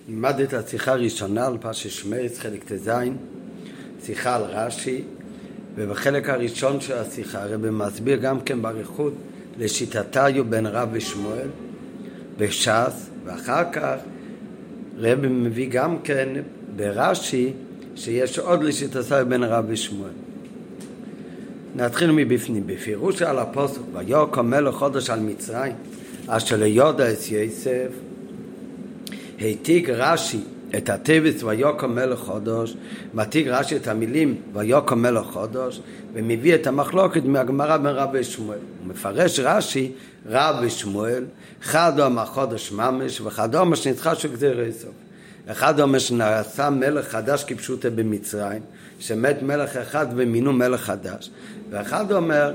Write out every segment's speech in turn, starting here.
נלמד את השיחה הראשונה על פרשת שמות חלק ט"ז, שיחה על רש"י, ובחלק הראשון של השיחה הרב מסביר גם כן באריכות לשיטתיו בין רב ושמואל בש"ס, ואחר כך רב מביא גם כן ברש"י שיש עוד לשיטתיו בין רב ושמואל. נתחיל מבפנים. בפירוש על הפסוק ויקום מלך חודש על מצרים אשר ליודע את יוסף, העתיק רש"י את התיבס ויקום מלך חודש, מעתיק רש"י את המילים ויקום מלך חודש, ומביא את המחלוקת מהגמרא בין רב ושמואל. הוא מפרש רש"י רב ושמואל, אחד אומר חודש ממש ואחד אומר שנתחש גזיר עשו. אחד אומר שנעשה מלך חדש כפשוטו במצרים, שמת מלך אחד ומינו מלך חדש, ואחד אומר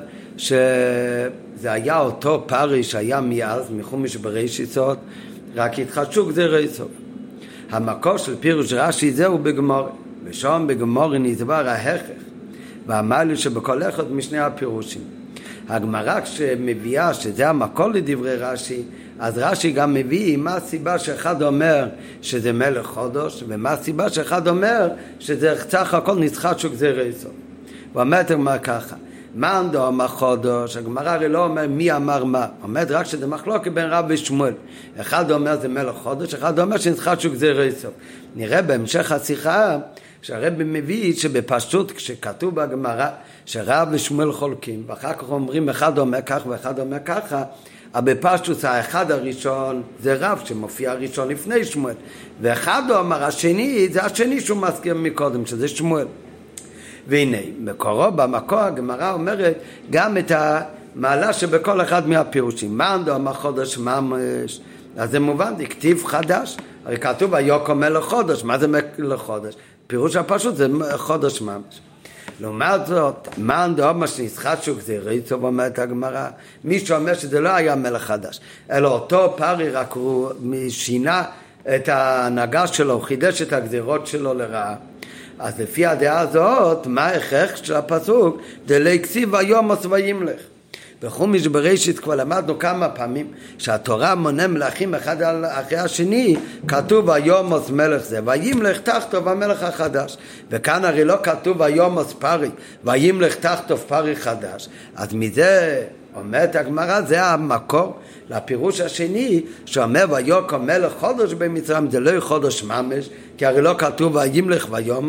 שזה היה אותו פרי שהיה מאז מחומש בראשית, רק התחדשו גזיר עשו. המקור של פירוש רש"י זהו בגמרא, ושם בגמרא נסבר ההכרח והמעלה שבכל אחד משני הפירושים. הגמרא כשמביאה שזה המקור לדברי רש"י, אז רש"י גם מביא מה הסיבה שאחד אומר שזה מלך חודש, ומה הסיבה שאחד אומר שזה סך הכל נתחדשו גזיר עשו. הוא אומר ככה, מאן דאמר חודש, הגמרא הרי לא אומר מי אמר מה, אומרת רק שזה מחלוקת בין רב ושמואל. אחד אומר זה מלך חודש, אחד אומר שנתחדשו גזיר עשו. נראה בהמשך השיחה שהרב מביא שבפשוט כשכתוב בגמרא שרב ושמואל חולקים, ואחר כך אומרים אחד אומר כך ואחד אומר ככה, אבל בפשטות האחד הראשון זה רב שמופיע הראשון לפני שמואל, ואחד אומר השני זה השני שהוא מזכיר מקודם שזה שמואל. והנה במקור הגמרא אומרת גם את המעלה שבכל אחד מהפירושים. מאן דאמר חודש ממש, אז זה מובן, זה כתיב חדש, הרי כתוב ויקום מלך חודש, מה זה מלך חודש? פירוש הפשוט זה חודש ממש. לעומת זאת, מאן דאמר שנתחדשו גזיר עשו, אומרת הגמרא, מי שאומר שזה לא היה מלך חדש, אלא אותו פרי רק הוא שינה את ההנהגה שלו, חידש את הגזירות שלו לרעה. אז לפי הדעה הזאת, מה ההכרח של הפסוק? דלי כסיב ויומוס וימלך. בחומש בראשית כבר למדנו כמה פעמים שהתורה מונה מלכים אחד אחרי השני, כתוב ויומוס מלך זה וימלך תחתו המלך החדש, וכאן הרי לא כתוב ויומוס פרי וימלך תחתו פרי חדש. אז מזה אומרת הגמרא זה המקור לפירוש השני שאומר ויקום מלך חודש במצרים, זה לא חודש ממש, כי הרי לא כתוב וימלך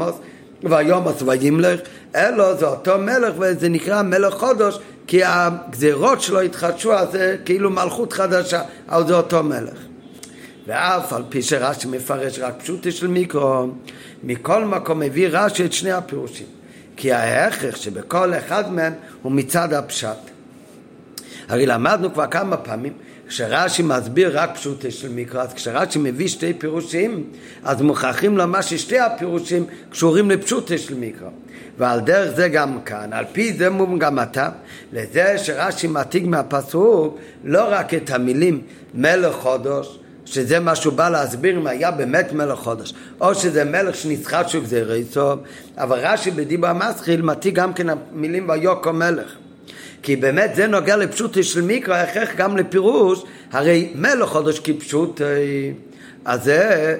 ויומוס וימלך, אלא זה אותו מלך וזה נקרא מלך חודש כי הגזירות שלו התחדשו, אז זה כאילו מלכות חדשה, אבל זה אותו מלך. ואף על פי שרש"י מפרש רק פשוטו של מיקרו, מכל מקום מביא רש"י את שני הפירושים, כי ההכרח שבכל אחד מהם הוא מצד הפשט. הרי למדנו כבר כמה פעמים שרש"י מסביר רק פשוטו של מיקרו, אז כשרש"י מביא שתי פירושים, אז מוכרחים לומר ששתי הפירושים קשורים לפשוטו של מיקרו. ועל דרך זה גם כאן, על פי זה גם אתה, לזה שרש"י מעתיק מהפסוק לא רק את המילים מלך חודש, שזה מה שהוא בא להסביר אם היה באמת מלך חודש, או שזה מלך שנתחדשו גזיר עשו, אבל רש"י בדיבור המסחיל מעתיק גם כן המילים ויקום מלך. כי באמת זה נוגע לפשוטו של מיקרו, הכרח גם לפירוש, הרי מלך חודש כפשוט, אז זה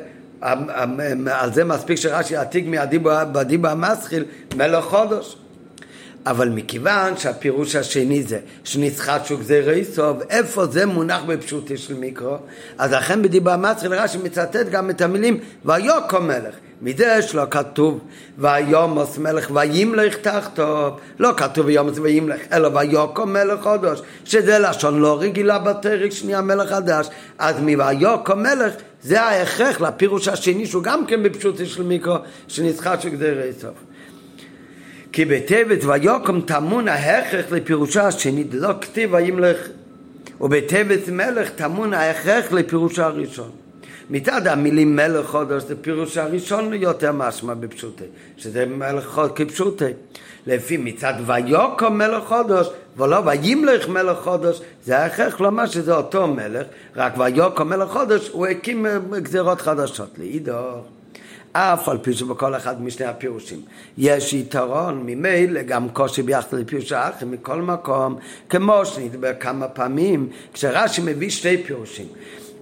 על זה מספיק שרש"י יעתיק בדיבור המסחיל מלך חודש. אבל מכיוון שהפירוש השני זה שנתחדשו גזיר עשו, איפה זה מונח בפשוטו של מיקרו, אז לכן בדיבור המסחיל רש"י מצטט גם את המילים ויקום מלך. מזה שלא כתוב ויומוס מלך וימלך תחתו, לא כתוב ויומוס וימלך אלא ויקום מלך חודש, שזה לשון לא רגילה בתורה שנייה מלך חדש. אז מויקום מלך זה ההכרח לפירוש השני שהוא גם כן בפשוטו של מיקרו שנתחדשו גזיר עשו. כי בתיבת ויקום טמון ההכרח לפירושו השני, לא כתיב וימלך, ובתיבת מלך טמון ההכרח לפירושו הראשון. מצד המילים מלך חודש זה פירוש הראשון יותר משמע בפשוטו, שזה מלך חודש כפשוטו. לפי מצד ויקום מלך חודש ולא וימלך מלך חודש, זה ההכרח לומר שזה אותו מלך, רק ויקום מלך חודש הוא הקים גזירות חדשות. לאידור אף על פי שבכל אחד משני הפירושים יש יתרון, ממילא גם קושי ביחס לפירוש האחר. מכל מקום, כמו שנדבר כמה פעמים כשרש"י מביא שתי פירושים,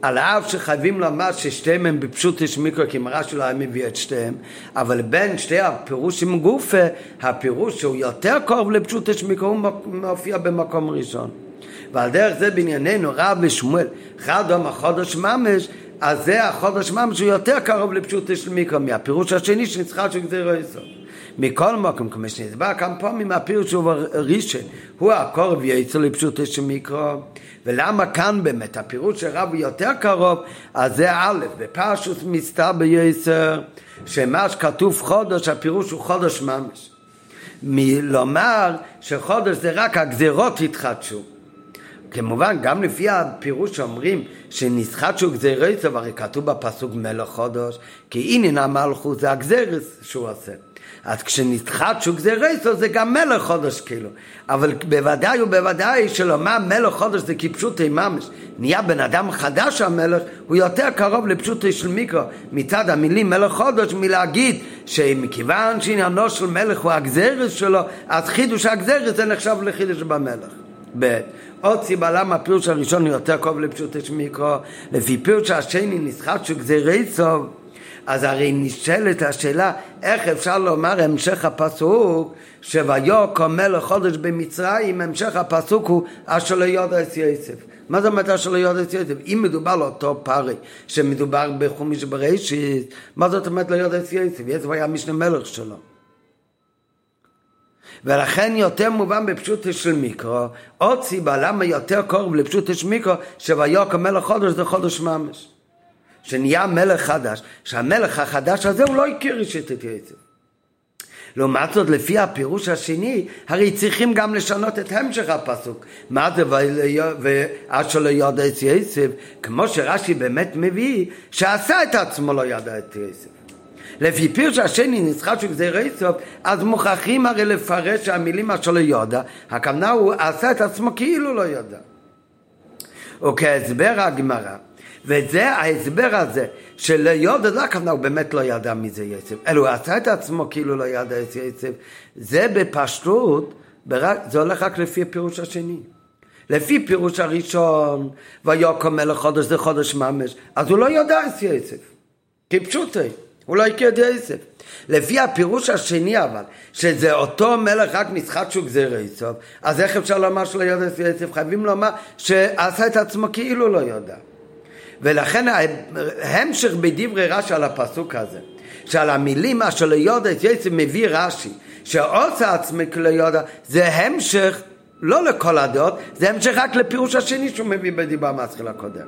על אף שחייבים לומר ששתיהם הם בפשוט מיקרו, כי רש"י לא היה מביא את שתיהם, אבל בין שתי הפירושים גופה, הפירוש שהוא יותר קרוב לפשוט מיקרו, הוא מופיע במקום ראשון. ועל דרך זה בענייננו רב ושמואל, חדום החודש ממש, אז זה החודש ממש הוא יותר קרוב לפשוט מיקרו, מהפירוש השני שנצחק שגזירו יסוד. מכל מקום, כמו שנסבר כמה פעמים, הפירוש הוא ראשון, הוא הקרוב יצא לפשוט מיקרו. ולמה כאן באמת הפירוש שרב הוא יותר קרוב? אז זה א', בפרשוס מסתבר ביסר, שמה שכתוב חודש, הפירוש הוא חודש ממש. מלומר שחודש זה רק הגזירות התחדשו. כמובן, גם לפי הפירוש שאומרים שנסחדשו גזירות, הרי כתוב בפסוק מלך חודש, כי עניין המלכות זה הגזירות שהוא עושה. אז כשנסחדשו גזירות זה גם מלך חודש כאילו. אבל בוודאי ובוודאי שלומר מלך חודש זה כפשוטי ממש. נהיה בן אדם חדש המלך, הוא יותר קרוב לפשוטי של מיקרו. מצד המילים מלך חודש מלהגיד שמכיוון שעניינו של מלך הוא הגזירות שלו, אז חידוש הגזירות זה נחשב לחידוש במלך. עוד סיבה למה הפירוש הראשון יותר קרוב לפשוטי של מיקרו, לפי פירוש השני נסחדשו גזירות, אז הרי נשאלת השאלה איך אפשר לומר המשך הפסוק שויקום מלך חודש במצרים, המשך הפסוק הוא אשר לא ידע את יוסף. מה זאת אומרת אשר לא ידע את יוסף? אם מדובר לאותו פרי שמדובר בחומש בראשית, מה זאת אומרת לא ידע את יוסף? יוסף היה משנה מלך שלו. ולכן יותר מובן בפשוט של מיקרו. עוד סיבה למה יותר קרוב לפשוט של מיקרו שויקום מלך חודש זה חודש ממש, שנהיה מלך חדש, שהמלך החדש הזה הוא לא הכיר ראשית את יוסף. לעומת זאת, לפי הפירוש השני, הרי צריכים גם לשנות את המשך הפסוק. מה זה ואשר לא ידע את יוסף? כמו שרש"י באמת מביא, שעשה את עצמו לא ידע את יוסף. לפי פירוש השני נסחדשו גזירות יוסף, אז מוכרחים הרי לפרש שהמילים אשר לא ידע, הכוונה הוא עשה את עצמו כאילו לא ידע. וכהסבר הגמרא, וזה ההסבר הזה של ידע, לא הכוונה, הוא באמת לא ידע מי זה יוסף, אלא הוא עשה את עצמו כאילו לא ידע את יוסף. זה בפשטות, זה הולך רק לפי הפירוש השני. לפי פירוש הראשון, ויקום מלך חודש זה חודש ממש, אז הוא לא ידע את יוסף, כי פשוט הוא לא הכיר את יוסף. לפי הפירוש השני אבל, שזה אותו מלך רק נסחדשו גזירות יוסף, אז איך אפשר לומר שלא ידע את יוסף? חייבים לומר שעשה את עצמו כאילו לא ידע. ולכן המשך בדברי רש"י על הפסוק הזה, שעל המילים אשר לא ידע את יוסף מביא רש"י, שעושה עצמי כלא ידע, זה המשך לא לכל הדעות, זה המשך רק לפירוש השני שהוא מביא בדיבר המסחיל הקודם.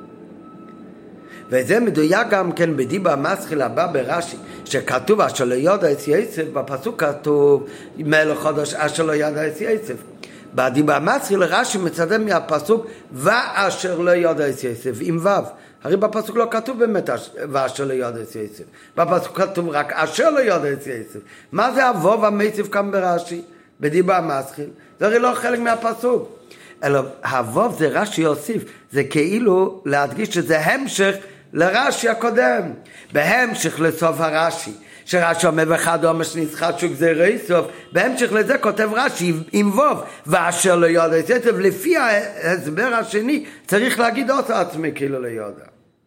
וזה מדויק גם כן בדיבר המסחיל הבא ברש"י, שכתוב אשר לא ידע את יוסף, בפסוק כתוב מלך חודש אשר לא ידע את יוסף. בדיבר המסחיל רש"י מצטט מהפסוק ואשר לא ידע את יוסף עם ו'. הרי בפסוק לא כתוב באמת ואשר לא ידע את יוסף, בפסוק כתוב רק אשר לא ידע את יוסף. מה זה הוו והמיצב כאן ברש"י בדיבר המסחיל? זה הרי לא חלק מהפסוק, אלא הוו זה רש"י יוסיף, זה כאילו להדגיש שזה המשך לרש"י הקודם, בהמשך לסוף הרש"י שרש"י אומר ואחד אומר שנסחדשו גזירות יוסף, בהמשך לזה כותב רש"י עם וו ואשר לא ידע את יוסף. לפי ההסבר השני צריך להגיד עושה עצמי כאילו לא ידע.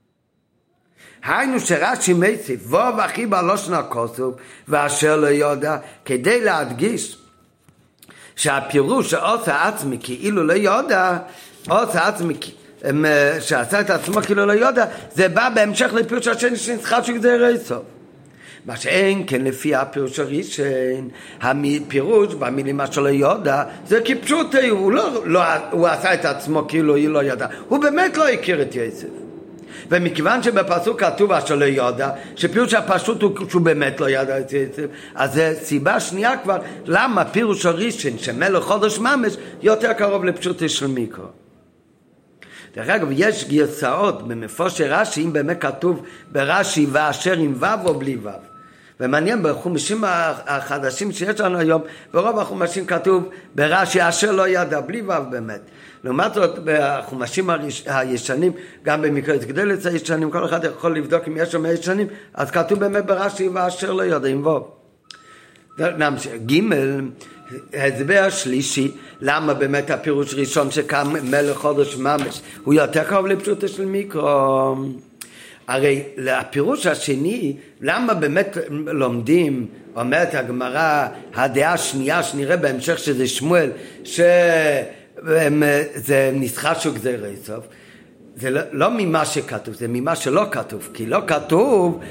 היינו שרש"י מוסיף וו וכי בלושן הכוסוף ואשר לא ידע, כדי להדגיש שהפירוש שעושה עצמי כאילו לא ידע, עושה עצמי שעשה את עצמו כאילו לא ידע, זה בא בהמשך לפירוש השני שנסחדשו גזירות יוסף. מה שאין כן לפי הפירוש הראשון, הפירוש במילים אשר לא ידע זה כפשוט הוא עשה את עצמו כאילו הוא לא ידע, הוא באמת לא הכיר את יוסף. ומכיוון שבפסוק כתוב אשר לא ידע, שפירוש הפשוט הוא שהוא באמת לא ידע את יוסף, אז זה סיבה שנייה כבר למה פירוש הראשון שמלך חודש ממש יותר קרוב לפשוט של מיקרו. דרך אגב, יש גרסאות במפורש רש"י, אם באמת כתוב ברש"י ואשר עם ו' או בלי ו'. ומעניין, בחומשים החדשים שיש לנו היום, ברוב החומשים כתוב ברש"י אשר לא ידע, בלי ו' באמת. לעומת זאת, בחומשים הישנים, גם במקרא קהלת הישנים, כל אחד יכול לבדוק אם יש שם הישנים, אז כתוב באמת ברש"י ואשר לא ידע, עם ו'. ג' הסבר שלישי, למה באמת הפירוש ראשון שקם מלך חודש ממש הוא יותר קרוב לפשוטו של מיקרו. הרי הפירוש השני, למה באמת לומדים, אומרת הגמרא, הדעה השנייה שנראה בהמשך שזה שמואל, שזה נסחש וגזירי סוף, זה לא ממה שכתוב, זה ממה שלא כתוב, כי לא כתוב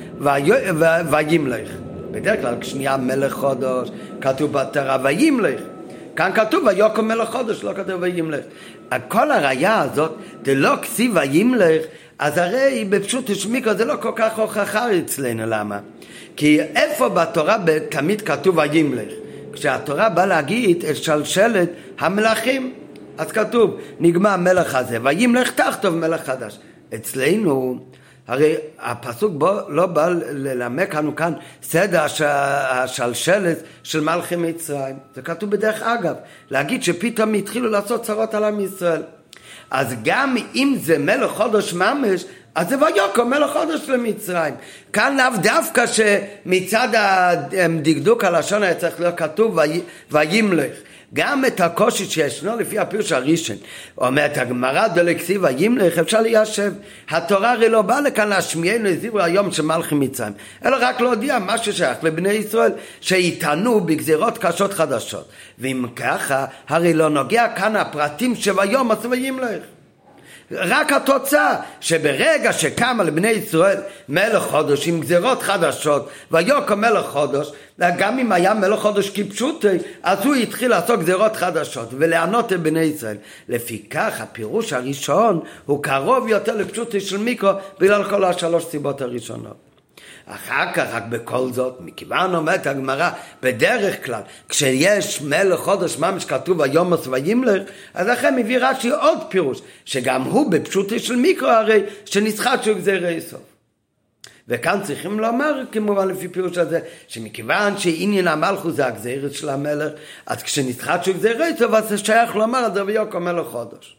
וימלך. בדרך כלל כשנהיה מלך חודש כתוב בתורה וימלך, כאן כתוב ויקום מלך חודש, לא כתוב וימלך. כל הראיה הזאת זה לא כסיב וימלך, אז הרי בפשוט השמיקו זה לא כל כך הוכחה אצלנו. למה? כי איפה בתורה תמיד כתוב וימלך? כשהתורה באה להגיד את שלשלת המלכים, אז כתוב נגמר המלך הזה וימלך תכתוב מלך חדש. אצלנו הרי הפסוק לא בא ללמד לנו כאן סדר השלשלת של מלכי מצרים, זה כתוב בדרך אגב, להגיד שפתאום התחילו לעשות צרות על עם ישראל. אז גם אם זה מלך חודש ממש, אז זה ויקום מלך חודש למצרים. כאן לאו דווקא שמצד הדקדוק הלשון היה צריך להיות כתוב וימלך. גם את הקושי שישנו לפי הפירוש הראשון, אומרת הגמרא דלכסיב וימלך, אפשר ליישב. התורה הרי לא באה לכאן להשמיענו זיבור היום של מלכי מצרים, אלא רק להודיע משהו שייך לבני ישראל שיתענו בגזירות קשות חדשות. ואם ככה, הרי לא נוגע כאן הפרטים שביום עשו וימלך. רק התוצאה שברגע שקם על בני ישראל מלך חודש עם גזירות חדשות ויקום מלך חודש, גם אם היה מלך חודש כפשוטי, אז הוא התחיל לעשות גזירות חדשות ולענות את בני ישראל. לפי כך הפירוש הראשון הוא קרוב יותר לפשוטי של מיקרו בגלל כל השלוש סיבות הראשונות. אחר כך רק בכל זאת, מכיוון אומרת הגמרא, בדרך כלל כשיש מלך חודש ממש כתוב ויומוס וימלך, אז לכן מביא רש"י עוד פירוש שגם הוא בפשוטי של מיקרו הרי שנסחט שהוא גזירי סוף. וכאן צריכים לומר כמובן לפי פירוש הזה שמכיוון שעניין המלכות זה הגזירת של המלך, אז כשנסחט שהוא גזירי סוף אז זה שייך לומר על זה ויקום מלך חודש.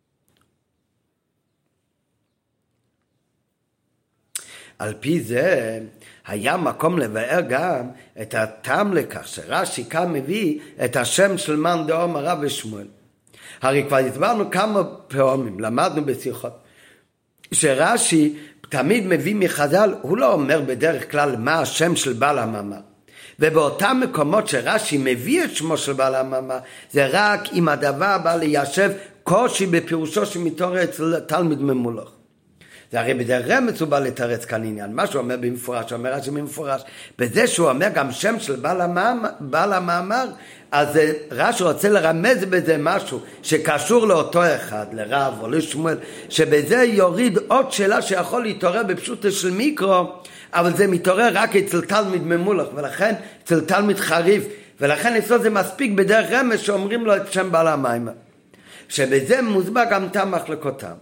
על פי זה היה מקום לבאר גם את הטעם לכך שרש"י כאן מביא את השם של מאן דאמר רב ושמואל. הרי כבר הסברנו כמה פעמים, למדנו בשיחות, שרש"י תמיד מביא מחז"ל, הוא לא אומר בדרך כלל מה השם של בעל המאמר. ובאותם מקומות שרש"י מביא את שמו של בעל המאמר, זה רק אם הדבר בא ליישב קושי בפירושו שמתעורר אצל תלמיד ממולך. זה הרי בדרך רמז הוא בא לתרץ כאן עניין, מה שהוא אומר במפורש, הוא אומר רש"י במפורש, בזה שהוא אומר גם שם של בעל המאמר, אז רש"י רוצה לרמז בזה משהו שקשור לאותו אחד, לרב או לשמואל, שבזה יוריד עוד שאלה שיכול להתעורר בפשוטו של מיקרו, אבל זה מתעורר רק אצל תלמיד ממולך, ולכן אצל תלמיד חריף, ולכן אצלו זה מספיק בדרך רמז שאומרים לו את שם בעל המאמר, שבזה מוסבר גם טעם מחלקותם.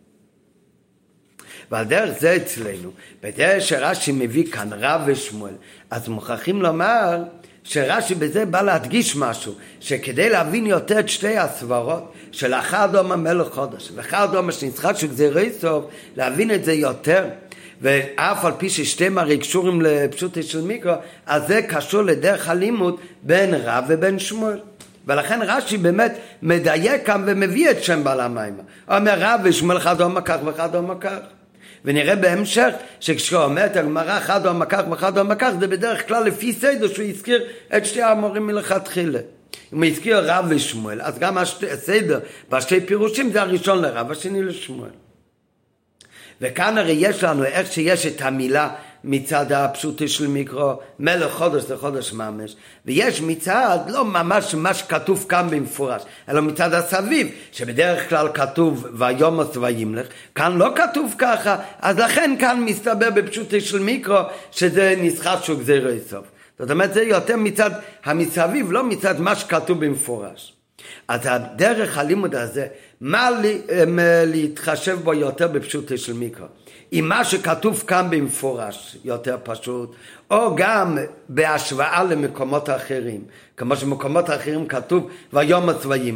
ועל דרך זה אצלנו, בדרך שרש"י מביא כאן רב ושמואל, אז מוכרחים לומר שרש"י בזה בא להדגיש משהו, שכדי להבין יותר את שתי הסברות של אחר דומה מלך חודש ואחר דומה שנסחט של גזירי סוף, להבין את זה יותר, ואף על פי ששתיהם הרי קשורים לפשוטו של מיקרו, אז זה קשור לדרך הלימוד בין רב ובין שמואל. ולכן רש"י באמת מדייק כאן ומביא את שם בעל המאמר, אומר רב ושמואל אחד דומה כך ואחד דומה כך. ונראה בהמשך שכשהוא אומר את הגמרא אחד דומה כך ואחד דומה כך, זה בדרך כלל לפי סדר שהוא הזכיר את שתי האמורים מלכתחילה. אם הוא הזכיר רב ושמואל, אז גם הסדר בשתי פירושים זה הראשון לרב, השני לשמואל. וכאן הרי יש לנו איך שיש את המילה מצד הפשוטי של מיקרו, מלך חודש זה חודש ממש, ויש מצד לא ממש מה שכתוב כאן במפורש, אלא מצד הסביב, שבדרך כלל כתוב ויומוס וימלך, כאן לא כתוב ככה, אז לכן כאן מסתבר בפשוטי של מיקרו, שזה נסחט שהוא גזירי סוף. זאת אומרת, זה יותר מצד המסביב, לא מצד מה שכתוב במפורש. אז הדרך הלימוד הזה, מה להתחשב בו יותר בפשוטו של מיקרו? אם מה שכתוב כאן במפורש יותר פשוט, או גם בהשוואה למקומות אחרים, כמו שמקומות אחרים כתוב ויומוס וימלך,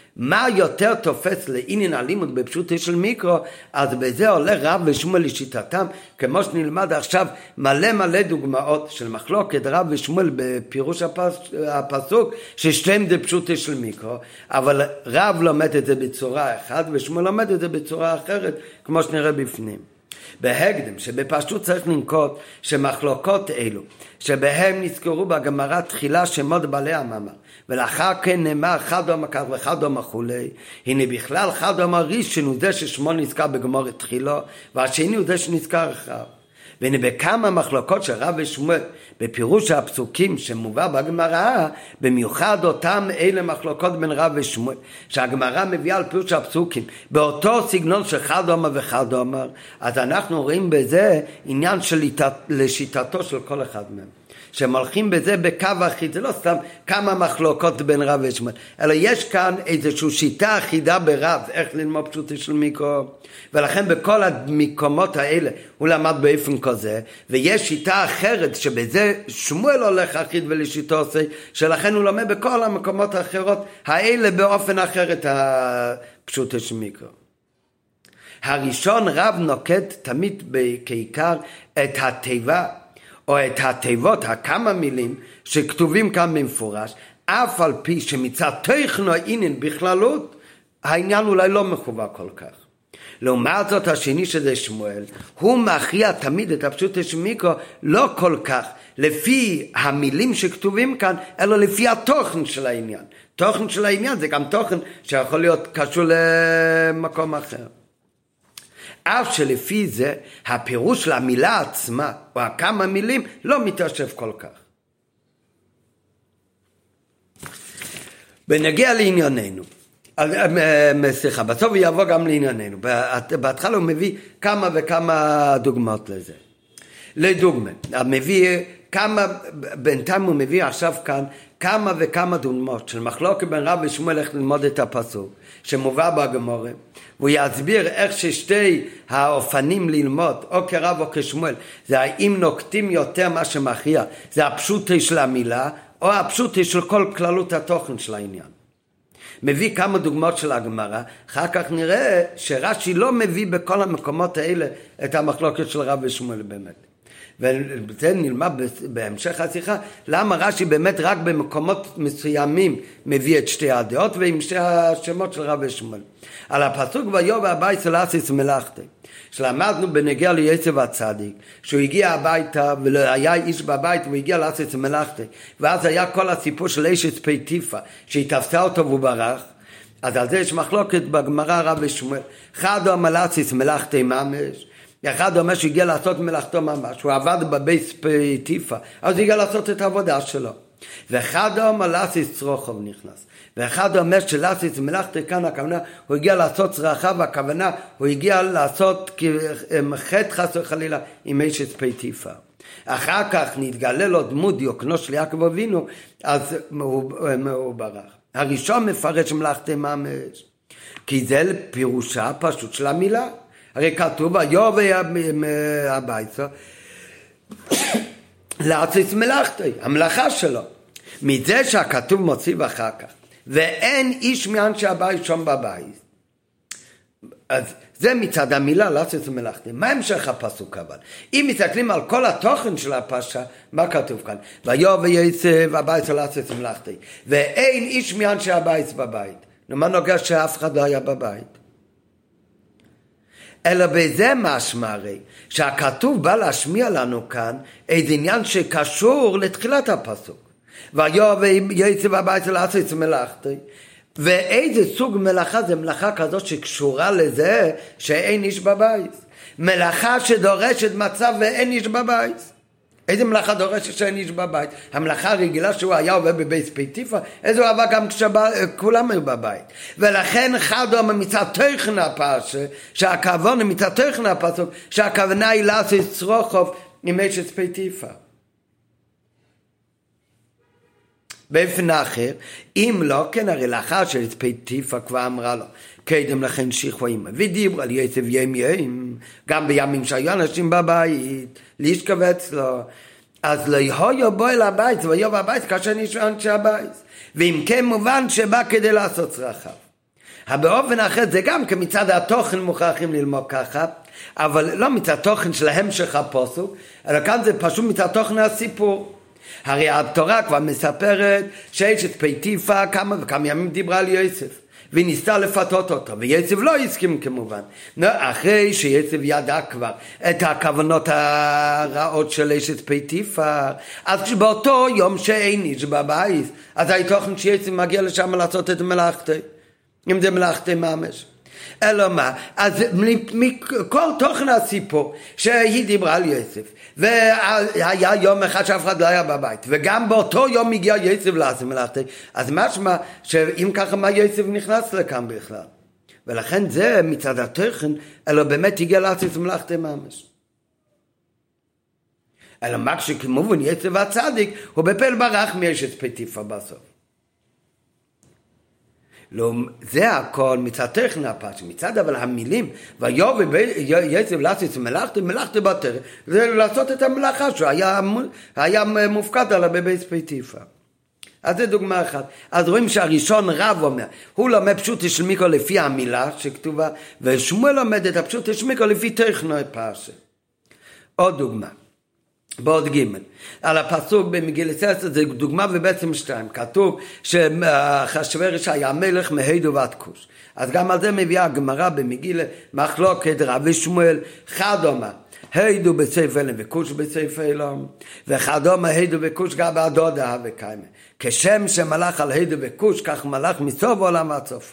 מה יותר תופס לעניין הלימוד בפשוטו של מיקרו, אז בזה עולה רב ושמואל לשיטתם, כמו שנלמד עכשיו מלא דוגמאות של מחלוקת רב ושמואל בפירוש הפסוק, ששתיהם זה פשוטו של מיקרו, אבל רב לומד את זה בצורה אחת ושמואל לומד את זה בצורה אחרת, כמו שנראה בפנים. בהקדם שבפשטות צריך לנקוט שמחלוקות אלו שבהם נזכרו בגמרא תחילה שמות בעלי המאמר ולאחר כן נאמר אחד אומר כך ואחד אומר כולי, הנה בכלל אחד אומר ראשון הוא זה ששמו נזכר בגמרא תחילה והשני הוא זה שנזכר אחר. והנה בכמה מחלוקות של רב ושמואל בפירוש הפסוקים שמובא בגמרא, במיוחד אותם אלה מחלוקות בין רב ושמואל שהגמרא מביאה על פירוש הפסוקים באותו סגנון של חד אומר וחד אומר, אז אנחנו רואים בזה עניין של לשיטתו של כל אחד מהם, שהם הולכים בזה בקו אחיד, זה לא סתם כמה מחלוקות בין רב ושמואל, אלא יש כאן איזושהי שיטה אחידה ברב, איך ללמוד פשוטו של מיקרו, ולכן בכל המקומות האלה הוא למד באופן כזה, ויש שיטה אחרת שבזה שמואל הולך אחיד ולשיטו עושה, שלכן הוא לומד בכל המקומות האחרות האלה באופן אחר את הפשוטו של מיקרו. הראשון רב נוקט תמיד כעיקר את התיבה, או את התיבות, הכמה מילים שכתובים כאן במפורש, אף על פי שמצד תוכנו העניין בכללות, העניין אולי לא מחובר כל כך. לעומת זאת השני שזה שמואל, הוא מכריע תמיד את הפשוטו של מיקרו, לא כל כך לפי המילים שכתובים כאן, אלא לפי התוכן של העניין. תוכן של העניין זה גם תוכן שיכול להיות קשור למקום אחר. אף שלפי זה הפירוש למילה עצמה או הכמה מילים לא מתיישב כל כך. בנגיע לענייננו, סליחה, בסוף יבוא גם לענייננו, בהתחלה הוא מביא כמה וכמה דוגמאות לזה. לדוגמה, בינתיים הוא מביא עכשיו כאן כמה וכמה דוגמאות של מחלוקת בין רב ושמואל איך ללמוד את הפסוק שמובא בגמרא, והוא יסביר איך ששתי האופנים ללמוד או כרב או כשמואל זה האם נוקטים יותר מה שמכריע, זה הפשוטו של המילה או הפשוטו של כל כללות התוכן של העניין. מביא כמה דוגמאות של הגמרא, אחר כך נראה שרש"י לא מביא בכל המקומות האלה את המחלוקת של רב ושמואל באמת. וזה נלמד בהמשך השיחה, למה רש"י באמת רק במקומות מסוימים מביא את שתי הדעות ועם שתי השמות של רב ושמואל. על הפסוק ויבוא הביתה לעשות מלאכתו, שלמדנו בנגיע ליוסף הצדיק, שהוא הגיע הביתה ולא היה איש בבית והוא הגיע לעשות מלאכתו, ואז היה כל הסיפור של אשת פוטיפר שהיא תפסה אותו והוא ברח. אז על זה יש מחלוקת בגמרא רב ושמואל, אחד אומר לעשות מלאכתו ממש, אחד אומר שהגיע לעשות מלאכתו ממש, הוא עבד בבית פוטיפר, אז הוא הגיע לעשות את העבודה שלו. ואחד אומר לעשות צרוכו נכנס, ואחד אומר שלעשות מלאכתו כאן הכוונה, הוא הגיע לעשות צרכה, והכוונה הוא הגיע לעשות חטא חס וחלילה עם אשת פוטיפר. אחר כך נתגלה לו דמות דיוקנו של יעקב אבינו, אז הוא ברח. הראשון מפרש מלאכתו ממש, כי זה פירושה פשוט של המילה. הרי כתוב ויבוא הביתה לעשות מלאכתו, המלאכה שלו. מזה שהכתוב מוסיף אחר כך ואין איש מאנשי הבית שם בבית, אז זה מצד המילה לעשות מלאכתו. מה המשך הפסוק? אבל אם מסתכלים על כל התוכן של הפרשה, מה כתוב כאן? ויבוא יוסף הביתה לעשות מלאכתו ואין איש מאנשי הבית בבית. מה נוגע שאף אחד לא היה בבית? אלא בזה משמע הרי שהכתוב בא להשמיע לנו כאן איזה עניין שקשור לתחילת הפסוק. ויבוא יוסף הביתה לעשות מלאכתו, ואיזה סוג מלאכה? זה מלאכה כזאת שקשורה לזה שאין איש בבית, מלאכה שדורשת מצב ואין איש בבית. איזה מלאכה דורשת שאין איש בבית? המלאכה הרגילה שהוא היה עובד בבית פוטיפר, איזה הוא עבד גם כשכולם היו בבית. ולכן אחד אומר מצד תוכן הפרשה, שהכוונה מצד תוכן הפסוק, שהכוונה היא לעשות צרוכו עם אשת פוטיפר. באופן אחר, אם לא כן, הרי לאחר שאשת פוטיפר כבר אמרה לו קדם לכן שכבו עמה, ודיברה על יוסף ימים, גם בימים שהיו אנשים בבית להשכב אצלו, אז לא יהיו בו אל הבית ויבוא הבית כאשר נשאר אנשי הבית, ואם כן מובן שבא כדי לעשות צרכיו. באופן אחר זה גם כמצד התוכן מוכרחים ללמוד ככה, אבל לא מצד התוכן של המשך הפסוק, אלא כאן זה פשוט מצד תוכן הסיפור. הרי התורה כבר מספרת שאשת פוטיפר כמה וכמה ימים דיברה על יוסף, והיא ניסתה לפתות אותו, ויוסף לא הסכים כמובן. אחרי שיוסף ידע כבר את הכוונות הרעות של אשת פוטיפר, אז באותו יום שאין איש בבית, אז התוכן שיוסף מגיע לשם לעשות את מלאכתו, אם זה מלאכתו ממש. אלא מה? אז מכל תוכן הסיפור שהיא דיברה על יוסף, והיה יום אחד שאף אחד לא היה בבית, וגם באותו יום הגיע יוסף לעשות מלאכתו, אז משמע שאם ככה מה יוסף נכנס לכאן בכלל, ולכן זה מצד התוכן, אלא באמת הגיע לעשות מלאכתו ממש. אלא מה כשכמובן יוסף הצדיק הוא בפל ברח מאשת פוטיפר בסוף. לא, זה הכל מצד תוכן הפרשה, מצד אבל המילים ויובא יוסף לעשות מלאכתו בתורה, זה לעשות את המלאכה שהוא היה מופקד עליו בבית פוטיפר. אז זה דוגמה אחת. אז רואים שהראשון רב אומר, הוא לומד פשוט של מיקרו לפי המילה שכתובה, ושמואל לומד את הפשוט של מיקרו לפי תוכן הפרשה. עוד דוגמה בעוד ג' על הפסוק במגילת אסתר, זה דוגמה ובעצם 2, כתוב שאחשוורוש היה מלך מהודו ועד כוש. אז גם על זה מביאה הגמרא במגילה מחלוקת רב ושמואל, אחד אומר הודו בסייף אלם וכוש בסייף אלם, ואחד אומר הודו וכוש גם הדודה וקיימה, כשם שמלך על הודו וכוש כך מלך מסוף העולם ועד סופו.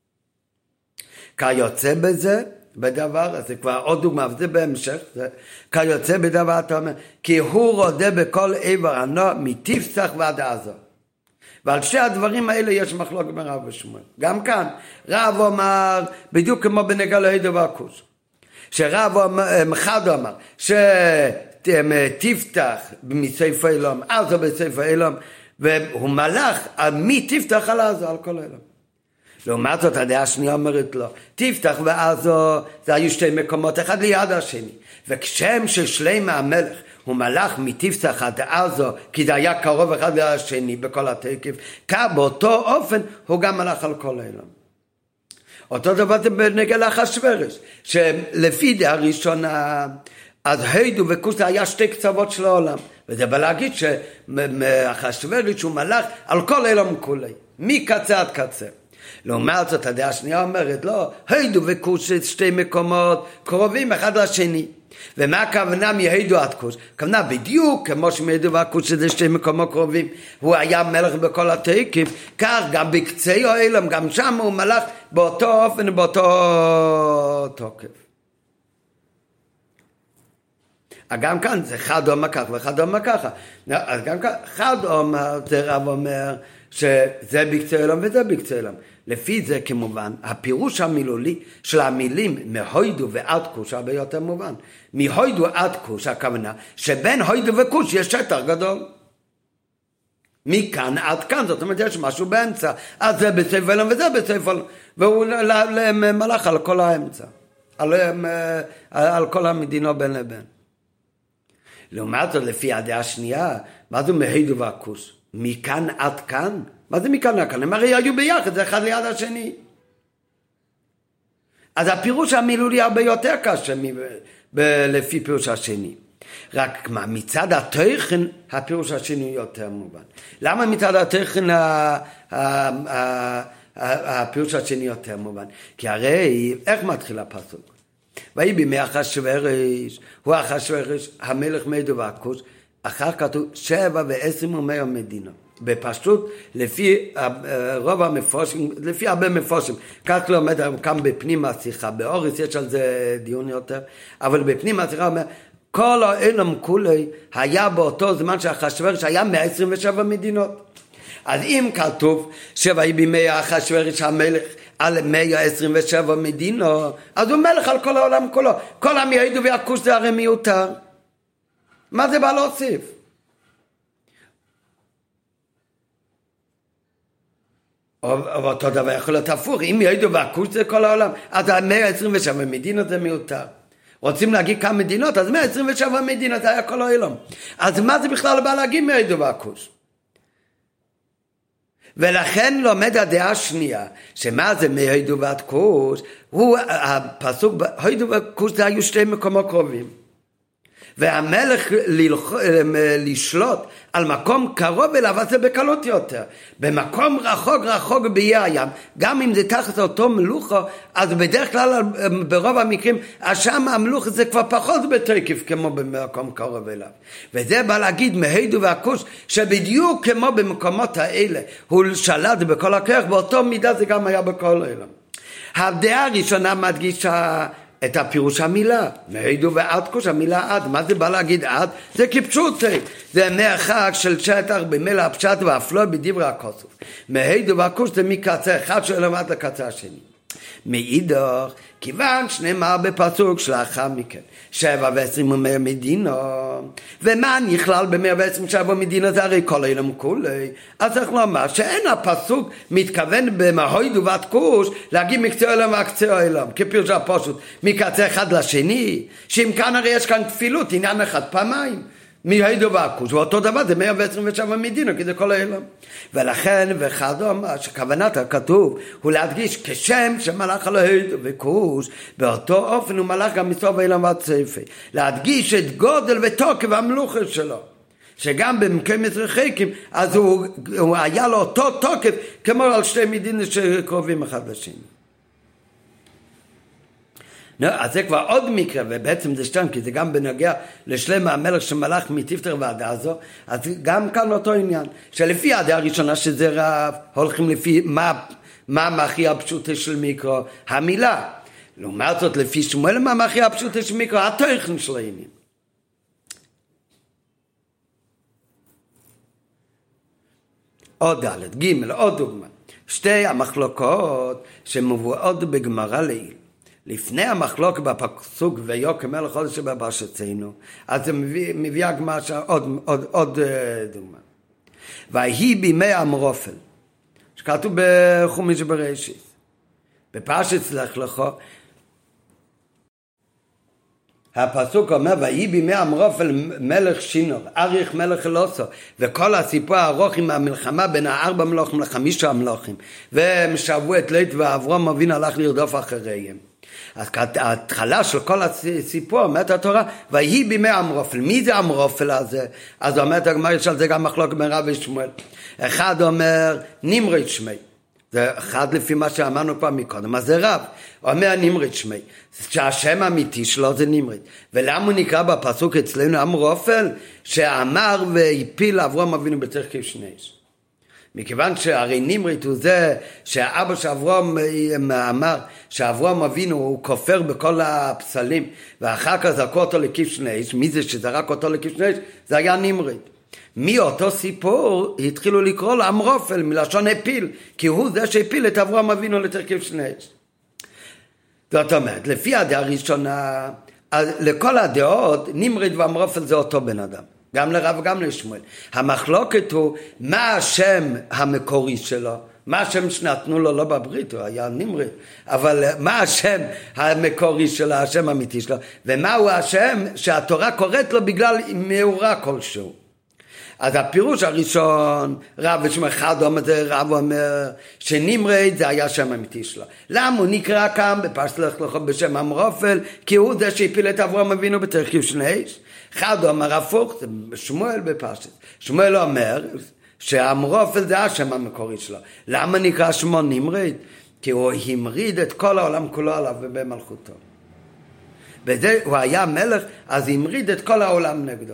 כיוצא בזה בדבר, אז זה כבר עוד דוגמה, וזה בהמשך, זה כיוצא בדבר, אתה אומר, כי הוא רודה בכל עבר ענו, מתפסח ועד עזו. ועל שתי הדברים האלה יש מחלוקת בין רב ושמואל. גם כאן, רב אומר, בדיוק כמו בנגע להודו והכוש, שרב אחד אומר, שתפתח מסייף העולם, עזו בסייף העולם, והוא מלך, מי תפתח על עזו, על כל העולם. לעומת זאת הדעה השנייה אומרת לו, תפתח ועזו, זה היו שתי מקומות אחד ליד השני, וכשם ששלמה המלך הוא מלך מתפתח עד עזו, כי זה היה קרוב אחד ליד השני בכל התקף, כך באותו אופן הוא גם מלך על כל העולם. אותו דבר זה בנגע לאחשוורוש, שלפי דעה ראשונה, אז הודו וכוש היה שתי קצוות של העולם, וזה בא להגיד שאחשוורוש הוא מלך על כל העולם כולי, מקצה עד קצה. לעומת זאת הדעה השנייה אומרת לא, הודו וכוש שתי מקומות קרובים אחד לשני. ומה הכוונה מהודו עד כוש? הכוונה בדיוק כמו שמהודו והכוש זה שתי מקומות קרובים, הוא היה מלך בכל התקף, כך גם בקצה העולם, גם שם הוא מלך באותו אופן ובאותו תוקף. גם כאן זה אחד אומר כך ואחד אומר ככה, אז גם כאן אחד אומר, זה רב אומר שזה בקצה העולם וזה בקצה העולם. לפי זה כמובן הפירוש המילולי של המילים מהוידו ועד כוש הרבה יותר מובן. מהוידו עד כוש הכוונה שבין הוידו וכוש יש שטח גדול. מכאן עד כאן, זאת אומרת יש משהו באמצע, אז זה בסייף העולם וזה בסייף העולם, והוא מלך על כל האמצע, על כל המדינות בין לבין. לעומת זאת לפי הדעה השנייה, מה זה מהוידו והכוש? מכאן עד כאן? מה זה מכאן עד כאן? הם הרי היו ביחד, זה אחד ליד השני. אז הפירוש המילולי הרבה יותר קשה לפי פירוש השני. רק מה, מצד התוכן הפירוש השני יותר מובן. למה מצד התוכן הפירוש השני יותר מובן? כי הרי איך מתחיל הפסוק? ויהי בימי אחשוורוש, הוא אחשוורוש המלך מהודו והכוש, אחר כתוב 7 ו10 ומאה מדינות. בפשטות, לפי רוב המפורשים, לפי הרבה מפורשים, כך לומד כאן בפנים השיחה, באוריס יש על זה דיון יותר, אבל בפנים השיחה אומר, כל העולם כולי היה באותו זמן שאחשוורוש היה 127 מדינות. אז אם כתוב שויהי בימי אחשוורוש המלך על 127 מדינות, אז הוא מלך על כל העולם כולו. כל המהודו והכוש זה הרי מיותר. מה זה בא להוסיף? אבל אותו דבר יכול להיות הפוך, אם מהודו והכוש זה כל העולם, אז 127 מדינות זה מיותר. רוצים להגיד כמה מדינות, אז 127 מדינות היה כל העולם. אז מה זה בכלל בא להגיד מהודו והכוש? ולכן לומד הדעה השנייה, שמה זה מהוידו ועד כוש, הוא הפסוק, הוידו וכוש זה היו שתי מקומות קרובים. והמלך לשלוט על מקום קרוב אליו, אז זה בקלות יותר. במקום רחוק באיי הים, גם אם זה תחת אותו מלוכו, אז בדרך כלל ברוב המקרים, שם המלוך זה כבר פחות בתוקף כמו במקום קרוב אליו. וזה בא להגיד מהוידו והכוש, שבדיוק כמו במקומות האלה, הוא שלט בכל הכוח, באותו מידה זה גם היה בכל העולם. הדעה הראשונה מדגישה את הפירוש המילה, מהוידו ועד כוש, המילה עד, מה זה בא להגיד עד? זה כפשוטי, זה מרחק של שטח במילא הפשט והפלוא בדברי הכוסוף. מהוידו והכוש זה מקצה אחד שלו עד לקצה השני. מאידך, כיוון שנאמר בפסוק שלאחר מכן, 720 אומר מדינה, ומה נכלל ב127 מדינה? זה הרי כל העולם כולי. אז צריך לומר שאין הפסוק מתכוון במהוידו ועד כוש להגיד מקצה העולם והקצה העולם, כפירוש הפשוט מקצה אחד לשני, שאם כאן הרי יש כאן כפילות, עניין אחד פעמיים, מהוידו והכוש, ואותו דבר זה 127 מדינה, כי זה כל העולם. ולכן וכדום, שכוונת הכתוב הוא להדגיש כשם שמלך על הוידו וכוש, באותו אופן הוא מלך גם מסוף העולם ועד סופו, להדגיש את גודל ותוקף המלוכה שלו, שגם במקומות רחוקים אז הוא היה לו אותו תוקף כמו על שתי מדינות שקרובים אחד לשני. אז זה כבר עוד מקרה, ובעצם זה שתם, כי זה גם בנוגע לשלמה המלך שמלך מתפטר ועד עזו, אז גם כאן אותו עניין, שלפי הדעה הראשונה שזה רב, הולכים לפי מה מכריע הפשוטה של מיקרו, המילה. לעומת זאת, לפי שמואל, מה מכריע הפשוטה של מיקרו, התוכן של העניין. עוד ד' ג' עוד דוגמה. שתי המחלוקות שמובאות בגמרא לעיל. לפני המחלוק בפסוק ויקם מלך חודש שבבשתנו, אז זה מביא הגמרא עוד דוגמה. ויהי בימי אמרופל, שכתוב בחומש בראשית, בפרשת לך לך, הפסוק אומר ויהי בימי אמרופל מלך שינור, אריך מלך אלוסו, וכל הסיפור הארוך עם המלחמה בין 4 מלוכים ל5 המלוכים, והם שבו את לית ואברהם אבינו הלך לרדוף אחריהם. אז ההתחלה של כל הסיפור אומרת התורה ויהי בימי אמרופל. מי זה אמרופל הזה? אז אומרת הגמרא, יש על זה גם מחלוקת בין רב ושמואל. אחד אומר נמרוד שמי, זה אחד לפי מה שאמרנו פעם מקודם, אז זה רב אומר נמרוד שמי, שהשם האמיתי שלו זה נמרוד. ולמה הוא נקרא בפסוק אצלנו אמרופל? שאמר והפיל אברהם אבינו בצריך כבשנש. מכיוון שהרי נמרוד הוא זה שהאבא שאברהם אמר שאברהם אבינו הוא כופר בכל הפסלים, ואחר כך זרקו אותו לכבשנש. מי זה שזרק אותו לכבשנש? זה היה נמרוד. מאותו סיפור התחילו לקרוא לו אמרופל מלשון הפיל, כי הוא זה שהפיל את אברהם אבינו לכבשנש. זאת אומרת, לפי הדעה הראשונה, לכל הדעות נמרוד ואמרופל זה אותו בן אדם, גם לרב וגם לשמואל. המחלוקת הוא מה השם המקורי שלו, מה השם שנתנו לו, לא בברית, הוא היה נמרוד, אבל מה השם המקורי שלו, השם האמיתי שלו, ומהו השם שהתורה קוראת לו בגלל מאורע כלשהו. אז הפירוש הראשון, רב ושמואל אחד אומר, רב אומר שנמרוד זה היה השם האמיתי שלו. למה הוא נקרא כאן בפרשת לך לך בשם אמרופל? כי הוא זה שהפיל את אברהם אבינו בתוך כבשנש. אחד אומר הפוך, זה שמואל בפרשת. שמואל אומר שאמרופל זה השם המקורי שלו. למה נקרא שמו נמרוד? כי הוא המריד את כל העולם כולו עליו ובמלכותו. בזה הוא היה מלך, אז המריד את כל העולם נגדו.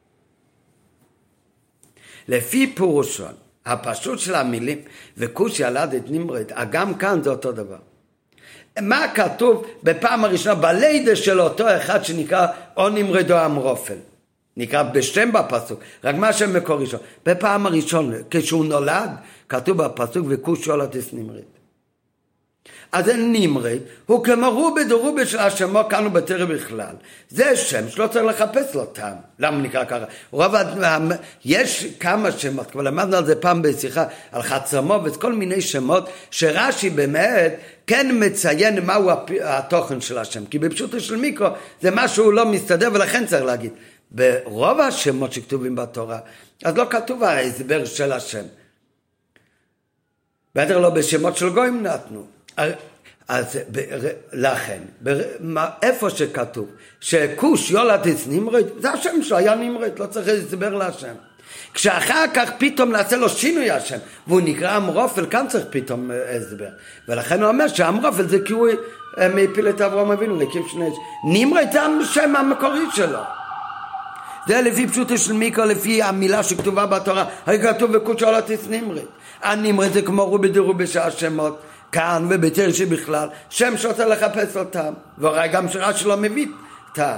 לפי פירושון הפשוט של המילים וכוש ילד את נמרוד, גם כאן זה אותו דבר. מה כתוב בפעם הראשונה בלידה של אותו אחד שנקרא או נמרוד או אמרופל? נקרא בשם בפסוק, רק מה שם מקור ראשון. בפעם הראשון כשהוא נולד כתוב בפסוק וכוש ילד את נמרוד. אז נמרוד הוא כמו רובה דרובה של השמו כאן ובתרא בכלל. זה שם שלא צריך לחפש לו טעם. למה נקרא ככה? יש כמה שמות, כבר למדנו על זה פעם בשיחה, על חצמו וכל מיני שמות, שרש"י באמת כן מציין מהו התוכן של השם. כי בפשוטו של מיקרו זה משהו לא מסתדר ולכן צריך להגיד. ברוב השמות שכתובים בתורה, אז לא כתוב ההסבר של השם. בטח לא בשמות של גויים נתנו. אז לכן, איפה שכתוב שכוש יולדס נמרוד, זה השם שלו, היה נמרוד, לא צריך להסבר להשם. כשאחר כך פתאום נעשה לו שינוי השם, והוא נקרא אמרופל, כאן צריך פתאום הסבר. ולכן הוא אומר שאמרופל זה כי הוא מפיל את אברהם אבינו להקים שני נמרוד, זה השם המקורי שלו. זה לפי פשוטו של מיקרו, לפי המילה שכתובה בתורה, הרי כתוב וכוש יולדס נמרוד. הנמרוד זה כמו רובי דרובי שהשמות, כאן ובתר שבכלל, שם שרוצה לחפש אותם, והרי גם שרש"י לא מביא אותם.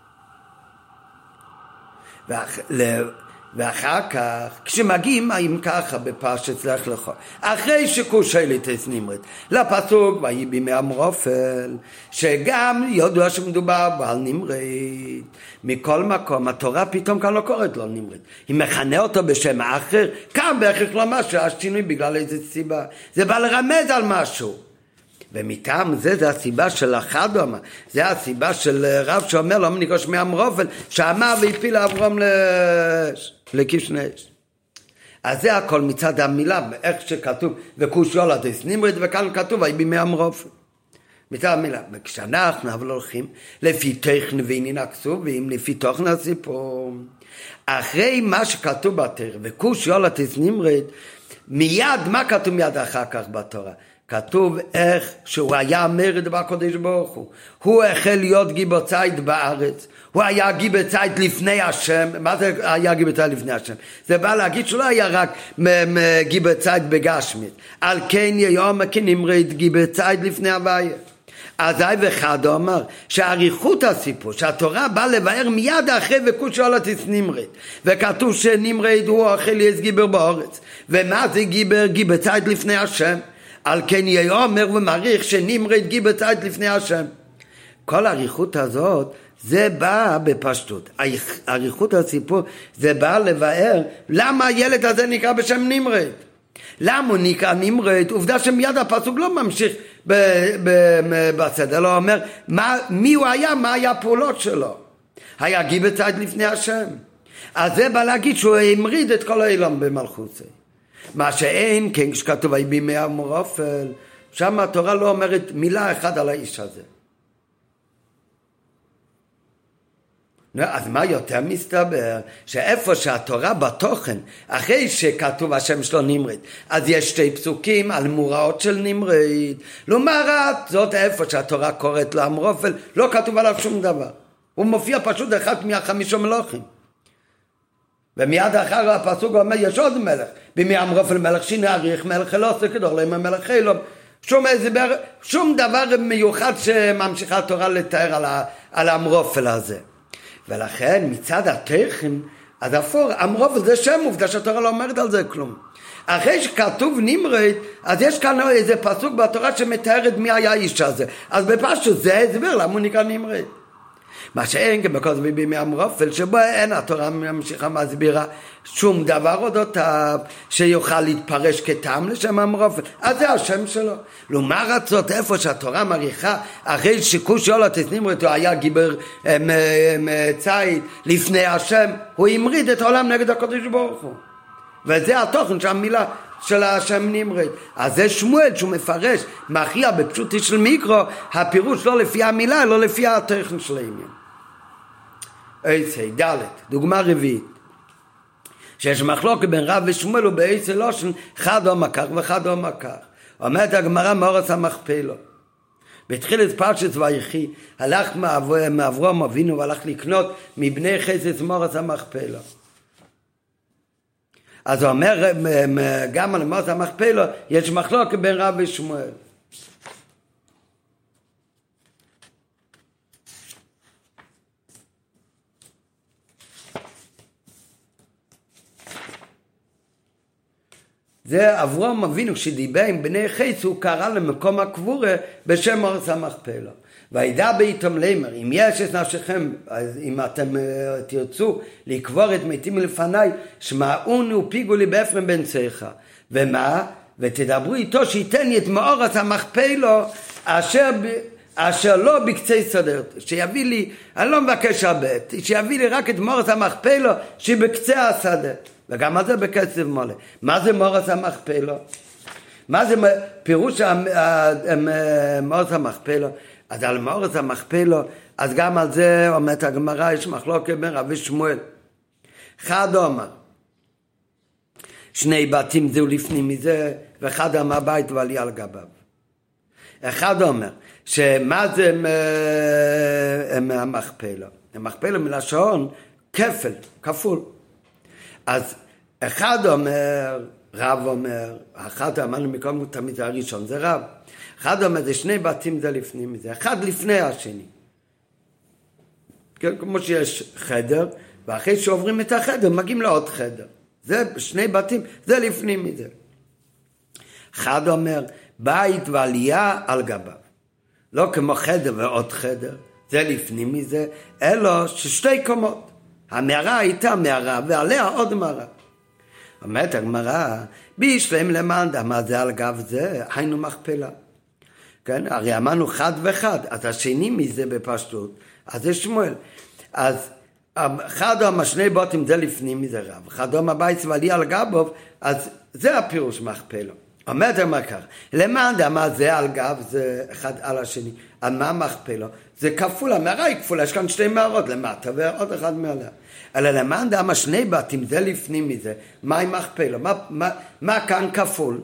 ואחר כך, כשמגיעים, אם ככה בפרשת לך לך, אחרי שכוש יולדס נמרוד, לפסוק, ויהי בימי אמרופל, שגם ידוע שמדובר על נמרוד, מכל מקום, התורה פתאום כאן לא קוראת לו נמרוד, היא מכנה אותו בשם אחר, כאן בהכרח לא משהו, השינוי בגלל איזה סיבה, זה בא לרמז על משהו, ומטעם זה הסיבה של החדומה, זה הסיבה של רב שאומר לו, ניגש מאמרופל, שאמר והפיל אברהם לקישנש. אז זה הכל מצד המילה, איך שכתוב, וכוש יולדס נמרוד, וכאן כתוב, ויהי בימי אמרופל. מצד המילה, וכשאנחנו אבל הולכים, לפי תוכן ועניין הכתובים, לפי תוכן הסיפור, אחרי מה שכתוב בתורה, וכוש יולדס נמרוד, מיד, מה כתוב מיד אחר כך בתורה? כתוב איך שהוא היה מרד בקדוש ברוך הוא החל להיות גיבור ציד בארץ, הוא היה גיבור ציד לפני השם. מה זה היה גיבור ציד לפני השם? זה בא להגיד שהוא לא היה רק גיבור ציד בגשמית, על כן יום כנמרד גיבור ציד לפני הוויה. אזי וחד אומר שהאריכות הסיפור שהתורה באה לבאר מיד אחרי וכוש יולדס נמרוד, וכתוב שנמרוד הוא החל להיות גיבור בארץ. ומה זה גיבור? גיבור ציד לפני השם, על כן יהיה אומר ומעריך שנמרוד גיבור ציד לפני השם. כל האריכות הזאת זה בא בפשטות, האריכות הסיפור זה בא לבאר למה הילד הזה נקרא בשם נמרוד. למה הוא נקרא נמרוד? עובדה שמיד הפסוק לא ממשיך בסדר, לא אומר מי הוא היה, מה היה הפעולות שלו. היה גיבור ציד לפני השם, אז זה בא להגיד שהוא המריד את כל העולם במלכותו. מה שאין, כן, כשכתוב ויהי בימי אמרופל, שם התורה לא אומרת מילה אחת על האיש הזה. אז מה יותר מסתבר? שאיפה שהתורה בתוכן, אחרי שכתוב השם שלו נמרוד, אז יש שתי פסוקים על מוראות של נמרוד. לעומת זאת, איפה שהתורה קוראת לו אמרופל, לא כתוב עליו שום דבר. הוא מופיע פשוט אחד מהחמישה מלוכים. ומיד אחר הפסוק אומר יש עוד מלך, בימי אמרופל מלך שנעריך, מלך אלוהים כדור להם מלך אלוהים. שום דבר מיוחד שממשיכה התורה לתאר על אמרופל הזה. ולכן מצד התוכן, אז אפור, אמרופל זה שם, עובדה שהתורה לא אומרת על זה כלום. אחרי שכתוב נמרוד, אז יש כאן איזה פסוק בתורה שמתארת מי היה האיש הזה. אז בפשטות זה הסבר למה הוא נקרא נמרוד. מה שאין כבכל זה בימי אמרופל, שבו אין התורה ממשיכה מסבירה שום דבר אודותיו שיוכל להתפרש כטעם לשם אמרופל, אז זה השם שלו. לעומת זאת, איפה שהתורה מריחה, אחרי שכוש יולדס נמרוד הוא היה גיבור ציד לפני השם, הוא המריד את העולם נגד הקדוש ברוך הוא, וזה התוכן של המילה של השם נמרוד. אז זה שמואל שהוא מפרש, מכריע בפשוטי של מיקרו, הפירוש לא לפי המילה, לא לפי התוכן של העניין. ד' דוגמה רביעית, שיש מחלוקת בין רב ושמואל ובאיסי לושן, חד אומר כך וחד אומר כך. אומרת הגמרא מאורס המכפלה, בתחילת פרשת ויחי, הלך מאברהם אבינו והלך לקנות מבני חסד מאורס המכפלה. אז הוא אומר גם על מאורס המכפלה יש מחלוקת בין רב ושמואל. זה אברהם אבינו כשדיבר עם בני חץ, הוא קרא למקום הקבורה בשם מאורס המכפלה. וידע באיתם לאמר, אם יש את נפשכם, אז אם אתם תרצו לקבור את מתים לפניי, שמעונו ופיגו לי באפרים בן צחה. ומה? ותדברו איתו שייתן לי את מאורס המכפלה אשר לא בקצה סדר, שיביא לי, אני לא מבקש הרבה, שיביא לי רק את מאורס המכפלה שבקצה השדה. וגם מה זה בכסף מלא? מה זה מאורס המכפלה? מה זה פירוש מאורס המכפלה? אז על מאורס המכפלה, אז גם על זה אומרת הגמרא, יש מחלוקת בין רב ושמואל. אחד אומר, שני בתים זהו לפנים מזה, ואחד אמר בית ועלי על גביו. אחד אומר, שמה זה המכפלה? המכפלה מלשון כפל, כפול. אז אחד אומר, רב אומר, אחד אמרנו מקום תמיד זה הראשון, זה רב. אחד אומר, זה שני בתים זה לפנים מזה, אחד לפני השני. כן, כמו שיש חדר, ואחרי שעוברים את החדר, מגיעים לעוד חדר. זה שני בתים, זה לפנים מזה. אחד אומר, בית ועלייה על גביו. לא כמו חדר ועוד חדר, זה לפנים מזה, אלא ששתי קומות. המערה הייתה מערה, ועליה עוד מערה. אומרת הגמרא, בישלם למאן, מה זה על גב זה? היינו מכפלה. כן, הרי אמרנו חד וחד, אז השני מזה בפשטות, אז זה שמואל. אז אחד אומר שני בתים זה לפנים מזה רב, אחד אומר בית ועלי על גבו, אז זה הפירוש מכפלה. אומרת המכר, למאן דמה זה על גב, זה אחד על השני, על מה מכפלה? זה כפול, המערה היא כפולה, יש כאן שתי מערות למטה ועוד אחד מעלה. אלא למאן דמה שני בתים זה לפנים מזה, מה היא מכפלה? מה כאן כפול?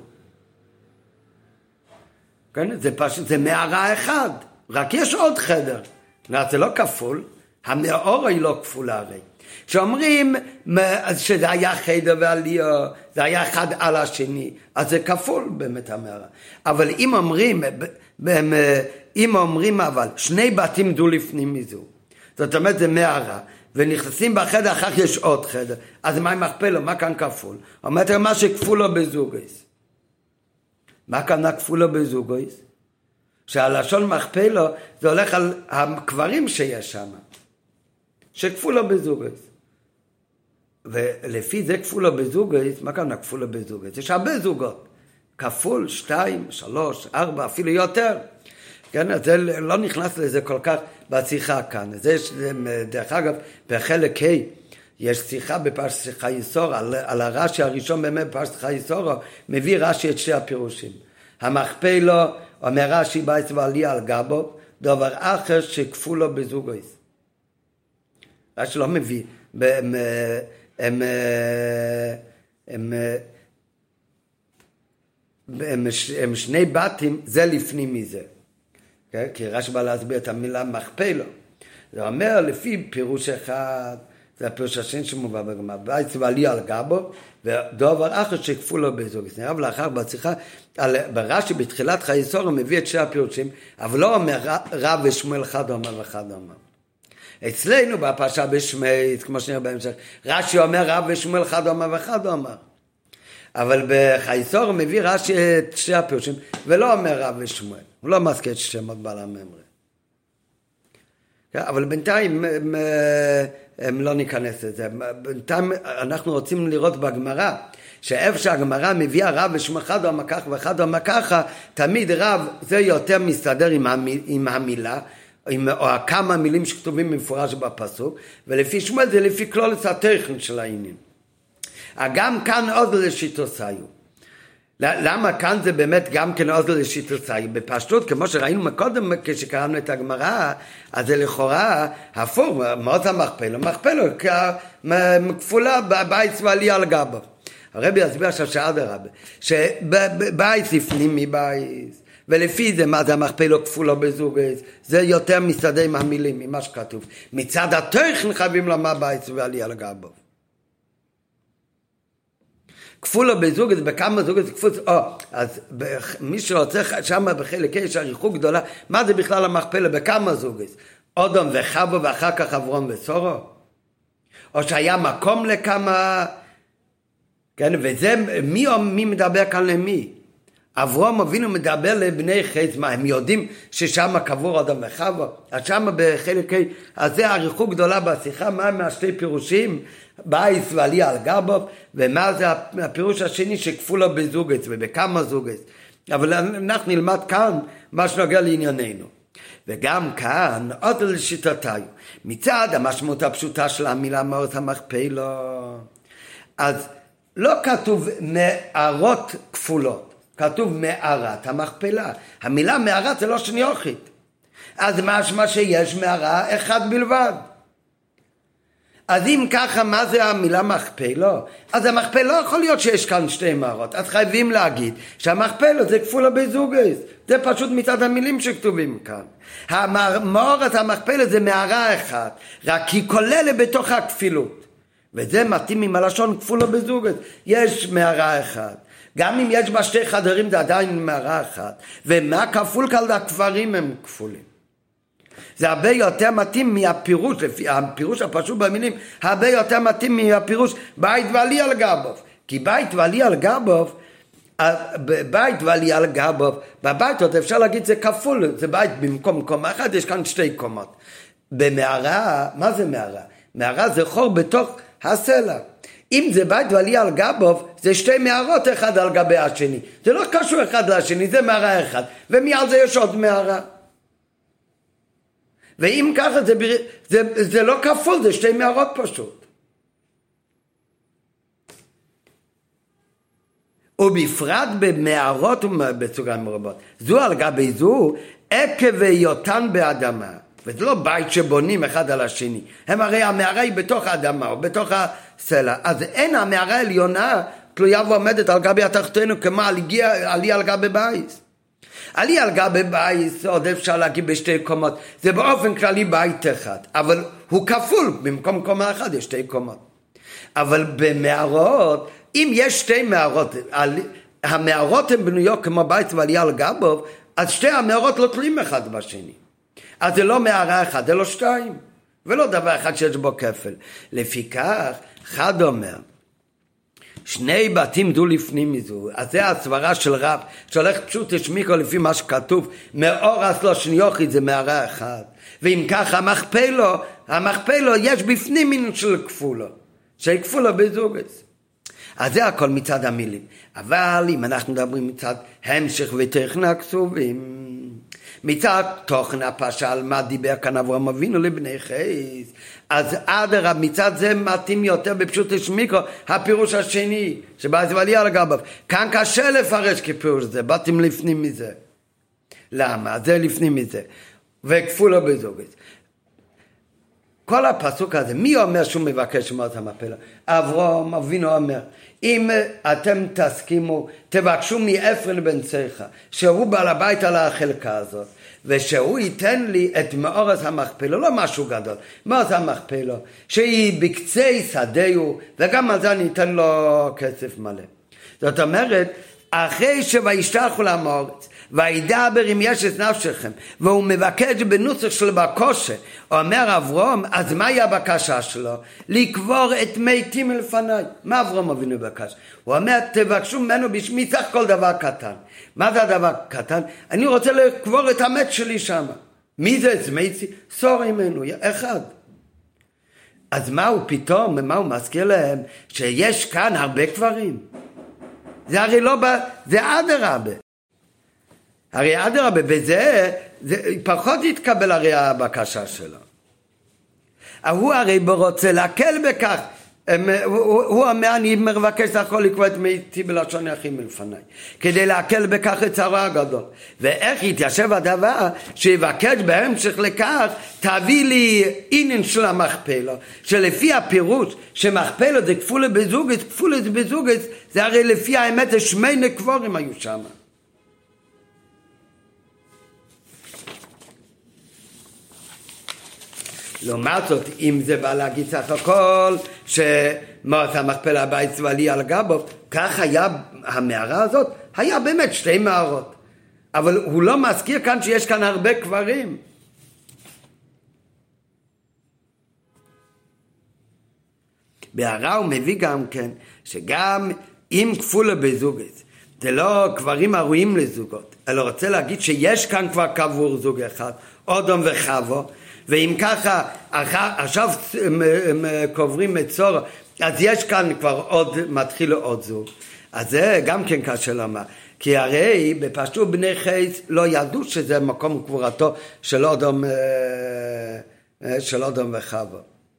כן, זה פשוט, זה מערה אחד, רק יש עוד חדר, זה לא כפול, המאורה היא לא כפולה הרי. כשאומרים שזה היה חדר ועלייה, זה היה אחד על השני, אז זה כפול באמת המערה. אבל אם אומרים אבל שני בתים דו לפנים מזו, זאת אומרת זה מערה, ונכנסים בחדר אחר יש עוד חדר, אז מה עם מכפלה? מה כאן כפול? אומרת מה שכפולו בזוגייס. מה כאן הכפולו בזוגייס? שהלשון מכפלה זה הולך על הקברים שיש שם, שכפולו בזוגייס. ולפי זה כפולו בזוגייס, מה כאן הכפולו בזוגייס? יש הרבה זוגות, כפול, 2, 3, 4, אפילו יותר. כן, זה לא נכנס לזה כל כך בשיחה כאן. זה דרך אגב, בחלק ה' יש שיחה בפרשת חייסורה, על הרש"י הראשון באמת בפרשת חייסורה, מביא רש"י את שתי הפירושים. המכפלה, אומר רש"י בית ועלייה על גבו, דבר אחר שכפולו בזוגייס. רש"י לא מביא, הם שני בתים, זה לפנים מזה. כי רש"י בא להסביר את המילה מכפלה. זה אומר לפי פירוש אחד, זה הפירוש השני שמובא בגמרא, בית ועלייה על גבו, ודבר אחר שכפולו בזוגייס. נראה לאחר בשיחה, ברש"י בתחילת חייסורה הוא מביא את שני הפירושים, אבל לא אומר רב ושמואל אחד אומר ואחד אומר. אצלנו בפרשה בשמות, כמו שנראה בהמשך, רש"י אומר רב ושמואל אחד אומר ואחד אומר. אבל בחייסורה הוא מביא רש"י את שני הפירושים, ולא אומר רב ושמואל. הוא לא מזכיר את שמות בעל הממרה. אבל בינתיים הם לא ניכנס לזה. בינתיים אנחנו רוצים לראות בגמרא, שאיפה שהגמרא מביאה רב ושמואל אחד אומר ככה ואחד אומר ככה, תמיד רב זה יותר מסתדר עם המילה, או כמה מילים שכתובים במפורש בפסוק, ולפי שמואל זה לפי כלולת הטכן של העניין. גם כאן עוד לשיטוסיו. למה כאן זה באמת גם כן עוד לשיטוסיו? בפשטות, כמו שראינו מקודם כשקראנו את הגמרא, אז זה לכאורה הפוך, מאוד המכפלה, מכפלה כפולה בבית ועלייה על גבו. הרבי יסביר עכשיו שאדרבה, שבבית לפנים מבית, ולפי זה מה זה המכפלה כפולה בזוגייס, זה יותר מסתדר עם המילים, ממה שכתוב. מצד התוכן חייבים לומר בית ועלייה על גבו. כפולו בזוגת, בכמה זוגת זה כפול, אז מי שרוצה שם בחלק יש אריכות גדולה, מה זה בכלל המכפלה בכמה זוגת? אודום וחבו ואחר כך אברום וסורו? או שהיה מקום לכמה, כן, וזה, מי מדבר כאן למי? אברום אבינו מדבר לבני חץ, מה, הם יודעים ששם קבור אודום וחבו? אז שם בחלק, אז זה אריכות גדולה בשיחה, מה מהשתי פירושים? בית ועלייה על גבו, ומה זה הפירוש השני שכפולו בזוגת ובכמה זוגת. אבל אנחנו נלמד כאן מה שנוגע לענייננו. וגם כאן, עוד לשיטתיו, מצד המשמעות הפשוטה של המילה מאורס המכפלה, אז לא כתוב מערות כפולות, כתוב מערת המכפלה. המילה מערת זה לא שניוכית. אז משמע שיש מערה אחד בלבד. אז אם ככה, מה זה המילה מכפלה? אז המכפלה לא יכול להיות שיש כאן שתי מערות. אז חייבים להגיד שהמכפלה זה כפולה בזוגס. זה פשוט מצד המילים שכתובים כאן. המערת המכפלה זה מערה אחת, רק היא כוללת בתוך הכפילות. וזה מתאים עם הלשון כפולה בזוגס. יש מערה אחת. גם אם יש בה שתי חדרים זה עדיין מערה אחת. ומה כפול כאן? הקברים הם כפולים. זה הרבה יותר מתאים מהפירוש, לפי הפירוש הפשוט במילים, הרבה יותר מתאים מהפירוש בית ועלי על גבוב. כי בית ועלי על גבוב, בבית עוד אפשר להגיד זה כפול, זה בית במקום קומה אחת, יש כאן שתי קומות. במערה, מה זה מערה? מערה זה חור בתוך הסלע. אם זה בית ועלי על גבוב, זה שתי מערות אחד על גבי השני. זה לא קשור אחד לשני, זה מערה אחד. ומעל זה יש עוד מערה. ואם ככה זה לא כפול, זה שתי מערות פשוט. ובפרט במערות ובסוגריים מרובות. זו על גבי זו, עקב היותן באדמה. וזה לא בית שבונים אחד על השני. הם הרי המערה היא בתוך האדמה או בתוך הסלע. אז אין המערה העליונה תלויה ועומדת על גבי התחתנו כמו עלי על גבי בית. עלי על גבי בית עוד אפשר להגיד בשתי קומות. זה באופן כללי בית אחד. אבל הוא כפול. במקום קומה אחת יש שתי קומות. אבל במערות, אם יש שתי מערות, המערות הן בנויות כמו בית ועלי על גבוב, אז שתי המערות לא תלויים אחד בשני. אז זה לא מערה אחת, זה לא שתיים. ולא דבר אחד שיש בו כפל. לפיכך, חד אומר, שני בתים דו לפנים מזו. אז זה הסברה של רב, שהולך פשוט השמיקו לפי מה שכתוב, מאורס לא שניוכית זה מערה אחת. ואם ככה המכפלו יש בפנים מין של כפולו. של כפולו בזוגס. אז זה הכל מצד המילים. אבל אם אנחנו מדברים מצד המשך וטכנה כתובים, מצד תוכן הפשל, מה דיבר כאן אברהם אבינו לבני חייס, אז אדרבה, מצד זה מתאים יותר בפשוט השמיקו, הפירוש השני, שבא זה ועלי על גביו. כאן קשה לפרש כפירוש זה, באתם לפנים מזה. למה? זה לפנים מזה. וכפולו בזוגת. כל הפסוק הזה, מי אומר שהוא מבקש מאוד המפלה? אברהם אבינו אומר, אם אתם תסכימו, תבקשו מאפרים בן צחה, שהוא בעל הבית על החלקה הזאת, ושהוא ייתן לי את מאורס המכפלה, לא משהו גדול, מאורס המכפלה, שהיא בקצה שדהו, וגם על זה אני אתן לו כסף מלא. זאת אומרת, אחרי שוישתחו למאורץ, וידבר אם יש את נפשכם, והוא מבקש בנוסח של בקושה, אומר אברהם, אז מהי הבקשה שלו? לקבור את מתים לפניי. מה אברהם אבינו בקש? הוא אומר, תבקשו ממנו בשמי סך כל דבר קטן. מה זה הדבר קטן? אני רוצה לקבור את המת שלי שם. מי זה? זה מתי? סורי ממנו, אחד. אז מה הוא פתאום, מה הוא מזכיר להם? שיש כאן הרבה קברים. זה הרי לא, זה אדרבה. הרי אדרבה, וזה פחות יתקבל הרי הבקשה שלו. הוא הרי רוצה להקל בכך. הוא אומר, אני מבקש הכל לקרוא את מתי בלשון אחים מלפניי. כדי להקל בכך את צערו הגדול. ואיך יתיישב הדבר שיבקש בהמשך לכך, תביא לי עניין של המכפלה. שלפי הפירוש שמכפלה זה כפולה בזוגס, כפולה זה בזוגס, זה הרי לפי האמת זה שמונה קבורים היו שם. לעומת זאת, אם זה בא להגיד סך הכל, שמאורס המכפלה הבית ועלי על גבוב, כך היה, המערה הזאת, היה באמת שתי מערות. אבל הוא לא מזכיר כאן שיש כאן הרבה קברים. בהערה הוא מביא גם כן, שגם אם כפולה בזוגת, זה לא קברים הראויים לזוגות, אלא רוצה להגיד שיש כאן כבר קבור זוג אחד, אודום וחבו, ואם ככה, עכשיו הם קוברים את צור, אז יש כאן כבר עוד, מתחיל עוד זוג. אז זה גם כן קשה לומר. כי הרי בפשטות בני חייס לא ידעו שזה מקום קבורתו של אודום וחבו.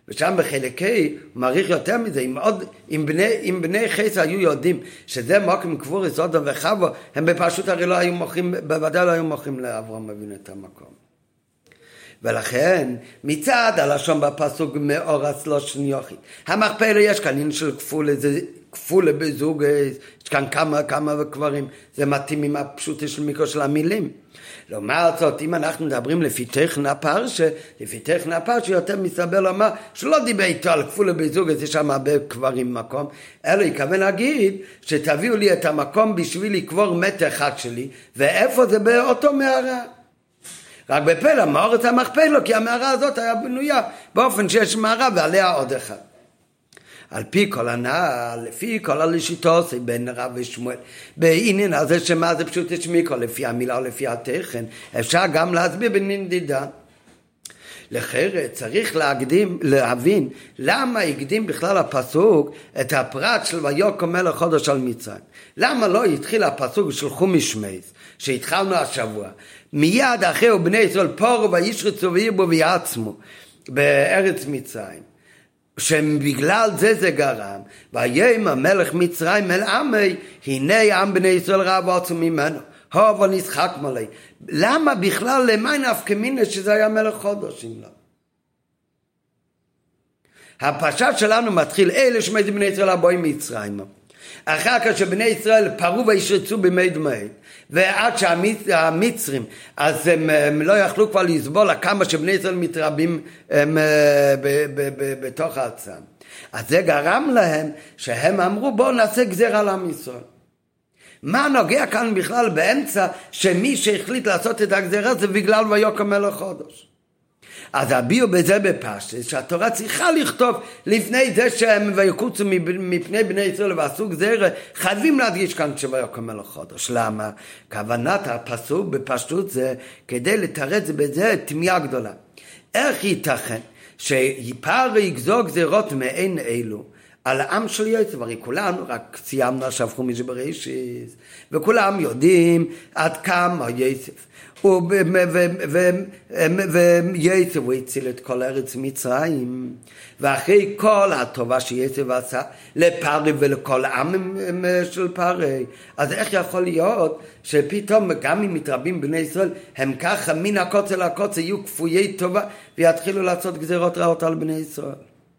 ושם בחלקי הוא מעריך יותר מזה, אם בני חסד היו יודעים שזה מוקם קבור סודום וחווה, הם בפשוט הרי לא היו מוכרים, בוודאי לא היו מוכרים לאברהם אבינו את המקום. ולכן מצד הלשון בפסוק מאורס לא שניוחי, המכפלה יש כאן עניין של כפולה בזוג, יש כאן כמה וקברים, זה מתאים עם הפשוט של מיקרו של המילים. לעומת זאת, אם אנחנו מדברים לפי תכן הפרשה, יותר מסתבר לומר שלא דיבר איתו על כפולה בזוג, יש שם הרבה קברים מקום, אלא יכוון להגיד שתביאו לי את המקום בשביל לקבור מת אחד שלי, ואיפה זה באותו מערה. רק בפלא, מאורס המכפלה, כי המערה הזאת היה בנויה באופן שיש מערה ועליה עוד אחד. על פי כל הנעל, לפי כל הלשיטות בין רב ושמואל, בעניין הזה שמה זה פשוט שמיקו, לפי המילה או לפי התכן, אפשר גם להסביר בנדידה. לחרת צריך להבין למה הקדים בכלל הפסוק את הפרט של ויקום מלך חודש על מצרים. למה לא התחיל הפסוק של חומש מייס שהתחלנו השבוע, מיד אחרי ובני ישראל פורו וישרצו וירבו ויעצמו בארץ מצרים, שבגלל זה גרם ויאמר המלך מצרים אל עמי, הנה עם בני ישראל רב ועצום ממנו, הובו נשחק מלא. למה בכלל למען נפקא מינה שזה היה מלך חודש? אם לא, הפרשה שלנו מתחיל אלה שמתו בני ישראל הבאים מצרים, אחר כך שבני ישראל פרו וישרצו במי דמי, ועד שהמצרים אז הם לא יכלו כבר לסבול כמה שבני ישראל מתרבים בתוך העצם, אז זה גרם להם שהם אמרו בואו נעשה גזר על עם ישראל. מה נוגע כאן בכלל באמצע שמי שהחליט לעשות את הגזרה זה בגלל ויקום מלך חודש? אז הביאו בזה בפשט שהתורה צריכה לכתוב לפני זה שהם ויקוצו מפני בני ישראל ועשו גזרה, חייבים להדגיש כאן שויקום מלך חודש. למה? כוונת הפסוק בפשטות זה כדי לתרץ בזה תמיהה גדולה. איך ייתכן שפרעה יגזור גזרות מעין אלו על העם של יוסף? הרי כולנו רק סיימנו עכשיו חומש בראשית וכולם יודעים עד כמה יוסף ויוסף הוא הציל את כל ארץ מצרים, ואחרי כל הטובה שיוסף עשה לפרעה ולכל העם של פרעה, אז איך יכול להיות שפתאום גם אם מתרבים בני ישראל הם ככה מן הקוצר לקוצר יהיו כפויי טובה ויתחילו לעשות גזירות רעות על בני ישראל?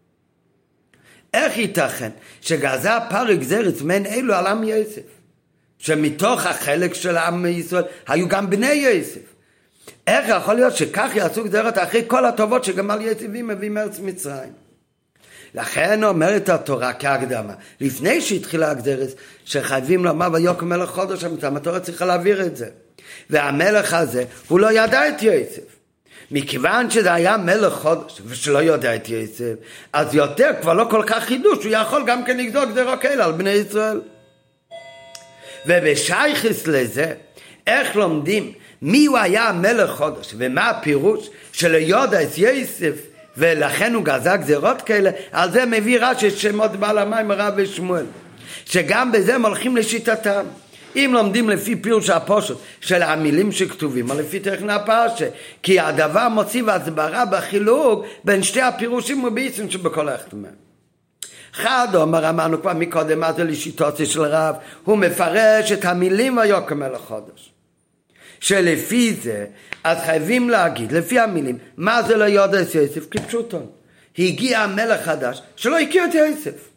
איך ייתכן שגזר פרעה גזרת מעין אלו על עם יוסף, שמתוך החלק של עם ישראל היו גם בני יוסף? איך יכול להיות שכך יעשו גזרות אחרי כל הטובות שגמל יוסף מביא מארץ מצרים? לכן אומרת התורה כהקדמה, לפני שהתחילה הגזרת, שחייבים לומר ויקום מלך חודש על מצרים, התורה צריכה להעביר את זה. והמלך הזה הוא לא ידע את יוסף, מכיוון שזה היה מלך חודש ושלא יודע את יוסף, אז יותר כבר לא כל כך חידוש, הוא יכול גם כן לגזור גזרות כאלה על בני ישראל. ובשייכס לזה, איך לומדים מי הוא היה המלך חודש ומה הפירוש של יודע את יוסף ולכן הוא גזר גזירות כאלה? על זה מביא רש"י שמות בעל המים רב ושמואל, שגם בזה הם הולכים לשיטתם. אם לומדים לפי פירוש הפשוט של המילים שכתובים, או לפי תכן הפרשה, כי הדבר מוסיף הסברה בחילוק בין שתי הפירושים ובעצם שבכל אחד מהם. אחד אומר, אמרנו כבר מקודם, מה זה לשיטות של רב? הוא מפרש את המילים ויקום מלך חודש, שלפי זה אז חייבים להגיד לפי המילים מה זה לא יודע את יוסף, כפשוטו הגיע המלך חדש שלא הכיר את יוסף,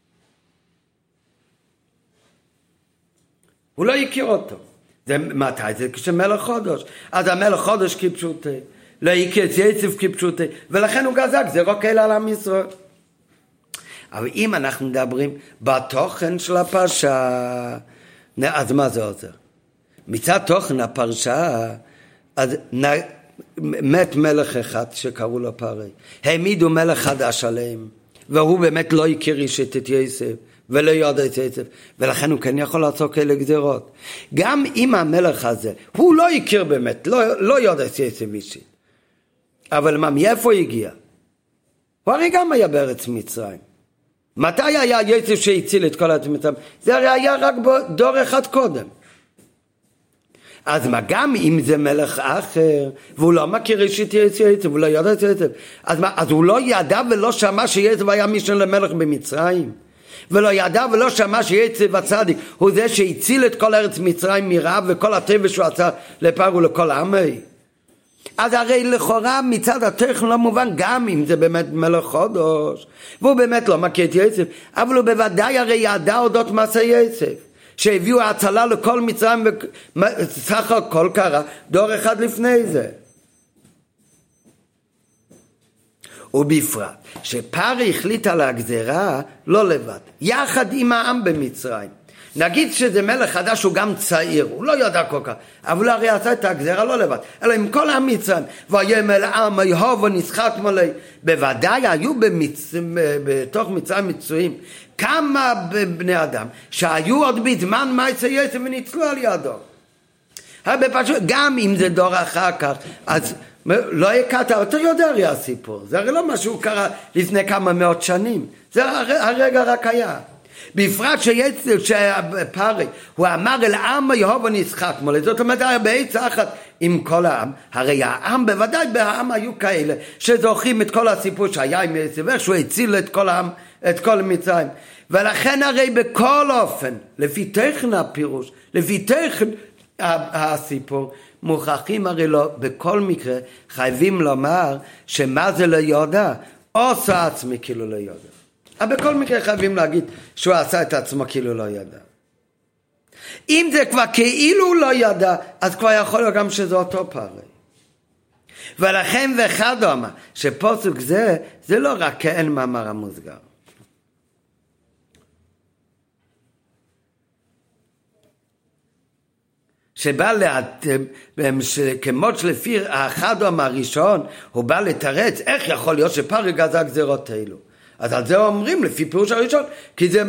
הוא לא הכיר אותו. זה מתי? זה כשמלך חודש, אז המלך חודש כפשוטו לא הכיר את יוסף כפשוטו, ולכן הוא גזר גזירות כאלה על עם ישראל. אבל אם אנחנו מדברים בתוכן של הפרשה, אז מה זה עוזר? מצד תוכן הפרשה, אז מת מלך אחד שקראו לו פרעה, העמידו מלך חדש עליהם, והוא באמת לא הכיר אישית את יוסף ולא יודע את יוסף, ולכן הוא כן יכול לעשות כאלה גזירות. גם אם המלך הזה הוא לא הכיר באמת, לא יודע את יוסף אישית, אבל מה, מאיפה הגיע? הוא הרי גם היה בארץ מצרים. מתי היה יוסף שהציל את כל ארץ מצרים? זה הרי היה רק דור אחד קודם. אז מה, גם אם זה מלך אחר, והוא לא מכיר ראשית יצב, הוא לא ידע את יצב, אז הוא לא ידע ולא שמע שיצב היה משנה למלך במצרים? ולא ידע ולא שמע שיצב הצדיק הוא זה שהציל את כל ארץ מצרים מרעב וכל הטבע שהוא עשה לפרעה ולכל עמי? אז הרי לכאורה מצד הטכן לא מובן, גם אם זה באמת מלך חודש והוא באמת לא מכיר את יצב, אבל הוא בוודאי הרי ידע אודות מעשה יצב שהביאו הצלה לכל מצרים, וסך הכל קרה דור אחד לפני זה. ובפרט שפרעה החליט על הגזרה לא לבד, יחד עם העם במצרים. נגיד שזה מלך חדש, הוא גם צעיר, הוא לא יודע כל כך, אבל הרי עשה את הגזרה לא לבד, אלא עם כל העם מצרים. ויאמר העם יהוה ונשחק מלא. בוודאי היו בתוך מצרים מצויים כמה בני אדם שהיו עוד בזמן מעשה יצב וניצלו על ידו. גם אם זה דור אחר כך, אז לא הכרת, אתה יודע הרי הסיפור, זה הרי לא משהו קרה לפני כמה מאות שנים, זה הרגע רק היה. בפרט שפרעה הוא אמר אל העם יהוה ונשחק מלא, זאת אומרת בעצה אחת עם כל העם. הרי העם, בוודאי בעם היו כאלה שזוכרים את כל הסיפור שהיה עם יצב, איך שהוא הציל את כל העם, את כל מצרים. ולכן הרי בכל אופן, לפי טכן הפירוש, לפי טכן הסיפור, מוכרחים הרי לא, בכל מקרה חייבים לומר שמה זה לא יודע, עושה עצמי כאילו לא יודע. אבל בכל מקרה חייבים להגיד שהוא עשה את עצמו כאילו לא ידע. אם זה כבר כאילו לא ידע, אז כבר יכול להיות גם שזה אותו פרעה. ולכן וכדומה, שפסוק זה לא רק כאין מאמר המוסגר. שבא כמו שלפי החדומה הראשון, הוא בא לתרץ איך יכול להיות שפרעה גזר גזירות אלו. אז על זה אומרים לפי פירוש הראשון, כי זה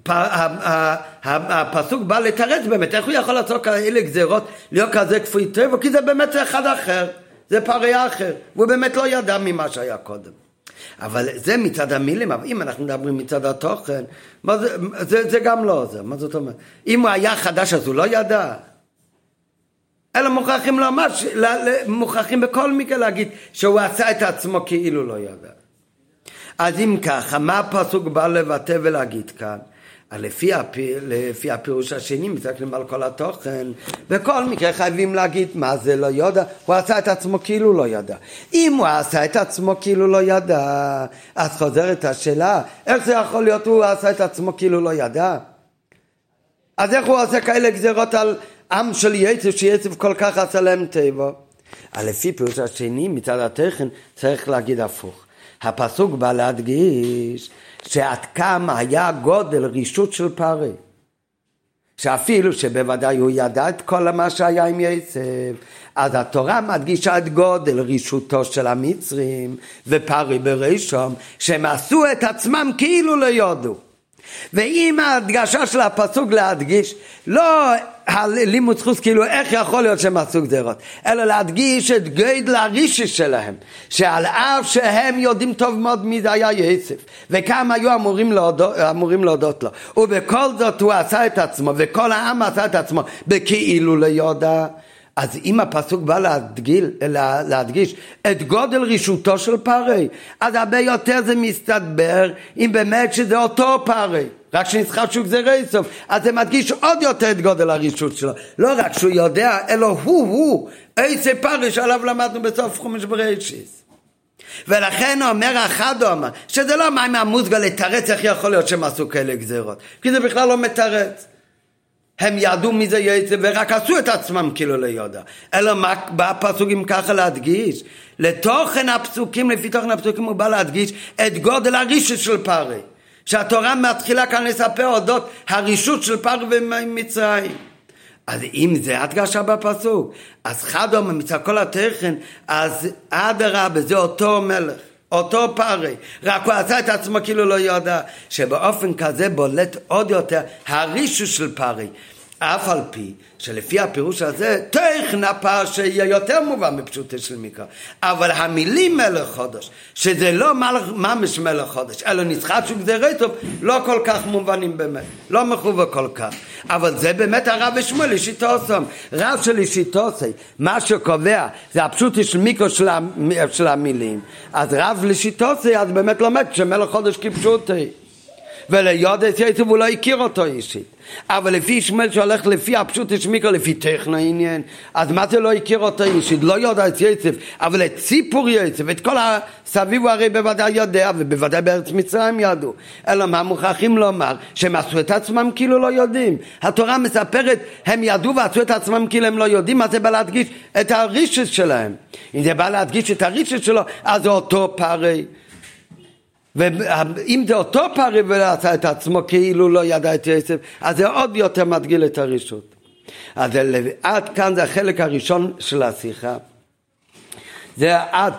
הפסוק בא לתרץ באמת, איך הוא יכול לעשות כאלה גזירות להיות כזה כפוי טבע, כי זה באמת אחד אחר, זה פרעה אחר, והוא באמת לא ידע ממה שהיה קודם. אבל זה מצד המילים, אבל אם אנחנו מדברים מצד התוכן, זה גם לא זה. מה זאת אומרת? אם הוא היה חדש אז הוא לא ידע. אלא מוכרחים לומר, מוכרחים בכל מקרה להגיד שהוא עשה את עצמו כאילו לא ידע. אז אם ככה, מה הפסוק בא לבטא ולהגיד כאן? לפי הפירוש השני, מסתכלים על כל התוכן, בכל מקרה חייבים להגיד מה זה לא ידע, הוא עשה את עצמו כאילו לא ידע. אם הוא עשה את עצמו כאילו לא ידע, אז חוזרת השאלה, איך זה יכול להיות הוא עשה את עצמו כאילו לא ידע? אז איך הוא עושה כאלה גזירות על עם של יצב, שיצב כל כך עשה להם טבע? לפי פירוש השני, מצד התוכן, צריך להגיד הפוך. הפסוק בא להדגיש שעד כמה היה גודל רישות של פרעה, שאפילו שבוודאי הוא ידע את כל מה שהיה עם יצב, אז התורה מדגישה את גודל רישותו של המצרים ופרעה בראשם, שהם עשו את עצמם כאילו לא יודו. ואם ההדגשה של הפסוק להדגיש לא הלימוד זכות כאילו איך יכול להיות שהם עשו גזירות, אלא להדגיש את גודל הרישי שלהם, שעל אף שהם יודעים טוב מאוד מי זה היה יצב וכמה היו אמורים להודות לו, ובכל זאת הוא עשה את עצמו וכל העם עשה את עצמו בכאילו לא יודע. אז אם הפסוק בא להדגיש את גודל רישותו של פרעה, אז הרבה יותר זה מסתבר אם באמת שזה אותו פרעה, רק שנצחק שהוא גזירי סוף, אז זה מדגיש עוד יותר את גודל הרישות שלו. לא רק שהוא יודע, אלא הוא איזה פרעה שעליו למדנו בסוף חומש בראשית. ולכן אומר החדומה שזה לא מה עם המוסגר לתרץ איך יכול להיות שהם עשו כאלה גזירות, כי זה בכלל לא מתרץ. הם ידעו מי זה יצב ורק עשו את עצמם כאילו לא יודע. אלא מה בא הפסוקים ככה להדגיש? לתוכן הפסוקים, לפי תוכן הפסוקים הוא בא להדגיש את גודל הרישות של פרעה. שהתורה מתחילה כאן לספר אודות הרישות של פרעה ומצרים. אז אם זה הדגשה בפסוק, אז חדומה מצד כל התוכן, אז אדרבה זה אותו מלך. אותו פרעה, רק הוא עשה את עצמו כאילו לא יודע, שבאופן כזה בולט עוד יותר הרישות של פרעה, אף על פי שלפי הפירוש הזה תכן הפער שיהיה יותר מובן מפשוטו של מקרא, אבל המילים מלך חודש שזה לא ממש מלך חודש אלא נסחט שהוא גזירי טוב, לא כל כך מובנים באמת, לא מחובר כל כך, אבל זה באמת הרב ושמואל לשיטוסם. רב של לשיטוסי מה שקובע זה הפשוטו של מקרא של המילים, אז רב לשיטוסי אז באמת לומד שמלך חודש כפשוטי, וליודס יצב הוא לא הכיר אותו אישית, אבל לפי שמואל שהולך לפי הפשוט יש מיקרו לפי טכנו עניין, אז מה זה לא הכיר אותו אישית? לא יודע את יצב, אבל את סיפור יצב, את כל הסביב הוא הרי בוודאי יודע, ובוודאי בארץ מצרים ידעו, אלא מה מוכרחים לומר? שהם עשו את עצמם כאילו לא יודעים. התורה מספרת הם ידעו ועשו את עצמם כאילו הם לא יודעים, אז זה בא להדגיש את הרישת שלהם. אם זה בא להדגיש את הרישת שלו, אז זה אותו פרי, ואם זה אותו פרי ועשה את עצמו כאילו לא ידע את יוסף, אז זה עוד יותר מדגיל את הרישות. אז עד כאן זה החלק הראשון של השיחה, זה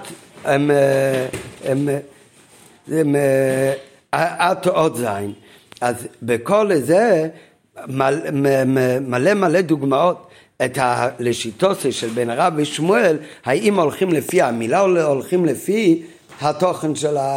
עד עוד זין. אז בכל זה מלא דוגמאות את הלשיטוסי של בן הרב ושמואל, האם הולכים לפי המילה או הולכים לפי התוכן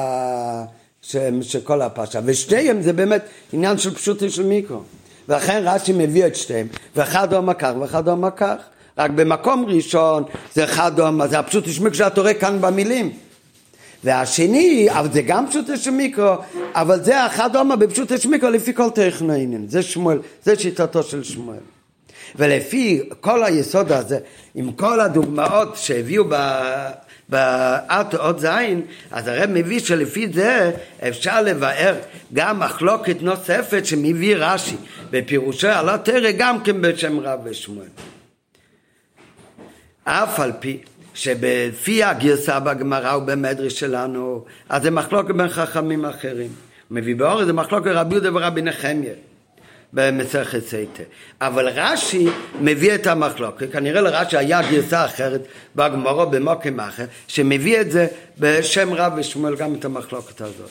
של כל הפרשה, ושתיהם זה באמת עניין של פשוטו של מיקרו, ולכן רש"י מביא את שתיהם, ואחד אומר כך ואחד אומר כך, רק במקום ראשון זה אחד אומר, זה הפשוטו של מיקרו שאתה רואה כאן במילים, והשני, אבל זה גם פשוטו של מיקרו, אבל זה אחד אומר בפשוטו של מיקרו לפי כל טכנו עניין, זה שמואל, זה שיטתו של שמואל. ולפי כל היסוד הזה, עם כל הדוגמאות שהביאו בעת עוד זין, אז הרב מביא שלפי זה אפשר לבאר גם מחלוקת נוספת שמביא רש"י בפירושו על התורה גם כן בשם רב ושמואל. אף על פי שבפי הגרסה בגמרא ובמדרש שלנו, אז זה מחלוקת בין חכמים אחרים. מביא באור זה מחלוקת רבי יהודה ורבי נחמיה במסכת סייטה, אבל רש"י מביא את המחלוקת, כנראה לרש"י היה גרסה אחרת בגמרא במקום אחר שמביא את זה בשם רב ושמואל גם את המחלוקת הזאת,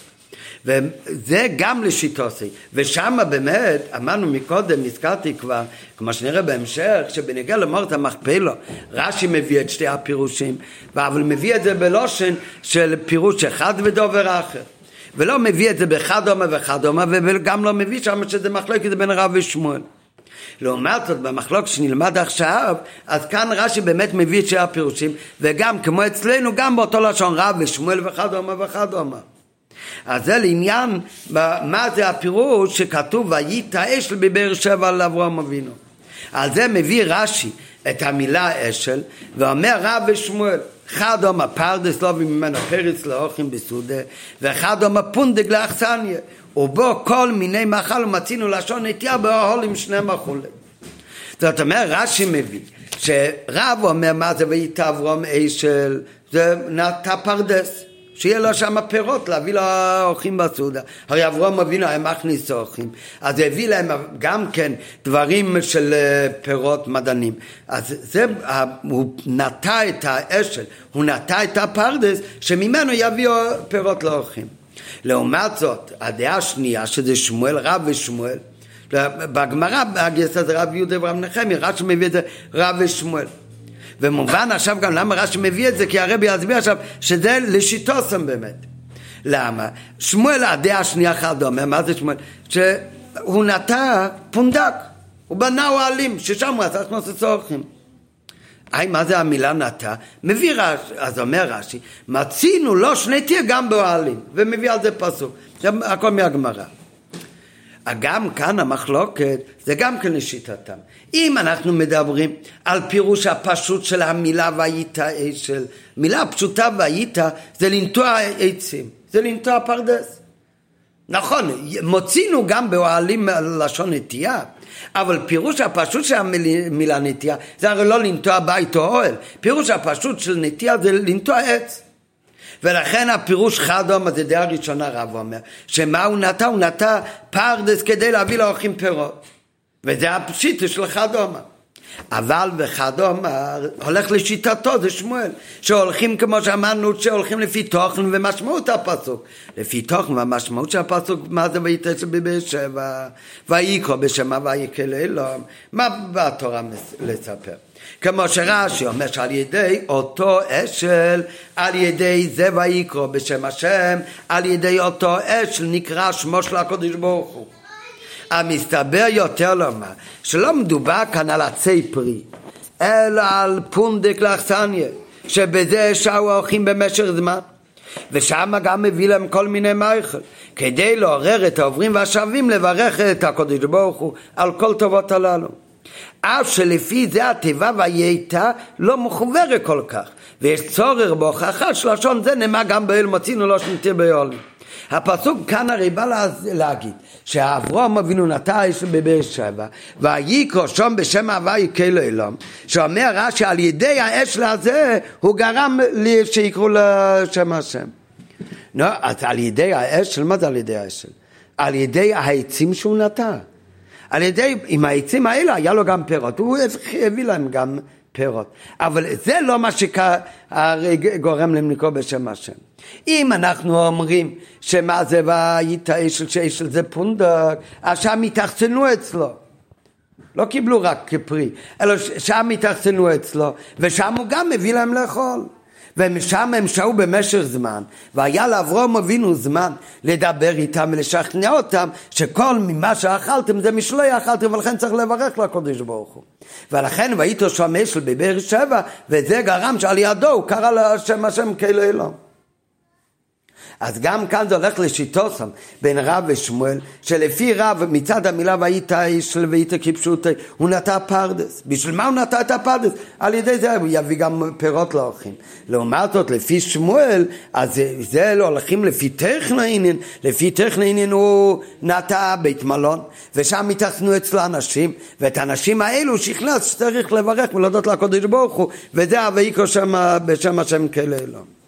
וזה גם לשיטוסי, ושם באמת אמרנו מקודם, הזכרתי כבר כמו שנראה בהמשך שבנגיע למורת המכפלה רש"י מביא את שתי הפירושים, אבל מביא את זה בלושן של פירוש אחד ודובר אחר, ולא מביא את זה באחד אומר ואחד אומר, וגם לא מביא שם שזה מחלוקת בין רב ושמואל. לעומת זאת במחלוקת שנלמד עכשיו, אז כאן רש"י באמת מביא את שני הפירושים, וגם כמו אצלנו גם באותו לשון רב ושמואל ואחד אומר ואחד אומר. אז זה לעניין מה זה הפירוש שכתוב ויטע אשל בבאר שבע על אברהם אבינו. על זה מביא רש"י את המילה אשל ואומר רב ושמואל, אחד אומר פרדס לא ממנו פרץ לאוכל בסעודה, ואחד אומר פונדק לאכסניה, ובו כל מיני מאכל ומצינו לשון נטייה באוהל עם שני מאכולים. זאת אומרת רש"י מביא שרב אומר מה זה ויטע אברהם אשל, זה נטע פרדס שיהיה לו שם פירות להביא לו אורחים בסעודה. הרי אברהם אבינו היה מכניס אורחים, אז הביא להם גם כן דברים של פירות מדנים. אז זה, הוא נטע את האשל, הוא נטע את הפרדס שממנו יביאו פירות לאורחים. לעומת זאת הדעה השנייה שזה שמואל, רב ושמואל, בגמרא הגרסה זה רב יהודה ורב נחמיה, רש"י מביא את זה רב ושמואל. ומובן עכשיו גם למה רש"י מביא את זה, כי הרבי יסביר עכשיו שזה לשיטוסם באמת. למה? שמואל הדעה השנייה אחד אומר, מה זה שמואל? שהוא נטע פונדק, הוא בנה אוהלים, ששם הוא עשה כנוס אורחים. מה זה המילה נטע? מביא רש"י, אז אומר רש"י, מצינו לא שני תהיה גם באוהלים, ומביא על זה פסוק, זה הכל מהגמרא. גם כאן המחלוקת זה גם כן לשיטתם. אם אנחנו מדברים על פירוש הפשוט של המילה ויטע אשל, מילה פשוטה ויטע זה לנטוע עצים, זה לנטוע פרדס. נכון, מוצינו גם באוהלים לשון נטייה, אבל פירוש הפשוט של המילה נטייה זה הרי לא לנטוע בית או אוהל, פירוש הפשוט של נטייה זה לנטוע עץ. ולכן הפירוש חדום, זה דעה ראשונה רב אומר, שמה הוא נטע? הוא נטע פרדס כדי להביא לאורחים פירות, וזה הפשיטה של חדום. אבל וחדום הולך לשיטתו, זה שמואל, שהולכים כמו שאמרנו, שהולכים לפי תוכן ומשמעות הפסוק. לפי תוכן והמשמעות של הפסוק, מה זה ויתש בבאר שבע, ויקרא בשם ויקל אלוהים, מה בתורה לספר? כמו שרש"י אומר שעל ידי אותו אשל, על ידי זה ויקרא בשם השם, על ידי אותו אשל נקרא שמו של הקדוש ברוך הוא. המסתבר יותר לומר שלא מדובר כאן על עצי פרי, אלא על פונדק לאכסניה, שבזה שהו האורחים במשך זמן, ושם גם מביא להם כל מיני מייכל, כדי לעורר את העוברים והשבים לברך את הקדוש ברוך הוא על כל טובות הללו. אף שלפי זה הטבע והייתה לא מחוברת כל כך, ויש צורך בהוכחה שלשון זה נאמר גם באל מצינו לא שנתי באוהלים. הפסוק כאן הרי בא להגיד שאברהם אבינו נטע אש בבאר שבע ויקרא שם בשם ויקל אלוהים, שאומר רש"י על ידי האש הזה הוא גרם לי שיקראו לשם השם. אז על ידי האש, מה זה על ידי האש? על ידי העצים שהוא נטע. על ידי, עם העצים האלה היה לו גם פירות, הוא הביא להם גם פירות, אבל זה לא מה שגורם להם לקרוא בשם השם. אם אנחנו אומרים שמה זה והיית אשל, שאשל זה פונדק, אז שם התאכסנו אצלו, לא קיבלו רק כפרי, אלא שם התאכסנו אצלו, ושם הוא גם מביא להם לאכול. ומשם הם שהו במשך זמן, והיה לאברהם אבינו זמן לדבר איתם ולשכנע אותם שכל ממה שאכלתם זה משלו אכלתם, ולכן צריך לברך לקדוש ברוך הוא. ולכן והייתו שם אשל בבאר שבע, וזה גרם שעל ידו הוא קרא לשם השם כאילו אלוהים. אז גם כאן זה הולך לשיטוסם בין רב ושמואל, שלפי רב מצד המילה והיית אשל והיית כפשוטי הוא נטע פרדס. בשביל מה הוא נטע את הפרדס? על ידי זה הוא יביא גם פירות לאורחים. לעומת זאת לפי שמואל, אז זה לא הולכים לפי טכנה עניין, לפי טכנה עניין הוא נטע בית מלון, ושם התאכסנו אצלו אנשים, ואת האנשים האלו שכנע שצריך לברך ולהודות לקדוש ברוך הוא, וזה ויקרא בשם השם כאילו אלוהים.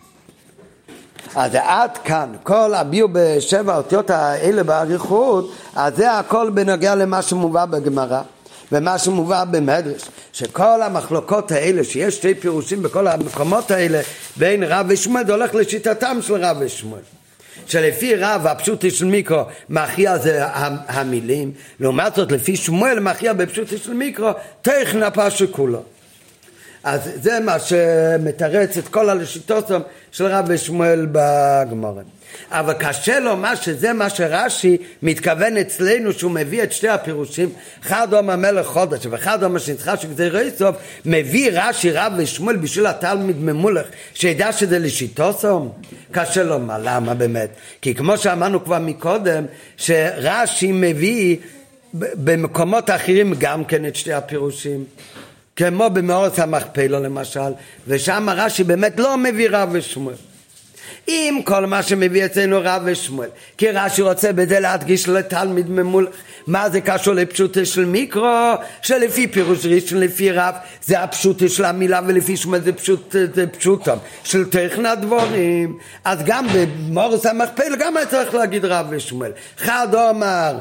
אז עד כאן, כל הביאו בשבע אותיות האלה באריכות, אז זה הכל בנוגע למה שמובא בגמרא ומה שמובא במדרש, שכל המחלוקות האלה, שיש שתי פירושים בכל המקומות האלה בין רב ושמואל, זה הולך לשיטתם של רב ושמואל, שלפי רב הפשוטי של מיקרו מכריע זה המילים, לעומת זאת לפי שמואל מכריע בפשוטי של מיקרו תכן הפרשה כולו. אז זה מה שמתרץ את כל השיטות של רב ושמואל בגמרא. אבל קשה לומר שזה מה שרש"י מתכוון אצלנו, שהוא מביא את שתי הפירושים, אחד אומר מלך חודש ואחד אומר שנצחה שגזירי סוף, מביא רש"י רב ושמואל בשביל התלמיד ממולך שידע שזה לשיטוסום. קשה לומר, למה באמת? כי כמו שאמרנו כבר מקודם, שרש"י מביא במקומות אחרים גם כן את שתי הפירושים, כמו במאורס המכפלה למשל, ושם רש"י באמת לא מביא רב ושמואל. עם כל מה שמביא אצלנו רב ושמואל, כי רש"י רוצה בזה להדגיש לתלמיד ממולך, מה זה קשור לפשוטה של מיקרו, שלפי פירוש ראשון לפי רב זה הפשוטה של המילה, ולפי שמואל זה פשוטם של טכן הדבורים. אז גם במאורס המכפלה גם היה צריך להגיד רב ושמואל. אחד אומר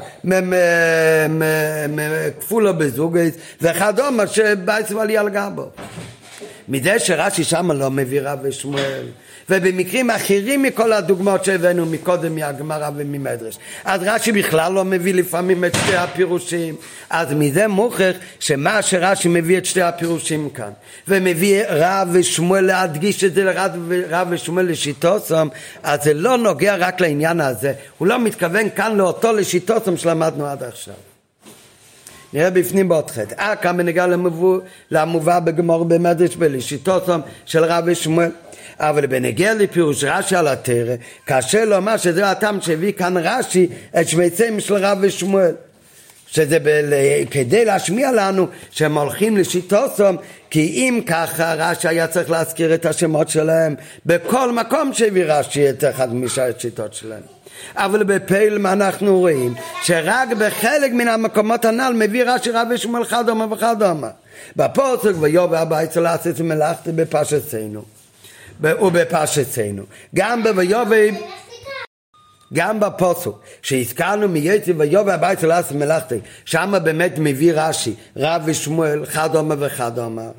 כפולו בזוגס, ואחד אומר שבייס ועלי על גבו. מזה שרש"י שם לא מביא רב ושמואל, ובמקרים אחרים מכל הדוגמאות שהבאנו מקודם מהגמרא וממדרש, אז רש"י בכלל לא מביא לפעמים את שתי הפירושים. אז מזה מוכח שמה שרש"י מביא את שתי הפירושים כאן, ומביא רב ושמואל להדגיש את זה לרב ושמואל לשיטוסם, אז זה לא נוגע רק לעניין הזה, הוא לא מתכוון כאן לאותו לשיטוסם שלמדנו עד עכשיו. נראה בפנים בעוד חטא. כאן בנגע למובא בגמרא במדרש בלשיטוסם של רב ושמואל. אבל בנגיע לפירוש רש"י על התורה, קשה לומר שזה הטעם שהביא כאן רש"י את שמיציהם של רב ושמואל, שזה כדי להשמיע לנו שהם הולכים לשיטוסם, כי אם ככה רש"י היה צריך להזכיר את השמות שלהם בכל מקום שהביא רש"י את אחד מהשיטות שלהם. אבל בפעיל מה אנחנו רואים? שרק בחלק מן המקומות הנ"ל מביא רש"י רב ושמואל חדומא וחדומא. בפסוק ויובא הביתה לעשות מלאכתה בפרשתנו ובפרשתנו, גם בויובא גם בפוסוק שהזכרנו מייצב ויובא הביתה לעשות מלאכתי, שם באמת מביא רש"י רב ושמואל חד אומר וחד אומר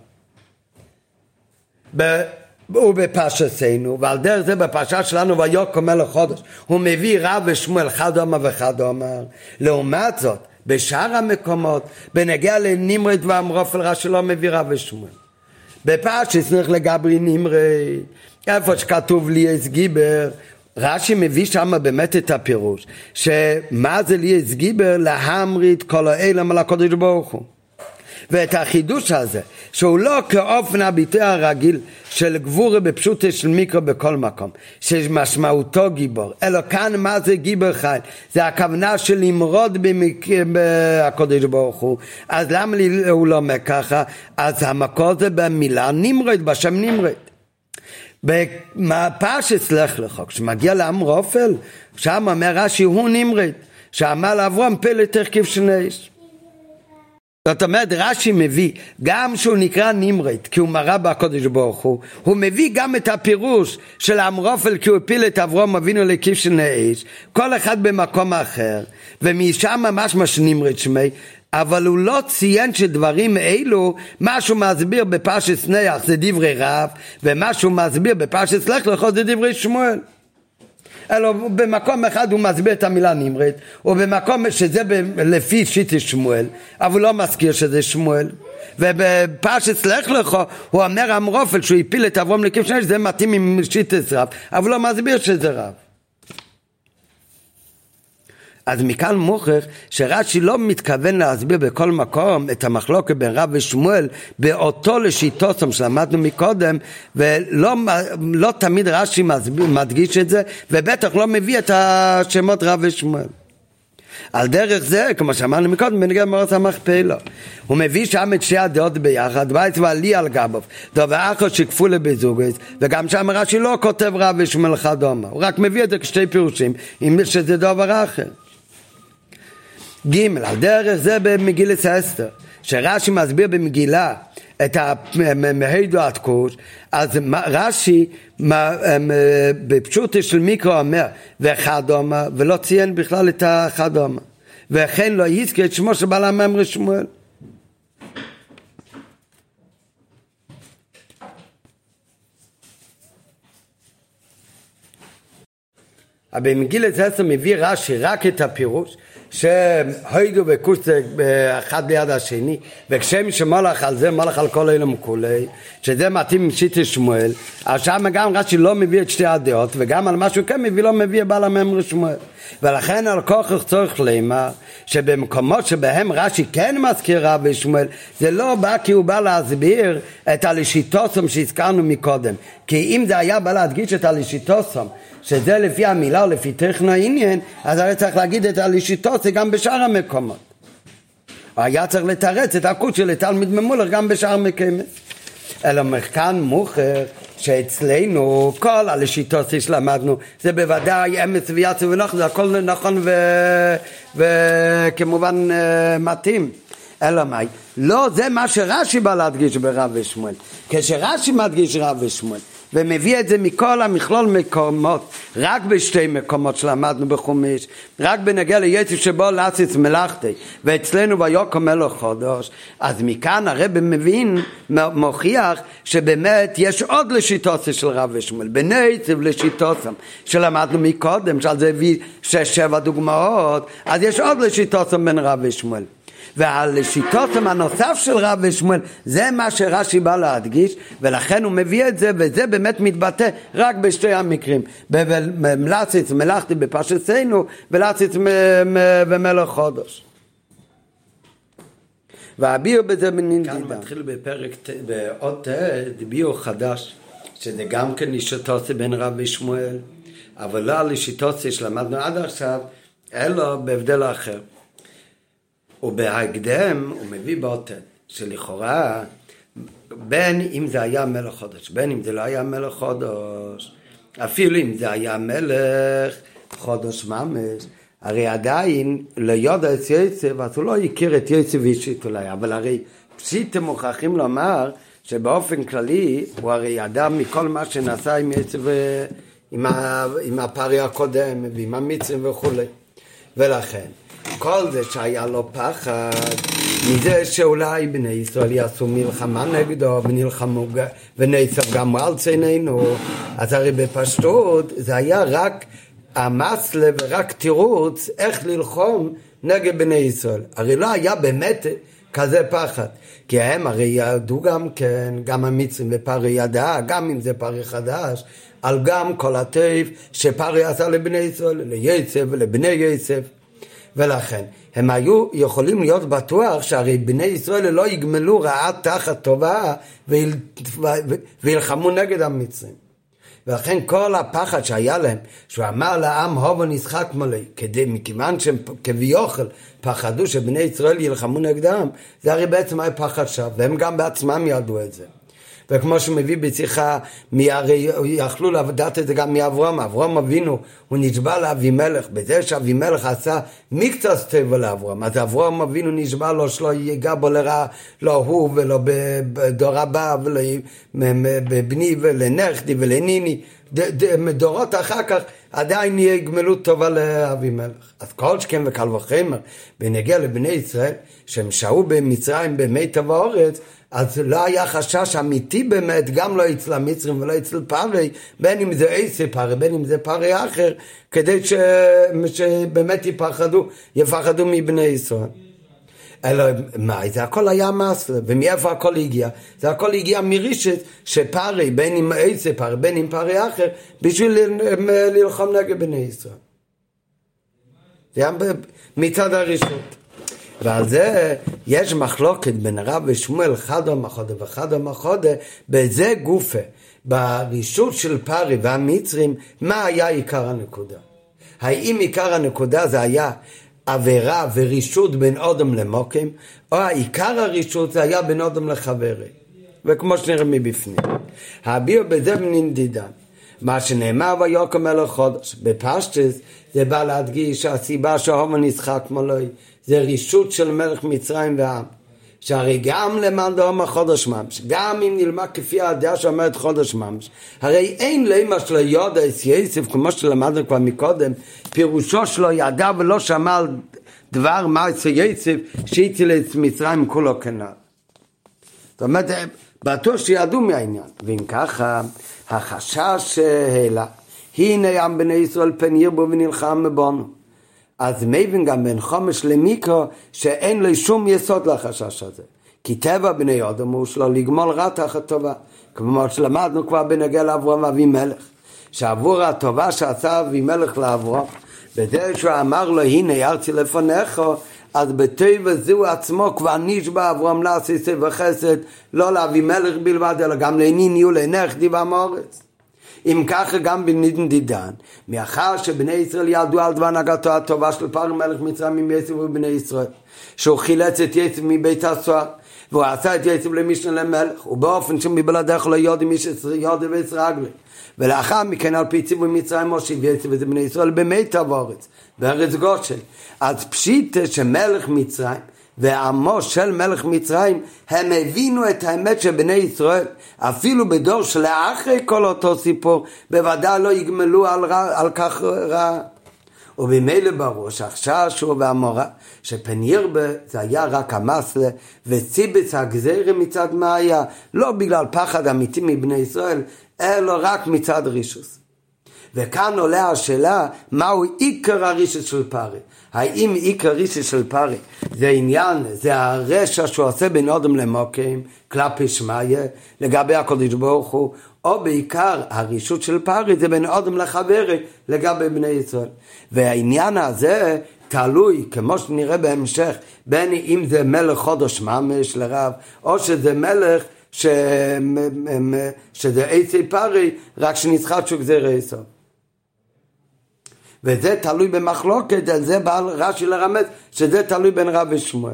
ובפרשתנו, ועל דרך זה בפרשה שלנו ויקום מלך חודש הוא מביא רב ושמואל חד אומר וחד אומר. לעומת זאת בשאר המקומות בנגיע לנמרוד ואמרופל רש"י לא מביא רב ושמואל. בפרשת צריך לגבי נמרוד, איפה שכתוב ליאס גיבר, רש"י מביא שם באמת את הפירוש שמה זה ליאס גיבר? להמריד כל העולם על הקדוש ברוך הוא. ואת החידוש הזה שהוא לא כאופן הביטוי הרגיל של גבורה בפשוטה של מיקרו בכל מקום שמשמעותו גיבור, אלא כאן מה זה גיבור חי? זה הכוונה של למרוד בקדוש ברוך הוא. אז למה הוא לא אומר ככה? אז המקור זה במילה נמרוד, בשם נמרוד. בפרשת לך לך כשמגיע לאמרופל שם אומר רש"י הוא נמרוד שאמר לאברהם פלט תרכיב שני איש. זאת אומרת רש"י מביא גם שהוא נקרא נמרוד כי הוא מראה בקדוש ברוך הוא מביא גם את הפירוש של אמרופל כי הוא הפיל את אברהם אבינו להרכיב שני איש, כל אחד במקום אחר ומשם משמע שנמרוד שמי, אבל הוא לא ציין שדברים אלו משהו מסביר בפרשת נח זה דברי רב ומשהו מסביר בפרשת לך לך זה דברי שמואל. אלא במקום אחד הוא מסביר את המילה נמרוד ובמקום שזה לפי שיטת שמואל אבל הוא לא מזכיר שזה שמואל. ובפרשת לך לך הוא אומר אמרופל שהוא הפיל את אברהם להרכיב שני איש זה מתאים עם שיטת רב אבל לא מסביר שזה רב. אז מכאן מוכרח שרש"י לא מתכוון להסביר בכל מקום את המחלוקת בין רב ושמואל באותו לשיטתם שלמדנו מקודם, ולא תמיד רש"י מדגיש את זה, ובטח לא מביא את השמות רב ושמואל. על דרך זה, כמו שאמרנו מקודם, בנגיע למאורת המכפלה, הוא מביא שם את שתי הדעות ביחד, בית ועלי על גבוב, דבר אחר שכפו לבזוגת, וגם שם רש"י לא כותב רב ושמואל חד אומר, הוא רק מביא את זה כשתי פירושים, אם שזה דבר אחר. ג' על דרך זה במגילת אסתר, שרש"י מסביר במגילה את המהידו עד כוש, אז רש"י בפשוטו של מיקרו אומר ואחד אומר, ולא ציין בכלל את האחד אומר, וכן לא יזכר את שמו של בעל המאמר שמואל. אבל במגילת אסתר מביא רש"י רק את הפירוש שהוידו וכוס אחד ליד השני, וכשם שמולך על זה מולך על כל אלה מכולי, שזה מתאים עם שיטת שמואל. אז שם גם רש"י לא מביא את שתי הדעות, וגם על משהו כן מביא לא מביא בעל המאמר שמואל. ולכן על כוח צריך לומר שבמקומות שבהם רש"י כן מזכיר רב ושמואל, זה לא בא כי הוא בא להסביר את הלשיטוסם שהזכרנו מקודם, כי אם זה היה בא להדגיש את הלשיטוסם שזה לפי המילה או לפי טכנו העניין, אז הרי צריך להגיד את הלשיטוסם גם בשאר המקומות. היה צריך לתרץ את הקוד של תלמיד ממולך גם בשאר מקומות. אלא מכאן מוכר שאצלנו כל הלשיטוסים שלמדנו זה בוודאי אמץ ויצא ונוח, זה הכל נכון וכמובן מתאים. אלא מה? לא, זה מה שרש"י בא להדגיש ברב ושמואל. כשרש"י מדגיש רב ושמואל ומביא את זה מכל המכלול מקומות, רק בשתי מקומות שלמדנו בחומש, רק בנגיע ליצב שבו לעשות מלאכתי, ואצלנו ויקום מלך חודש, אז מכאן הרב מבין, מוכיח שבאמת יש עוד לשיטוסם של רב ושמואל, בנצב לשיטוסם שלמדנו מקודם, שעל זה הביא 6-7 דוגמאות, אז יש עוד לשיטוסם בין רב ושמואל. ועל שיטותם הנוסף של רב ושמואל זה מה שרש"י בא להדגיש, ולכן הוא מביא את זה, וזה באמת מתבטא רק בשתי המקרים, במלאכת מלאכתי בפרשתנו ולעשות במלך חודש. והביאו בזה בנינדידה. כאן מתחיל בפרק באות ביאו חדש, שזה גם כן לשיטוסם בין רב ושמואל, אבל לא על לשיטוסם שלמדנו עד עכשיו, אלא בהבדל אחר. ובהקדם הוא מביא באותת שלכאורה בין אם זה היה מלך חודש, בין אם זה לא היה מלך חודש, אפילו אם זה היה מלך חודש ממש, הרי עדיין לא יודע את יצב, אז הוא לא יכיר את יצב אישית אולי, אבל הרי פשיטים מוכרחים לומר שבאופן כללי הוא הרי ידע מכל מה שנעשה עם עם הפרי הקודם ועם המצרים וכו'. ולכן כל זה שהיה לו פחד מזה שאולי בני ישראל יעשו מלחמה נגדו ונלחמו ונצב גם על צאננו, אז הרי בפשטות זה היה רק המסלה ורק תירוץ איך ללחום נגד בני ישראל. הרי לא היה באמת כזה פחד, כי הם הרי ידעו גם כן, גם המצרים ופרי ידע, גם אם זה פרי חדש, על גם כל הטף שפרי עשה לבני ישראל, ליצב ולבני יצב. ולכן הם היו יכולים להיות בטוח שהרי בני ישראל לא יגמלו רעה תחת טובה וילחמו נגד המצרים. ולכן כל הפחד שהיה להם, שהוא אמר לעם הובו נשחק מלא, מכיוון שהם כביוכל פחדו שבני ישראל ילחמו נגדם, זה הרי בעצם היה פחד שווא, והם גם בעצמם ידעו את זה. וכמו שמביא בשיחה, הרי יכלו לדעת את זה גם מאברהם. אברהם אבינו, הוא נשבע לאבימלך, בזה שאבימלך עשה מקצת טבע לאברהם, אז אברהם אבינו נשבע לו שלא ייגע בו לרע, לא הוא ולא בדור הבא, ולא בבני ולנכדי ולניני, מדורות אחר כך עדיין יהיה גמלות טובה לאבימלך. אז כל שכם וקל וחמר בנגיע לבני ישראל שהם שהו במצרים במיטב הארץ, אז לא היה חשש אמיתי באמת, גם לא אצל המצרים ולא אצל פרי, בין אם זה עשה פרי, בין אם זה פרי אחר, כדי שבאמת יפחדו מבני ישראל. אלא מה? זה הכל היה מסלה, ומאיפה הכל הגיע? זה הכל הגיע מרישת שפרי, בין אם עשה פרי, בין אם פרי אחר, בשביל ללחום נגד בני ישראל. זה היה מצד הרישות. ועל זה יש מחלוקת בין הרב ושמואל חדו מחודה וחדו מחודה, בזה גופה, ברישות של פרי והמצרים, מה היה עיקר הנקודה? האם עיקר הנקודה זה היה עבירה ורישות בין אדם למוקם, או העיקר הרישות זה היה בין אדם לחברי? וכמו שנראה מבפנים, הביאו בזה בנדידן, מה שנאמר ויקום מלך חודש, בפשטס זה בא להדגיש שהסיבה שההומו נשחק מלוי, זה רישות של מלך מצרים והעם, שהרי גם למען דהום החודש ממש, גם אם נלמד כפי הדעה שאומרת חודש ממש, הרי אין לימה שלו ידע את יסף, כמו שלמדנו כבר מקודם, פירושו שלו ידע ולא שמע על דבר מה את יסף, שהטיל את מצרים כולו כנ"ל. זאת אומרת, בטוח שידעו מהעניין, ואם ככה, החשש שהעלה, הנה עם בני ישראל פן ירבו ונלחם בנו. אז מבין גם בין חומש למיקרו שאין לו שום יסוד לחשש הזה. כי טבע בני אדם הוא שלו לגמול רע תחת טובה. כמו שלמדנו כבר בנוגע לאברהם ואבימלך. שעבור הטובה שעשה אבימלך לאברהם, בזה שהוא אמר לו הנה ארצי לפניך, אז בטבע זהו עצמו כבר נשבע אברהם לעשות וחסד, לא לאבימלך בלבד אלא גם לעניני ולנכדי בארץ. אם ככה גם בנדידן, מאחר שבני ישראל ידעו על דבר הנהגתו הטובה של פרי מלך מצרים עם יצב ובני ישראל, שהוא חילץ את יצב מבית הסוהר, והוא עשה את יצב למשנה למלך, ובאופן שמבלעדיך לא יודי מי שיודע וישרגלי. ולאחר מכן על פי ציווי מצרים מושיב יצב את בני ישראל במיטב הארץ, בארץ גושן. אז פשיט שמלך מצרים ועמו של מלך מצרים הם הבינו את האמת של בני ישראל, אפילו בדור שלאחרי כל אותו סיפור בוודאי לא יגמלו על כך רע. ובמילא ברור שהחשש הוא והמורה שפן ירבה זה היה רק המסלה וציבץ הגזירה מצד מה היה, לא בגלל פחד אמיתי מבני ישראל אלא רק מצד רישוס. וכאן עולה השאלה מהו עיקר הרישוס של פרי. האם עיקר הרישוס של פרי זה עניין, זה הרשע שהוא עושה בין אדם למוקם כלפי שמיה לגבי הקדוש ברוך הוא, או בעיקר הרישות של פרי זה בין אדם לחברי לגבי בני ישראל. והעניין הזה תלוי, כמו שנראה בהמשך, בין אם זה מלך חודש ממש לרב, או שזה מלך שזה עשי פרי רק שנצחת שהוא גזירה יסוד. וזה תלוי במחלוקת, על זה בא רש"י לרמז שזה תלוי בין רב ושמואל.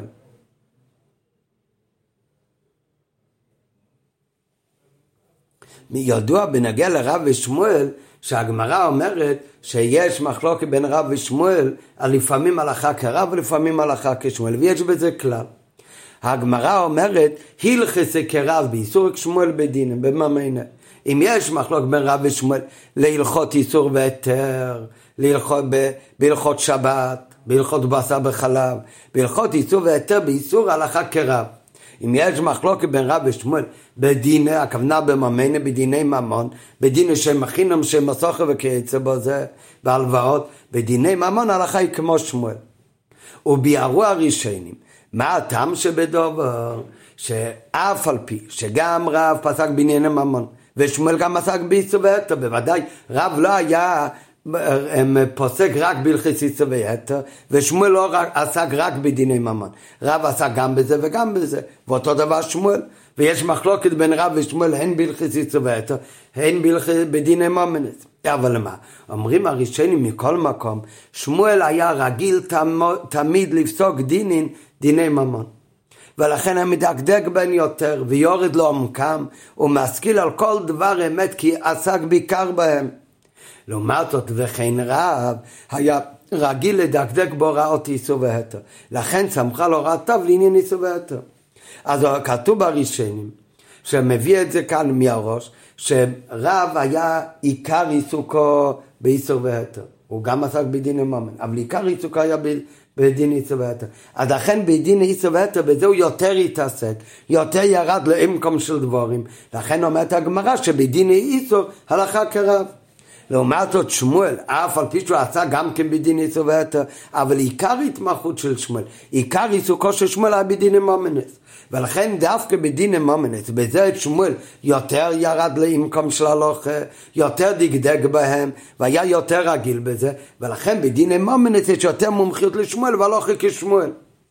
ידוע בנוגע לרב ושמואל שהגמרא אומרת שיש מחלוקת בין רב ושמואל לפעמים הלכה כרב ולפעמים הלכה כשמואל, ויש בזה כלל. הגמרא אומרת הלכסה כרב באיסור כשמואל בדין במאמינא, אם יש מחלוקת בין רב ושמואל להלכות איסור והיתר, בהלכות שבת, בהלכות בשר בחלב, בהלכות איסור והיתר באיסור הלכה כרב. אם יש מחלוקת בין רב ושמואל בדיני, הכוונה בממנה, בדיני ממון, בדיני שם חינם, שם סוחר וכיוצא בזה, בהלוואות, בדיני ממון הלכה היא כמו שמואל. וביארו הראשונים, מה הטעם שבדבר? שאף על פי שגם רב פסק בענייני ממון, ושמואל גם פסק באיסור והיתר, בוודאי רב לא היה פוסק רק בהלכות איסור והיתר, ושמואל לא עסק רק בדיני ממון, רב עסק גם בזה וגם בזה, ואותו דבר שמואל. ויש מחלוקת בין רב ושמואל הן בהלכות איסור והיתר, הן בדיני ממון. אבל מה? אומרים הראשונים מכל מקום, שמואל היה רגיל תמיד לפסוק דיני ממון, ולכן הם מדקדק בין יותר ויורד לו עמקם ומשכיל על כל דבר אמת כי עסק בעיקר בהם. לעומת זאת וכן רב היה רגיל לדקדק בהוראות איסור והיתר, לכן סמכה לו הוראת טוב לעניין איסור והיתר. אז כתוב בראשונים שמביא את זה כאן מהראש, שרב היה עיקר עיסוקו באיסור והיתר, הוא גם עסק בדיני ממון, אבל עיקר עיסוקו היה בדין איסור והיתר. אז לכן בדין איסור והיתר בזה הוא יותר התעסק, יותר ירד לעומקם של דברים. לכן אומרת הגמרא שבדין איסור הלכה כרב. לעומת זאת שמואל, אף על פי שהוא עשה גם כן בדין איסור והיתר, אבל עיקר התמחות של שמואל, עיקר עיסוקו של שמואל היה בדין ממונס. ולכן דווקא בדין ממונס, בזה את שמואל יותר ירד לעומקם של הלכה, יותר דקדק בהם, והיה יותר רגיל בזה, ולכן בדין ממונס יש יותר מומחיות לשמואל והלכה כשמואל.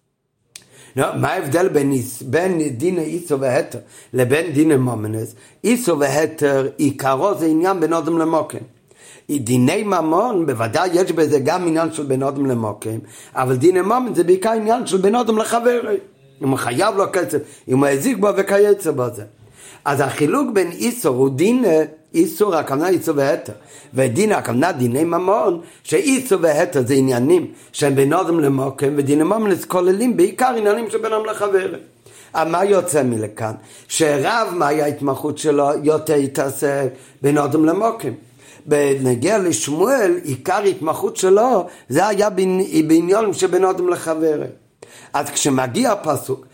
מה ההבדל בין דין איסור והיתר לבין דין ממונס? איסור והיתר עיקרו זה עניין בין אדם למוקם. דיני ממון בוודאי יש בזה גם עניין של בין אדם למוקם, אבל דיני ממון זה בעיקר עניין של בין אדם לחברי, אם הוא חייב לו כסף, אם הוא הזיק בו וכיוצא בזה. אז החילוק בין איסור הוא דין איסור הכוונה איסור והיתר, ודין הכוונה דיני ממון, שאיסור והיתר זה עניינים שהם בין אדם למוקם, ודיני ממון כוללים בעיקר עניינים של בין אדם לחברי. אבל מה יוצא מלכאן? שרב מה היה ההתמחות שלו יותר התעסק בין אדם למוקם. בנגיע לשמואל עיקר התמחות שלו זה היה בעניינים שבין אדם לחברי. אז כשמגיע הפסוק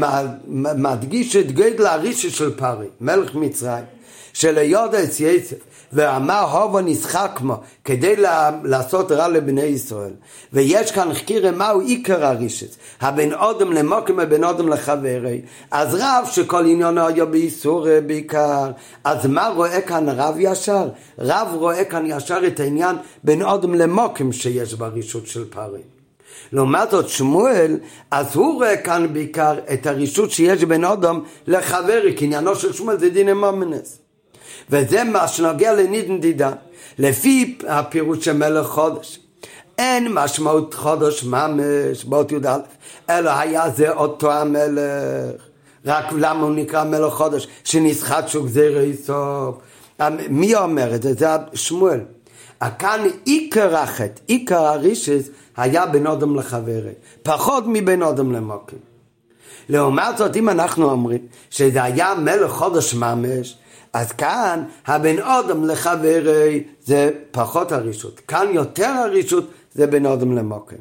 שמדגיש את גודל הרישא של פרעה מלך מצרים שליודע את יוסף ואמר הובו נשחק מו כדי לעשות רע לבני ישראל, ויש כאן חקירה מהו עיקר הרישא הבין אדם למוקם ובין אדם לחברי, אז רב שכל עניין היה באיסור בעיקר, אז מה רואה כאן רב ישר? רב רואה כאן ישר את העניין בין אדם למוקם שיש ברישות של פרעה. לעומת זאת שמואל, אז הוא רואה כאן בעיקר את הרישות שיש בין אדם לחברי, כי עניינו של שמואל זה דין ממונס. וזה מה שנוגע לנידן דידן. לפי הפירוש של מלך חודש, אין משמעות חודש ממש באות י"א, אלא היה זה אותו המלך. רק למה הוא נקרא מלך חודש? שנסחט שהוא גזירה איסוף. מי אומר את זה? זה שמואל. כאן עיקר החטא, עיקר הרישס היה בין אדם לחברי, פחות מבין אדם למוקם. לעומת זאת, אם אנחנו אומרים שזה היה מלך חודש ממש, אז כאן הבן אדם לחברי זה פחות הרישות, כאן יותר הרישות זה בין אדם למוקם.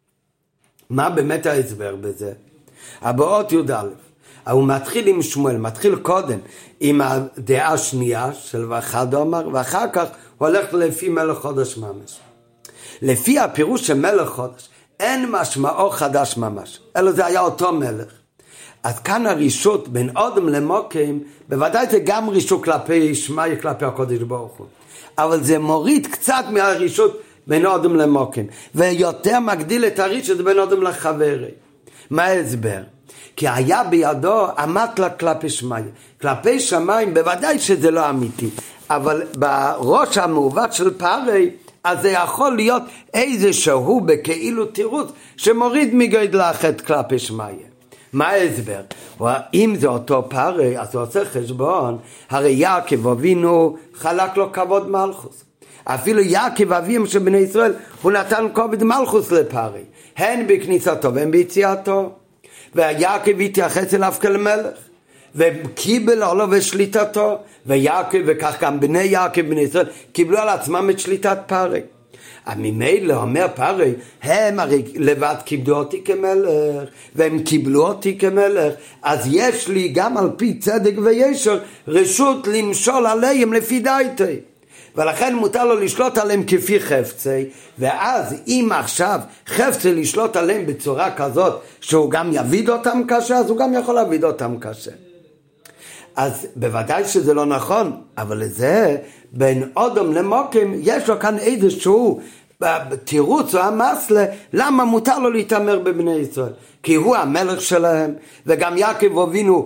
מה באמת ההסבר בזה? הבאות י"א, הוא מתחיל עם שמואל, מתחיל קודם עם הדעה השנייה של ואחד אומר, ואחר כך הוא הולך לפי מלך חודש ממש. לפי הפירוש של מלך חודש אין משמעו חדש ממש, אלא זה היה אותו מלך. אז כאן הרישות בין אדם למוקם, בוודאי זה גם רישות כלפי שמאי, כלפי הקודש ברוך הוא, אבל זה מוריד קצת מהרישות בין אדם למוקם, ויותר מגדיל את הרישות בין אדם לחברי. מה ההסבר? כי היה בידו אמתלה כלפי שמאי, כלפי שמיים בוודאי שזה לא אמיתי, אבל בראש המעוות של פרעה, אז זה יכול להיות איזשהו בכאילו תירוץ שמוריד מגודל החטא כלפי שמאי. מה ההסבר? אם זה אותו פרעה, אז הוא עושה חשבון, הרי יעקב אבינו חלק לו כבוד מלכוס. אפילו יעקב אביהם של בני ישראל, הוא נתן כבוד מלכוס לפרעה, הן בכניסתו והן ביציאתו. ויעקב התייחס אליו כאל מלך. וקיבל עולו ושליטתו, ויעקב וכך גם בני יעקב בני ישראל קיבלו על עצמם את שליטת פרעה. ממילא אומר פרעה, הם הרי לבד קיבלו אותי כמלך והם קיבלו אותי כמלך, אז יש לי גם על פי צדק וישר רשות למשול עליהם לפי דעתי, ולכן מותר לו לשלוט עליהם כפי חפצי. ואז אם עכשיו חפצי לשלוט עליהם בצורה כזאת שהוא גם יביד אותם קשה, אז הוא גם יכול להביד אותם קשה. אז בוודאי שזה לא נכון, אבל לזה בין אדם למוקם יש לו כאן איזשהו תירוץ או המסלה למה מותר לו להתאמר בבני ישראל, כי הוא המלך שלהם, וגם יעקב אבינו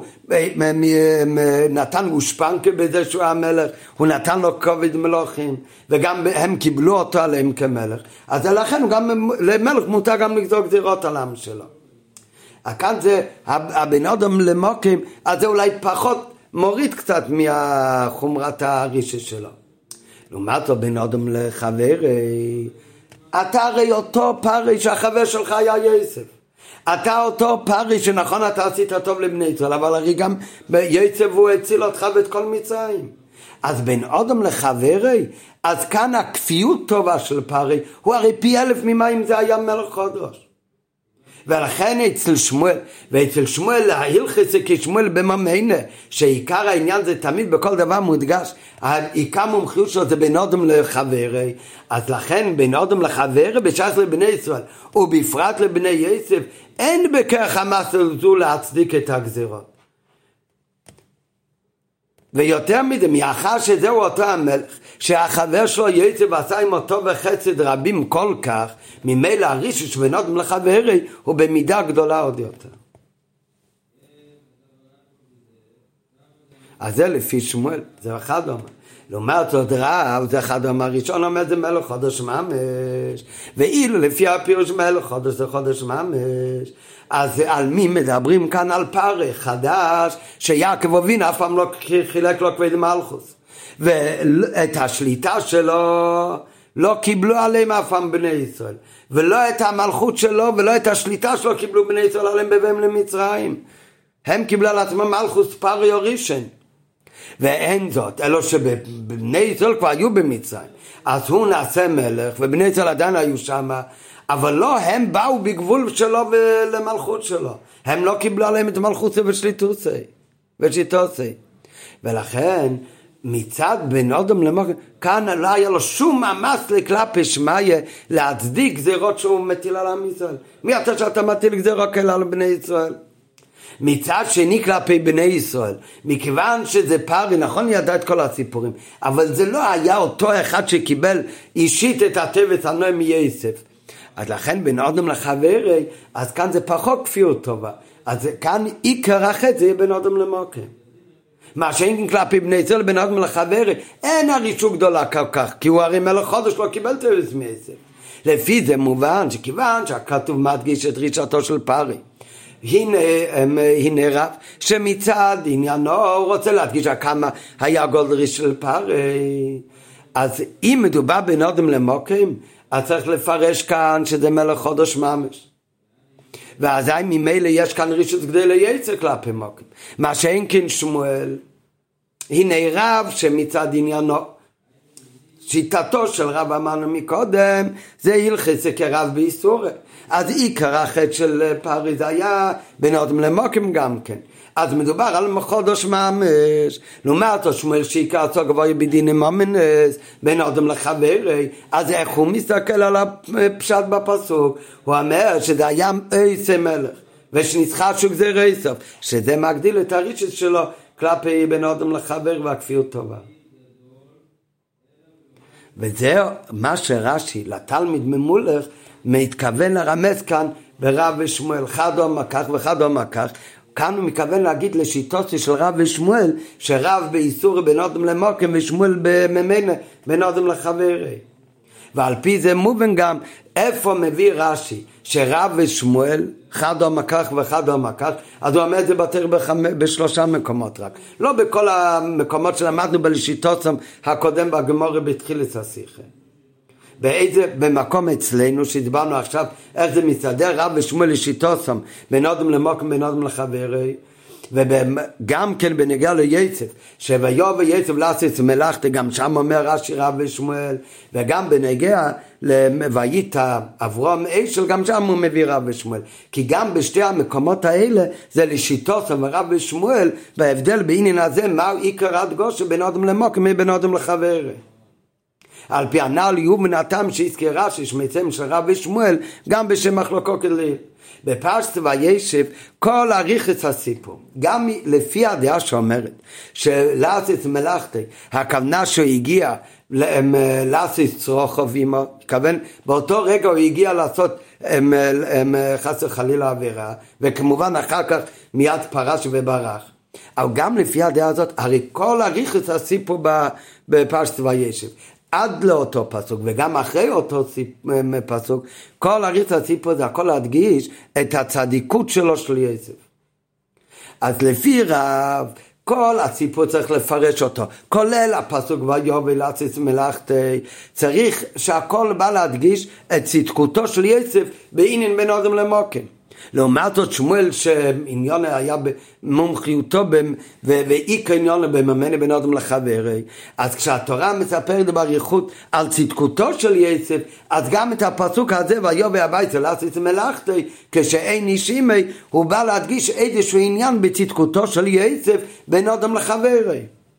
נתן גושפנקה בזה שהוא המלך, הוא נתן לו כובד מלוכים, וגם הם קיבלו אותו עליהם כמלך, אז לכן גם למלך מותר גם לגזור גזירות על העם שלו. כאן זה הבן אדם למוקם, אז זה אולי פחות מוריד קצת מחומרת הרישה שלו. לעומת זאת בן אדם לחברי, אתה הרי אותו פרי שהחבר שלך היה יוסף, אתה אותו פרי שנכון אתה עשית טוב לבני ישראל, אבל הרי גם יוסף הוא הציל אותך ואת כל מצרים. אז בן אדם לחברי, אז כאן הכפיות טובה של פרי הוא הרי פי 1000 ממה אם זה היה מלך חודש. ולכן אצל שמואל, ואצל שמואל ההלכס זה כשמואל במאמנה, שעיקר העניין זה תמיד בכל דבר מודגש, העיקר מומחיות שלו זה בין אדם לחברי, אז לכן בין אדם לחברי בש"ס לבני ישראל, ובפרט לבני יוסף, אין בכך המסר זו להצדיק את הגזירות. ויותר מזה, מאחר שזהו אותו המלך, שהחבר שלו יוסף עשה עם אותו בחסד רבים כל כך, ממילא הרישו שבין אדם לחברי הוא במידה גדולה עוד יותר. אז זה לפי שמואל, זה אחד אומר. לעומת זאת רב, זה אחד אומר, ראשון אומר זה מלך חודש ממש, ואילו לפי הפירוש מלך חודש זה חודש ממש. אז על מי מדברים כאן? על פרעה חדש שיעקב אבינו אף פעם לא חילק לו כבד מלכוס, ואת השליטה שלו לא קיבלו עליהם אף פעם בני ישראל, ולא את המלכות שלו ולא את השליטה שלו קיבלו בני ישראל עליהם בבאים למצרים. הם קיבלו על עצמם מלכוס פרעה ראשון, ואין זאת אלא שבני ישראל כבר היו במצרים, אז הוא נעשה מלך ובני ישראל עדיין היו שם, אבל לא, הם באו בגבול שלו ולמלכות שלו, הם לא קיבלו עליהם את מלכות ושליטוסי. ולכן מצד בן אדם למוקם, כאן לא היה לו שום מאמץ כלפי שמיה להצדיק גזירות שהוא מטיל על עם ישראל. מי אתה שאתה מטיל גזירות כאלה על בני ישראל? מצד שני כלפי בני ישראל, מכיוון שזה פרי, נכון ידע את כל הסיפורים, אבל זה לא היה אותו אחד שקיבל אישית את הטבת הנוי מיוסף, אז לכן בן אדם לחברי, אז כאן זה פחות כפיות טובה, אז כאן עיקר החטא זה יהיה בן אדם למוקם. מה שאין כלפי בני ישראל בן אדם לחברי, אין הרישו גדולה כל כך, כי הוא הרי מלך חודש לא קיבל טבת מיוסף. לפי זה מובן שכיוון שהכתוב מדגיש את רישתו של פרי, הנה רב שמצד עניינו הוא רוצה להדגיש כמה היה גודל של פרי. אז אם מדובר בן אדם למוקם, אז צריך לפרש כאן שזה מלך חודש ממש, ואז ממילא יש כאן רישות כדי לייצר כלפי מוקם. מה שאין כן שמואל, הנה רב שמצד עניינו, שיטתו של רב אמרנו מקודם, זה הלכס כרב באיסורי, אז עיקר החטא של פרי זה היה בן אדם למוקם גם כן. אז מדובר על חודש ממש. לעומת שמואל שעיקר עצו גבוה בדיני ממנס, בן אדם לחברי, אז איך הוא מסתכל על הפשט בפסוק? הוא אומר שזה היה עשה מלך, ושנצחשו גזירי סוף, שזה מגדיל את הרישת שלו כלפי בן אדם לחבר והכפיות טובה. וזה מה שרש"י לתלמיד ממולך מתכוון לרמז כאן ברב ושמואל, חד אומר כך וחד אומר כך. כאן הוא מתכוון להגיד לשיטוסי של רב ושמואל, שרב באיסור בן אדם למוקם ושמואל בממנה בן אדם לחברי. ועל פי זה מובן גם איפה מביא רש"י שרב ושמואל חד אומר כך וחד אומר כך, אז הוא אומר את זה בתר בשלושה מקומות רק, לא בכל המקומות שלמדנו בלשיטוסם הקודם בגמורה בתחילת השיחה. במקום אצלנו שדיברנו עכשיו איך זה מסתדר רב ושמואל לשיטוסם בן אדם למוקם בן אדם לחברי, וגם כן בנגיע ליצב, שויובא יצב לעשות מלאכתה, גם שם אומר רש"י רב ושמואל, וגם בנגיע לויית אברהם אשל, גם שם הוא מביא רב ושמואל, כי גם בשתי המקומות האלה זה לשיטות רב ושמואל, בהבדל בעניין הזה מהו עיקר הדגושה בין אדם למוקם ובין אדם לחבר. על פי הנ"ל יהיו מן הטעם שהזכיר רש"י שמצאם של רב ושמואל גם בשם מחלוקו כליל. בפרשת וישב כל אריכות הסיפור, גם לפי הדעה שאומרת שלעשות מלאכתה, הכוונה שהוא הגיע לעשות צרוכו ועמו, כוון באותו רגע הוא הגיע לעשות חס וחלילה עבירה, וכמובן אחר כך מיד פרש וברח. אבל גם לפי הדעה הזאת, הרי כל אריכות הסיפור בפרשת וישב עד לאותו פסוק, וגם אחרי אותו פסוק, כל אריכות הסיפור זה הכל להדגיש את הצדיקות שלו של יוסף. אז לפי רב, כל הסיפור צריך לפרש אותו, כולל הפסוק ויובא לעשות מלאכתה, צריך שהכל בא להדגיש את צדקותו של יוסף בעניין בין אדם למוקם. לעומת זאת שמואל שעניון היה במומחיותו ועיקר עניון בממנה בין אדם לחברי, אז כשהתורה מספרת באריכות על צדקותו של יוסף, אז גם את הפסוק הזה ויובא הביתה לעשות מלאכתה, כשאין איש עימי, הוא בא להדגיש איזשהו עניין בצדקותו של יוסף בין אדם לחברי.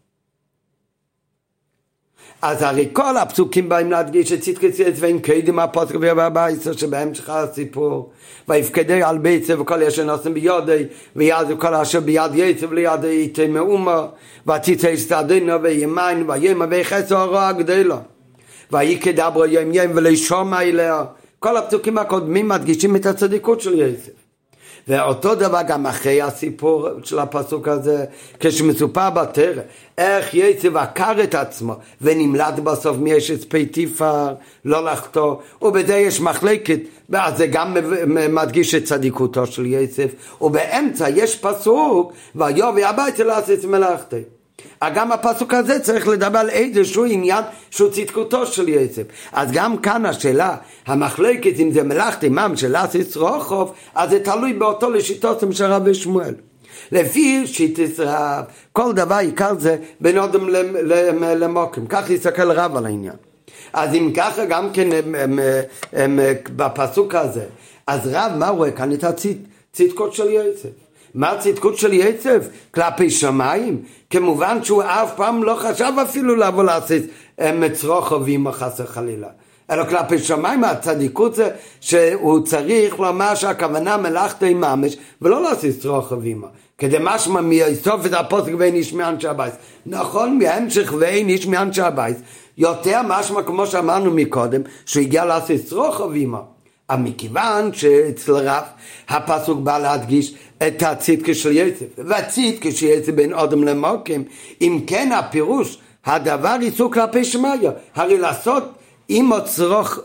אז הרי כל הפסוקים באים להדגיש את צדקת יוסף, ואין קדם הפסוק והבייסר שבהמשך הסיפור, ויפקדי על ביצה וכל אשר נושאים בידי, ויעד וכל אשר ביד יוסף ליד איתי מאומה, ותצא יסתדנו וימין וימה ויחסו הרוע הגדולה, ויקדברו יום יום ולשומע אליה. כל הפסוקים הקודמים מדגישים את הצדיקות של יוסף. ואותו דבר גם אחרי הסיפור של הפסוק הזה, כשמסופר בתורה איך יוסף עקר את עצמו ונמלט בסוף מאשת פוטיפר לא לחטוא, ובזה יש מחלקת, ואז זה גם מדגיש את צדיקותו של יוסף, ובאמצע יש פסוק ויובא הביתה לעשות מלאכתה. גם הפסוק הזה צריך לדבר על איזשהו עניין שהוא צדקותו של יוסף. אז גם כאן השאלה, המחלקת אם זה מלאכתה ממש של לעשות רוחב, אז זה תלוי באותו לשיטות של רב ושמואל. לפי שיטת רב, כל דבר עיקר זה בין אדם למוקם, כך יסתכל רב על העניין. אז אם ככה גם כן בפסוק הזה, אז רב מה רואה כאן את הצדקות של יוסף? מה הצדקות של יוסף? כלפי שמיים? כמובן שהוא אף פעם לא חשב אפילו לבוא לעשות מצרוכו ועמו חס וחלילה. אלא כלפי שמיים הצדיקות זה שהוא צריך לומר שהכוונה מלאכתה ממש ולא לעשות צרוכו ועמו. כדי משמע מיוסף את הפסוק ואין איש מאנשי הבית. נכון, מהמשך ואין איש מאנשי הבית. יותר משמע כמו שאמרנו מקודם, שהוא הגיע לעשות צרוכו ועמו. מכיוון שאצל רב הפסוק בא להדגיש את הצדקה של יוסף, והצדקה של יוסף בין אדם למוקם, אם כן הפירוש הדבר יצאו כלפי שמיא, הרי לעשות עמו צרוך,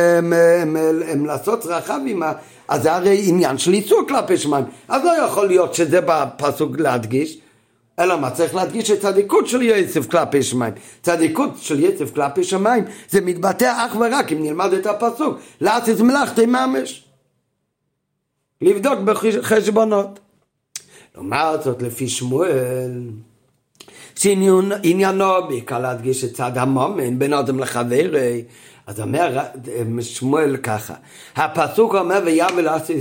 לעשות צרכה ועמה, אז זה הרי עניין של יצאו כלפי שמיים, אז לא יכול להיות שזה בפסוק להדגיש, אלא מה צריך להדגיש את צדיקות של יוסף כלפי שמיים. צדיקות של יוסף כלפי שמיים זה מתבטא אך ורק אם נלמד את הפסוק לעשות מלאכתה ממש, לבדוק בחשבונות. לעומת זאת לפי שמואל שעניינו בעיקר להדגיש את צד המומן בין אדם לחברי, אז אומר שמואל ככה, הפסוק אומר ויבא לעשות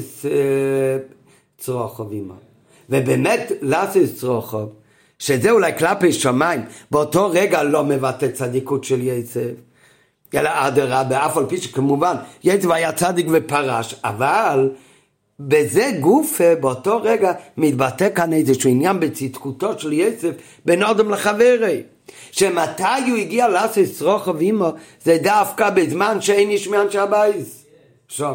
צרוכו ועמו, ובאמת לעשות צרוכו שזה אולי כלפי שמיים באותו רגע לא מבטא צדיקות של יוסף, אלא אדרבה, אף על פי שכמובן יוסף היה צדיק ופרש, אבל בזה גוף באותו רגע מתבטא כאן איזשהו עניין בצדקותו של יוסף בין אדם לחברי, שמתי הוא הגיע לעשות צרוכו ועמו זה דווקא בזמן שאין איש מאנשי הבית שם,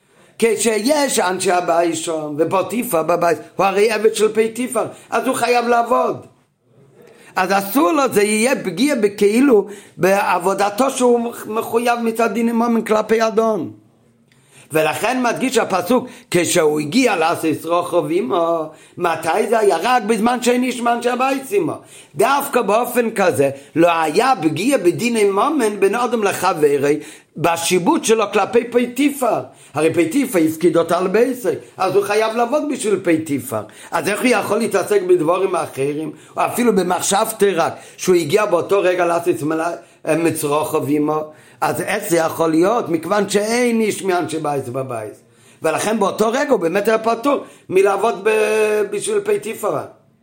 כשיש אנשי הבית שם ופוטיפר בבית, הוא הרי עבד של פוטיפר, אז הוא חייב לעבוד, אז אסור לו, זה יהיה פגיע בכאילו בעבודתו שהוא מחויב מצד דין ממון כלפי אדון. ולכן מדגיש הפסוק, כשהוא הגיע לעשות רוחב עמו, מתי זה היה? רק בזמן שאין איש מאנשי הבית עמו. דווקא באופן כזה, לא היה פגיעה בדיני ממון בין אדם לחברי, בשיבוט שלו כלפי פייטיפר. הרי פייטיפר הפקיד אותה על בייסי, אז הוא חייב לעבוד בשביל פייטיפר. אז איך הוא יכול להתעסק בדברים אחרים, או אפילו במחשבתי רק, שהוא הגיע באותו רגע לעשות מצרוחב עמו? אז איך זה יכול להיות? מכיוון שאין איש מאנשי בית בבית. ולכן באותו רגע הוא באמת היה פטור מלעבוד בשביל פייטיפר.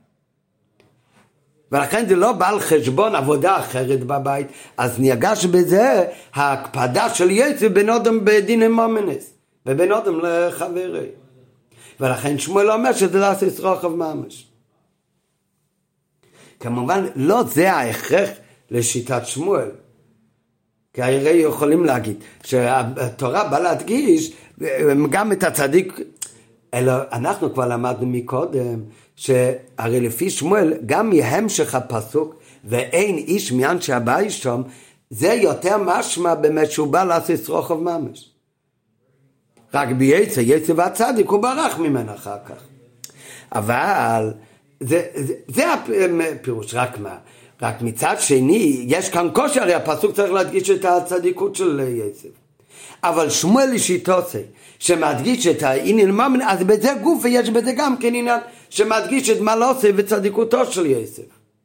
ולכן זה לא בא על חשבון עבודה אחרת בבית. אז נרגש בזה ההקפדה של יצא בין אדם בדיני ממונס ובין אדם לחברי. ולכן שמואל אומר שזה לעשות רוחב ממש. כמובן לא זה ההכרח לשיטת שמואל, כי הרי יכולים להגיד שהתורה באה להדגיש גם את הצדיק, אלא אנחנו כבר למדנו מקודם שהרי לפי שמואל גם מהמשך הפסוק ואין איש מאנשי הבית שם, זה יותר משמע באמת שהוא בא לעשות רוחב ממש. רק ביצא, יצא והצדיק הוא ברח ממנו אחר כך. אבל זה הפירוש. רק מה? רק מצד שני יש כאן קושי, הרי הפסוק צריך להדגיש את הצדיקות של יצא. אבל שמואל לשיטוסי שמדגיש את העניין ממון, אז בזה גוף ויש בזה גם כן עניין שמדגיש את מעלוסי וצדיקותו של יוסף.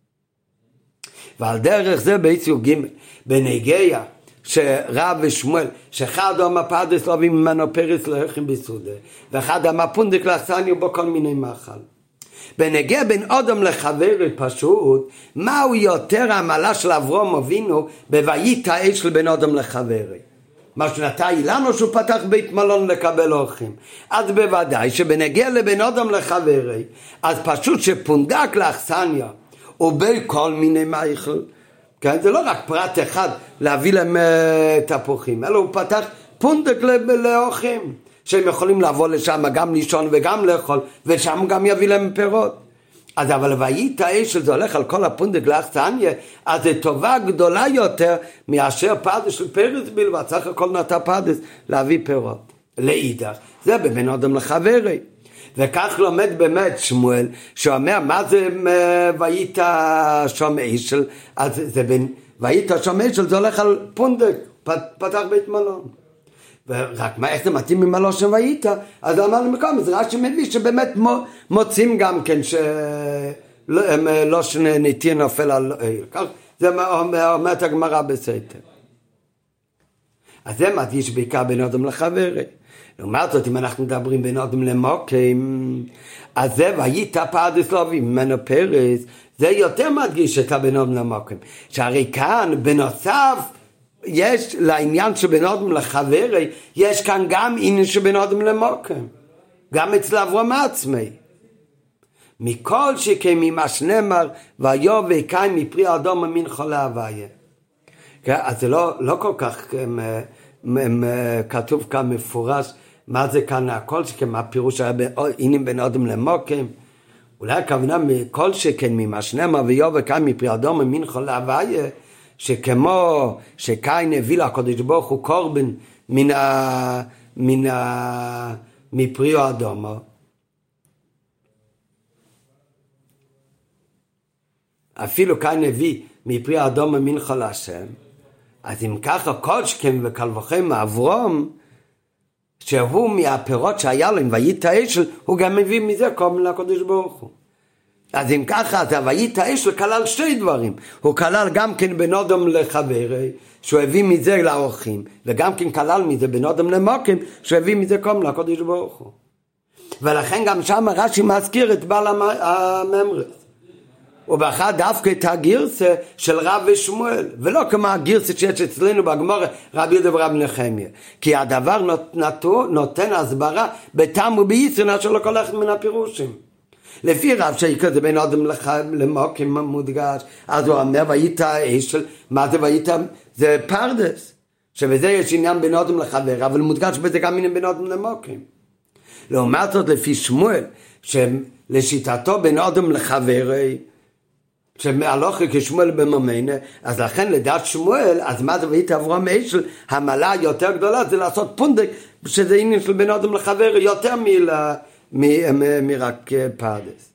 ועל דרך זה ביציוק ג' בנגיע שרב ושמואל שאחד אמר פרדס לא אוהבים ממנו פרס לחם בסעודה, ואחד אמר פונדק לאכסניה בו כל מיני מאכל. בנגיע בין אדם לחברי פשוט, מהו יותר המעלה של אברהם אבינו בויית האש של בין אדם לחברי? מה שנתן לנו שהוא פתח בית מלון לקבל אורחים. אז בוודאי שבנגיע לבין אדם לחברי, אז פשוט שפונדק לאכסניה ובכל מיני מאכל, כן? זה לא רק פרט אחד להביא להם תפוחים, אלא הוא פתח פונדק לאורחים שהם יכולים לבוא לשם גם לישון וגם לאכול, ושם גם יביא להם פירות. אז אבל וית האש שזה הולך על כל הפונדק לאכסניה, אז זה טובה גדולה יותר מאשר פרדס של פרס בלבד. צריך הכל נטע פרדס להביא פירות. לאידך, זה בבין אדם לחברי. וכך לומד באמת שמואל, שאומר מה זה וית שום אשל, אז זה בין וית שום אשל זה הולך על פונדק, פתח בית מלון. ורק מה, איך זה מתאים ממלוא שם ואיתה? אז אמרנו מקום, זה רש"י מביא שבאמת מוצאים גם כן שלא שנתיר נופל על כך, זה אומרת הגמרא בסתר. אז זה מדגיש בעיקר בין אדם לחברי. לעומת זאת, אם אנחנו מדברים בין אדם למוקים, אז זה ואיתה פרדס לא אוהבים ממנו פרס, זה יותר מדגיש את הבין אדם למוקים. שהרי כאן בנוסף, יש לעניין שבין אדם לחברי, יש כאן גם עניין שבין אדם למוקם, גם אצל אברהם עצמי. מכל שכן מה שנאמר, ויוב ויקיים מפרי האדום מן חולה הוויה. אז זה לא כל כך כתוב כאן מפורש, מה זה כאן הכל שכן, מה הפירוש היה עניין בין אדם למוקם. אולי הכוונה מכל שכן מה שנאמר, ויוב ויקיים מפרי האדום מן חולה הוויה, שכמו שקין הביא לקדוש ברוך הוא קורבן מפרי האדום, אפילו קין הביא מפרי האדום מנחה להשם, אז אם ככה כל שכם וקל וחם אברהם, שהוא מהפירות שהיה להם וית האשל, הוא גם מביא מזה קורבן לקדוש ברוך הוא. אז אם ככה, אז וית האשל כלל שתי דברים. הוא כלל גם כן בין אדם לחברי, שהוא הביא מזה לאורחים, וגם כן כלל מזה בין אדם למוקים, שהוא הביא מזה קורבן לקדוש ברוך הוא. ולכן גם שם רש"י מזכיר את בעל הממרס. ובאחד דווקא את הגרסה של רב ושמואל, ולא כמו הגרסה שיש אצלנו בגמרא רבי יהודה ורבי נחמיה, כי הדבר נותן הסברה בטעם וביצר אשר לא כל אחד מן הפירושים. לפי רב שיקרא זה בין אדם למוקים מודגש, אז הוא אומר וית האשל, מה זה וית? זה פרדס, שבזה יש עניין בין אדם לחבר, אבל מודגש בזה גם עניין בין אדם למוקים. לעומת זאת לפי שמואל, שלשיטתו בין אדם לחברי, שהלוכה כשמואל בממנה, אז לכן לדעת שמואל, אז מה זה והיית אברהם אשל, המעלה יותר גדולה זה לעשות פונדק, שזה עניין של בן אדם לחבר יותר מרק פרדס.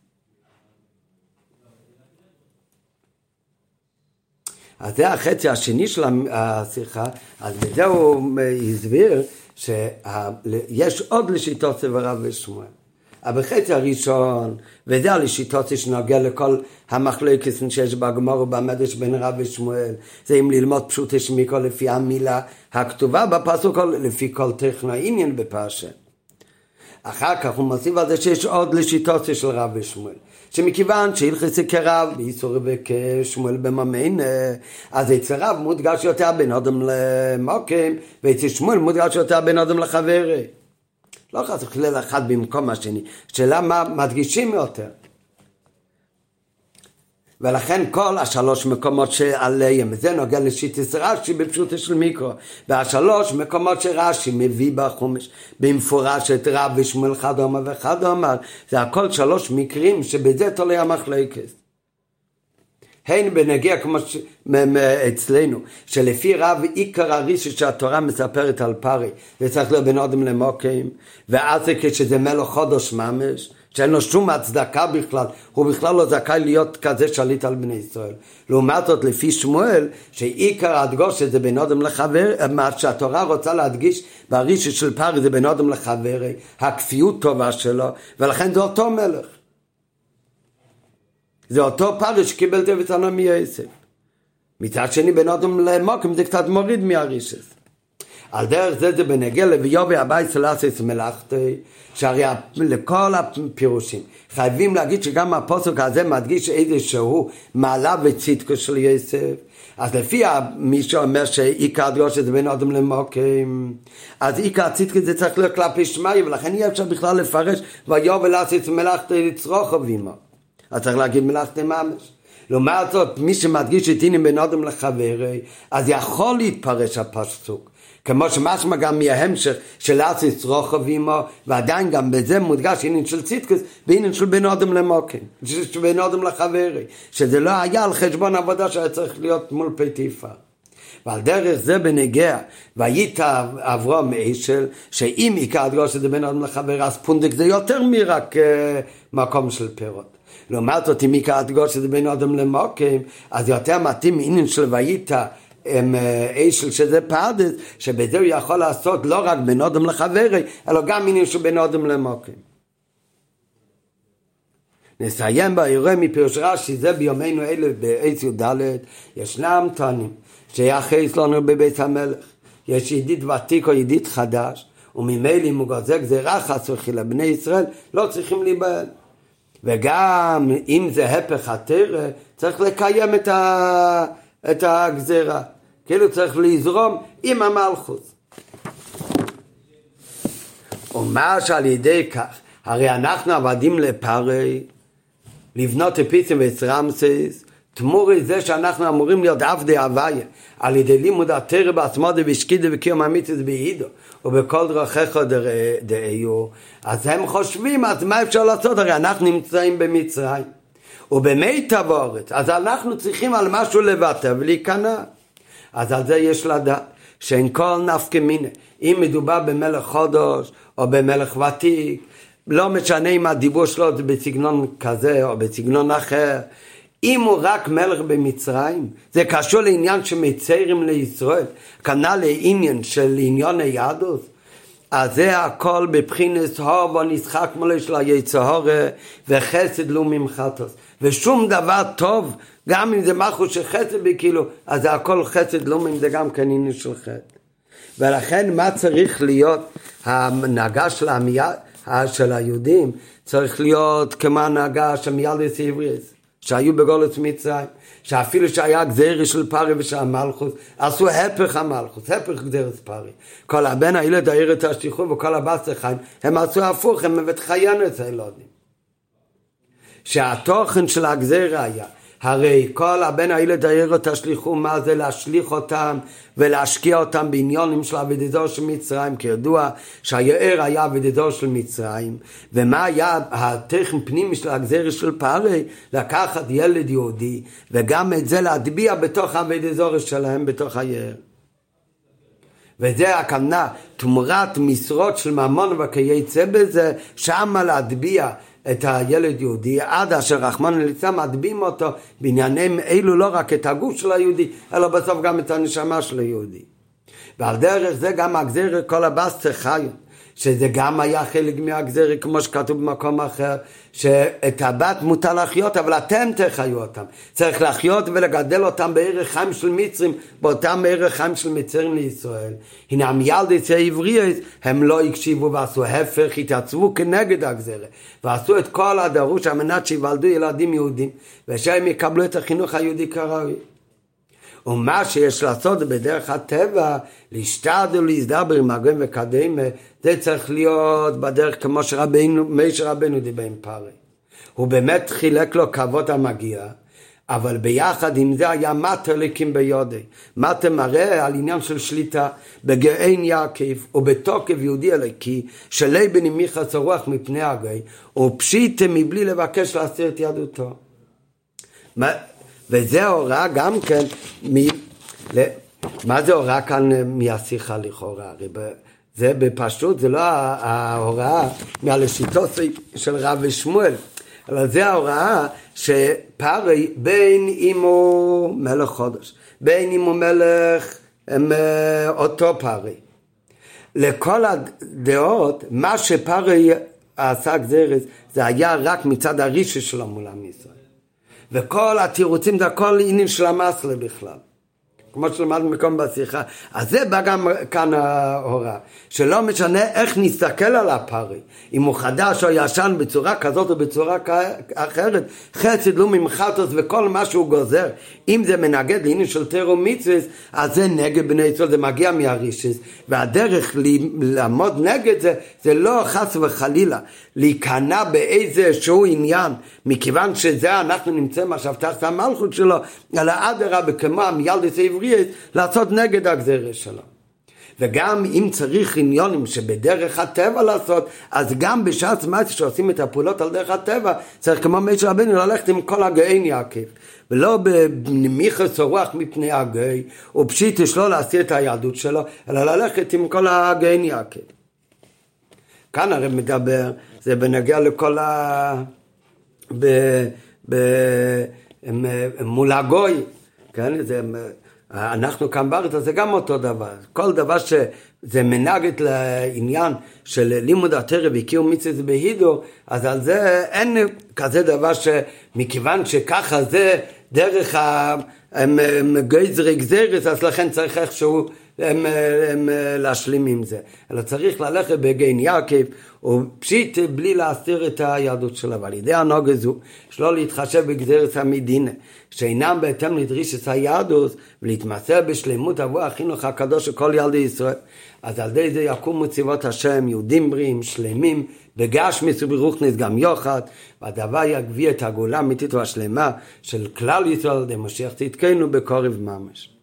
אז זה החצי השני של השיחה, אז בזה הוא הסביר שיש עוד לשיטות הרב ושמואל. אבל בחצי הראשון, וזה על השיטות שנוגע לכל המחלוקת שיש בגמרא ובמדרש בין רב ושמואל, זה אם ללמוד פשוט שמיקרו לפי המילה הכתובה בפסוק, לפי כל טכנו העניין בפרשה. אחר כך הוא מוסיף על זה שיש עוד לשיטות של רב ושמואל, שמכיוון שהלכס כרב באיסור וכשמואל בממנה, אז אצל רב מודגש יותר בין אדם למוקם, ואצל שמואל מודגש יותר בין אדם לחברי. לא חס וחלילה אחד במקום השני, שאלה מה מדגישים יותר. ולכן כל השלוש מקומות שעליהם, זה נוגע לשיטת רש"י בפשוטו של מיקרו, והשלוש מקומות שרש"י מביא בחומש, במפורש את רב ושמואל חד אומר וחד אומר, זה הכל שלוש מקרים שבזה תולי המחלוקת. הן בנגיע כמו אצלנו, שלפי רב עיקר הרישי שהתורה מספרת על פרי, זה צריך להיות בין אדם למוקם, ואז זה כשזה מלך חודש ממש, שאין לו שום הצדקה בכלל, הוא בכלל לא זכאי להיות כזה שליט על בני ישראל. לעומת זאת לפי שמואל, שעיקר הדגוש זה בין אדם לחבר, מה שהתורה רוצה להדגיש ברישי של פרי זה בין אדם לחבר, הכפיות טובה שלו, ולכן זה אותו מלך. זה אותו פרי שקיבל תבט ענו מיוסף. מצד שני בין אדם למוקם זה קצת מוריד מהרישס. על דרך זה בנגיע לביובי הבית סלאסס מלאכתי, שהרי לכל הפירושים חייבים להגיד שגם הפסוק הזה מדגיש איזשהו מעלה וצדקו של יוסף. אז לפי מי שאומר שעיקר הדגוש זה בין אדם למוקם, אז עיקר הצדקו זה צריך להיות כלפי שמאי, ולכן אי אפשר בכלל לפרש ויובי סלאסס מלאכתי לצרוך אבימה, אז צריך להגיד מלאכתי ממש. לעומת זאת מי שמדגיש את עניין בין אדם לחברי, אז יכול להתפרש הפסוק כמו שמשמע גם מההמשך של אסיס רוחב עמו, ועדיין גם בזה מודגש עניין של צדקות בעניין של בין אדם למוקם, של בין אדם לחברי, שזה לא היה על חשבון עבודה שהיה צריך להיות מול פתיפה. ועל דרך זה בנגיע והיית אברהם אשל, שאם עיקר הדגוש שזה בין אדם לחברי, אז פונדק זה יותר מרק מקום של פירות. לעומת זאת אם עיקר הדגוש שזה בין אדם למוקם, אז יותר מתאים עניין של והיית אשל שזה פרדס, שבזה הוא יכול לעשות לא רק בין אדם לחברי, אלא גם עניין של בין אדם למוקם. נסיים באירוע מפירוש רש"י, זה ביומנו אלה בעץ י"ד, ישנם טוענים שיחס לנו בבית המלך, יש ידיד ותיק או ידיד חדש, וממילא אם הוא גוזר גזירה חס וחלילה, בני ישראל לא צריכים להיבהל. וגם אם זה הפך התורה, צריך לקיים את הגזירה, כאילו צריך לזרום עם המלכות. ומה שעל ידי כך, הרי אנחנו עבדים לפרי, לבנות אפיסים וסרמסס, תמורי זה שאנחנו אמורים להיות עבדי הוויה, על ידי לימוד התורה בעצמות ובשקידה וקיום המצוות בעידו, ובכל דרכיך דאיו, אז הם חושבים, אז מה אפשר לעשות? הרי אנחנו נמצאים במצרים, ובמיטב הארץ, אז אנחנו צריכים על משהו לוותר ולהיכנע. אז על זה יש לדעת, שאין כל נפקא מינה, אם מדובר במלך חודש, או במלך ותיק, לא משנה אם הדיבור שלו זה בסגנון כזה, או בסגנון אחר, אם הוא רק מלך במצרים, זה קשור לעניין שמציירים לישראל, כנ"ל לעניין של עניין היהדות, אז זה הכל בבחינת הור ונשחק מלא של היצהרה וחסד לא ממחטוס, ושום דבר טוב, גם אם זה משהו שחסד בכאילו, אז זה הכל חסד לא ממחטוס, זה גם כן עניין של חסד. ולכן מה צריך להיות ההנהגה של היהודים? צריך להיות כמו ההנהגה של מיילדס עבריס, שהיו בגולת מצרים, שאפילו שהיה גזירה של פרי ושל המלכות, עשו הפך המלכות, הפך גזירת פרי. כל הבן הילד העיר את השליחו וכל הבת החיים, הם עשו הפוך, הם מבטחיינו את הילדים. שהתוכן של הגזירה היה, הרי כל הבן הילד העיר תשליכו, מה זה להשליך אותם ולהשקיע אותם בעניונים של עבודתו של מצרים, כידוע שהיאר היה עבודתו של מצרים, ומה היה התכן פנימי של הגזירה של פרעה? לקחת ילד יהודי וגם את זה להטביע בתוך עבודתו שלהם בתוך היאר. וזה הכוונה, תמורת משרות של ממון וכייצא בזה, שמה להטביע את הילד יהודי, עד אשר רחמנא ליצלן מטביעים אותו בעניינים אלו, לא רק את הגוף של היהודי, אלא בסוף גם את הנשמה של היהודי. ועל דרך זה גם הגזירה כל הבסטה חיו, שזה גם היה חלק מהגזירה, כמו שכתוב במקום אחר, שאת הבת מותר להחיות, אבל אתם תחיו אותם. צריך להחיות ולגדל אותם בערך חיים של מצרים, באותם ערך חיים של מצרים לישראל. הנה המילדי העבריים, הם לא הקשיבו ועשו הפך, התייצבו כנגד הגזירה, ועשו את כל הדרוש על מנת שיוולדו ילדים יהודים, ושהם יקבלו את החינוך היהודי כראוי. ומה שיש לעשות בדרך הטבע, להשתדל ולהזדבר עם הגויים וקדמה, זה צריך להיות בדרך כמו משה רבנו דיבר עם פרעה. הוא באמת חילק לו כבוד המגיע, אבל ביחד עם זה היה מטה לקים ביודי. מטה מראה על עניין של שליטה בגאין יעקב ובתוקף יהודי אלוקי, שלי בנמיכה צורוח מפני הגוי, ופשיט מבלי לבקש להסיר את יהדותו. וזה הוראה גם כן, מה זה הוראה כאן מהשיחה לכאורה? זה בפשוט, זה לא ההוראה מהלשיטות של רב ושמואל, אבל זה ההוראה שפרעה בין אם הוא מלך חודש, בין אם הוא מלך אותו פרעה. לכל הדעות, מה שפרעה עשה גזירה, זה היה רק מצד הרישי שלו מול עם ישראל. וכל התירוצים זה הכל עניין של המסלה בכלל, כמו שלמדנו מקום בשיחה. אז זה בא גם כאן ההוראה, שלא משנה איך נסתכל על הפרעה, אם הוא חדש או ישן בצורה כזאת או בצורה אחרת, חסד לא ממחטוס וכל מה שהוא גוזר, אם זה מנגד לעניין של תורה ומצוות, אז זה נגד בני ישראל, זה מגיע מהרישס, והדרך לעמוד נגד זה, זה לא חס וחלילה להיכנע באיזשהו עניין, מכיוון שזה אנחנו נמצאים עכשיו תחת המלכות שלו, אלא אדרבה כמו המילדות העבריות, לעשות נגד הגזירה שלו. וגם אם צריך עניונים שבדרך הטבע לעשות, אז גם בשעת מעשה שעושים את הפעולות על דרך הטבע, צריך כמו משה רבנו ללכת עם כל הגאין יעקב, ולא בנמיכה צורח מפני הגאי, ופשיט לא להסיר את היהדות שלו, אלא ללכת עם כל הגאין יעקב. כאן הרי מדבר, זה בנגיע לכל מול הגוי, כן? זה אנחנו כאן בארץ, זה גם אותו דבר. כל דבר שזה מנגד לעניין של לימוד התורה וקיום מצוות בהידו, אז על זה אין כזה דבר שמכיוון שככה זה דרך גזרי גזירס, אז לכן צריך איכשהו להשלים עם זה. אלא צריך ללכת בגאין יעקב, ופשיט בלי להסתיר את היהדות שלו. ועל ידי הנוגה זו, שלא להתחשב בגזירס המדינה, שאינם בהתאם לדרישת היהדות, ולהתמסר בשלמות עבור החינוך הקדוש של כל ילדי ישראל. אז על ידי זה יקומו צבאות השם, יהודים בריאים, שלמים, בגשמיס וברוחניס גם יוחד, והדבר יגביא את הגאולה האמיתית והשלמה של כלל ישראל, למשיח צדקנו בקרוב ממש.